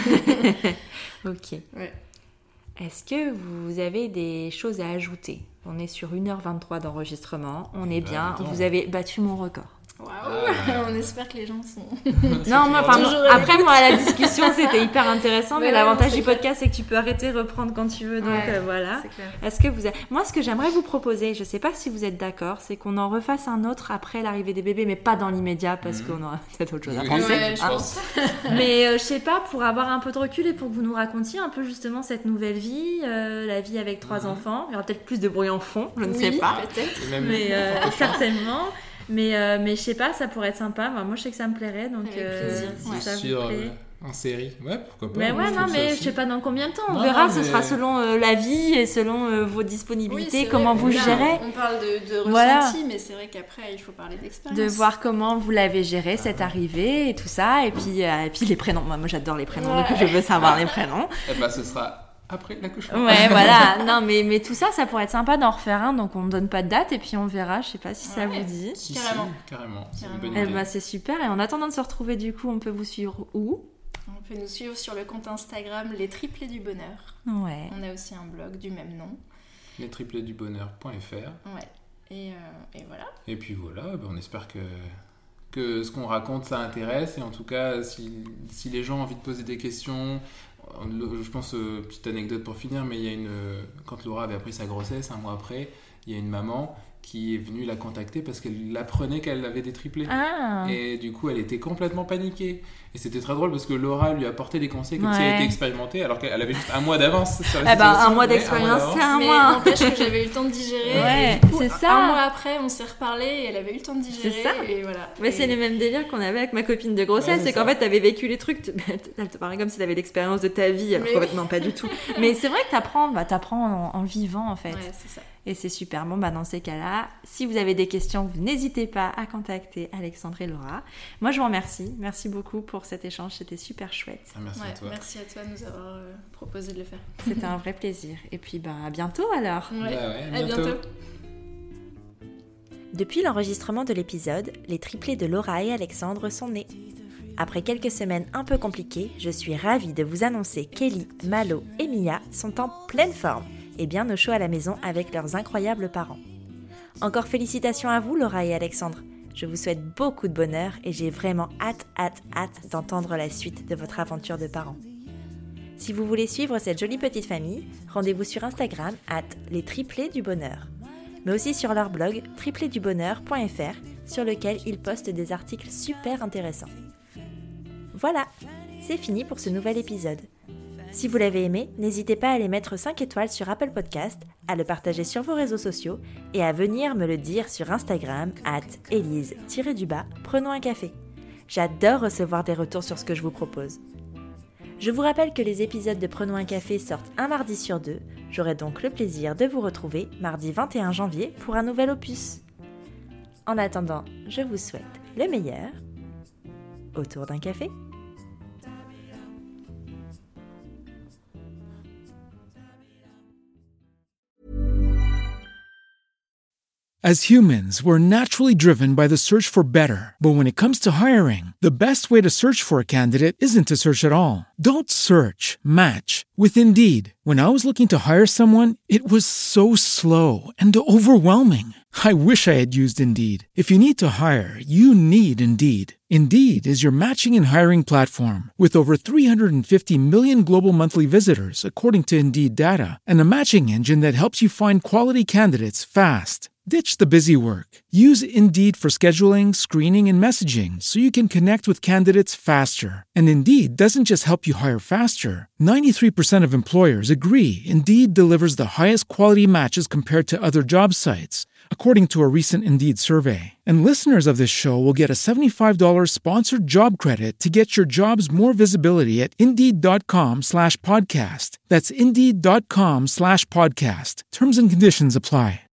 Ok. Ouais. Est-ce que vous avez des choses à ajouter? On est sur une heure vingt-trois d'enregistrement, on est Bah, bien, attends. vous avez battu mon record. Waouh, Ah. on espère que les gens sont. Non, moi, enfin, Toujours moi- à après, moi, la discussion, c'était hyper intéressant, mais, Mais ouais, l'avantage non, c'est du clair. podcast, c'est que tu peux arrêter, reprendre quand tu veux, donc Ouais, euh, voilà. C'est clair. Est-ce que vous a- Moi, ce que j'aimerais vous proposer, je sais pas si vous êtes d'accord, c'est qu'on en refasse un autre après l'arrivée des bébés, mais pas dans l'immédiat, parce Mhm. qu'on aura peut-être autre chose à Oui, penser. Ouais, je hein. pense. Mais euh, je sais pas, pour avoir un peu de recul et pour que vous nous racontiez un peu justement cette nouvelle vie, euh, la vie avec trois Mhm. enfants. Il y aura peut-être plus de bruit en fond, je ne sais Oui, pas. peut-être. Et même- Mais euh, certainement. Mais, euh, mais je sais pas, ça pourrait être sympa. Moi, moi, je sais que ça me plairait, donc Avec euh, plaisir. si Ouais. ça Sur, vous plaît. euh, en série, ouais, pourquoi pas. Mais moi, ouais, je non, trouve ça mais je aussi. sais pas dans combien de temps. On Non, verra, non, ce mais- sera selon euh, la vie et selon euh, vos Oui, disponibilités, c'est comment vrai, vous là, gérez. On parle de, de Voilà. ressenti, mais c'est vrai qu'après, il faut parler d'expérience. De voir comment vous l'avez géré cette Ah. arrivée et tout ça. Et puis, euh, et puis les prénoms. Moi, moi, j'adore les prénoms, Ouais. donc je veux savoir les prénoms. Eh ben, ce sera après l'accouchement. Ouais, voilà. Non, mais, mais tout ça, ça pourrait être sympa d'en refaire un. Donc, on ne donne pas de date et puis on verra. Je sais pas si ça Ouais. vous dit. Si, Carrément. si, carrément. C'est une Carrément. bonne Eh idée. ben, c'est super. Et en attendant de se retrouver, du coup, on peut vous suivre où? On peut nous suivre sur le compte Instagram Les Triplés du Bonheur. Ouais. On a aussi un blog du même nom. les triplés du bonheur point f r. Ouais. Et, euh, et voilà. Et puis voilà, ben, on espère que, que ce qu'on raconte, ça intéresse. Et en tout cas, si, si les gens ont envie de poser des questions, le- je pense, euh, petite anecdote pour finir, mais il y a une, euh, quand Laura avait appris sa grossesse, un mois après, il y a une maman qui est venue la contacter parce qu'elle apprenait qu'elle avait des triplés. Ah. Et du coup, elle était complètement paniquée. Et c'était très drôle parce que Laura lui apportait des conseils comme si Ouais. elle était expérimentée, alors qu'elle avait juste un mois d'avance sur la Eh ben, un situation, mois mais d'expérience, d'avance. c'est un mais mois. n'empêche que j'avais eu le temps de digérer. Ouais, et du coup, c'est ça. Un mois après, on s'est reparlé et elle avait eu le temps de digérer. C'est ça. Et voilà. Mais Et- c'est les mêmes délires qu'on avait avec ma copine de grossesse, Ouais, c'est c'est qu'en ça. fait t'avais vécu les trucs, tu- elle te parlait comme si t'avais l'expérience de ta vie, alors Mais qu'en oui. fait non, pas du tout. Mais c'est vrai que t'apprends, bah, t'apprends en, en vivant en fait. Ouais, c'est ça. Et c'est super. Bon, bah, dans ces cas-là, si vous avez des questions, vous n'hésitez pas à contacter Alexandre et Laura. Moi, je vous remercie. Merci beaucoup pour cet échange. C'était super chouette. Ah, merci Ouais, à toi. merci à toi de nous avoir euh, proposé de le faire. C'était un vrai plaisir. Et puis, bah, à bientôt alors. Ouais. Bah ouais, à À bientôt. bientôt. Depuis l'enregistrement de l'épisode, les triplés de Laura et Alexandre sont nés. Après quelques semaines un peu compliquées, je suis ravie de vous annoncer qu'Ellie, Malo et Mia sont en pleine forme et bien au chaud à la maison avec leurs incroyables parents. Encore félicitations à vous Laura et Alexandre. Je vous souhaite beaucoup de bonheur et j'ai vraiment hâte, hâte, hâte d'entendre la suite de votre aventure de parents. Si vous voulez suivre cette jolie petite famille, rendez-vous sur Instagram arobase les triplés du bonheur, mais aussi sur leur blog triplés du bonheur point f r sur lequel ils postent des articles super intéressants. Voilà, c'est fini pour ce nouvel épisode. Si vous l'avez aimé, n'hésitez pas à aller mettre cinq étoiles sur Apple Podcast, à le partager sur vos réseaux sociaux et à venir me le dire sur Instagram arobase élise-du-bas prenons un café. J'adore recevoir des retours sur ce que je vous propose. Je vous rappelle que les épisodes de Prenons un café sortent un mardi sur deux. J'aurai donc le plaisir de vous retrouver mardi vingt et un janvier pour un nouvel opus. En attendant, je vous souhaite le meilleur autour d'un café. As humans, we're naturally driven by the search for better. But when it comes to hiring, the best way to search for a candidate isn't to search at all. Don't search, match with Indeed. When I was looking to hire someone, it was so slow and overwhelming. I wish I had used Indeed. If you need to hire, you need Indeed. Indeed is your matching and hiring platform with over three hundred fifty million global monthly visitors, according to Indeed data, and a matching engine that helps you find quality candidates fast. Ditch the busy work. Use Indeed for scheduling, screening, and messaging so you can connect with candidates faster. And Indeed doesn't just help you hire faster. ninety-three percent of employers agree Indeed delivers the highest quality matches compared to other job sites, according to a recent Indeed survey. And listeners of this show will get a seventy-five dollars sponsored job credit to get your jobs more visibility at Indeed.com slash podcast. That's Indeed.com slash podcast. Terms and conditions apply.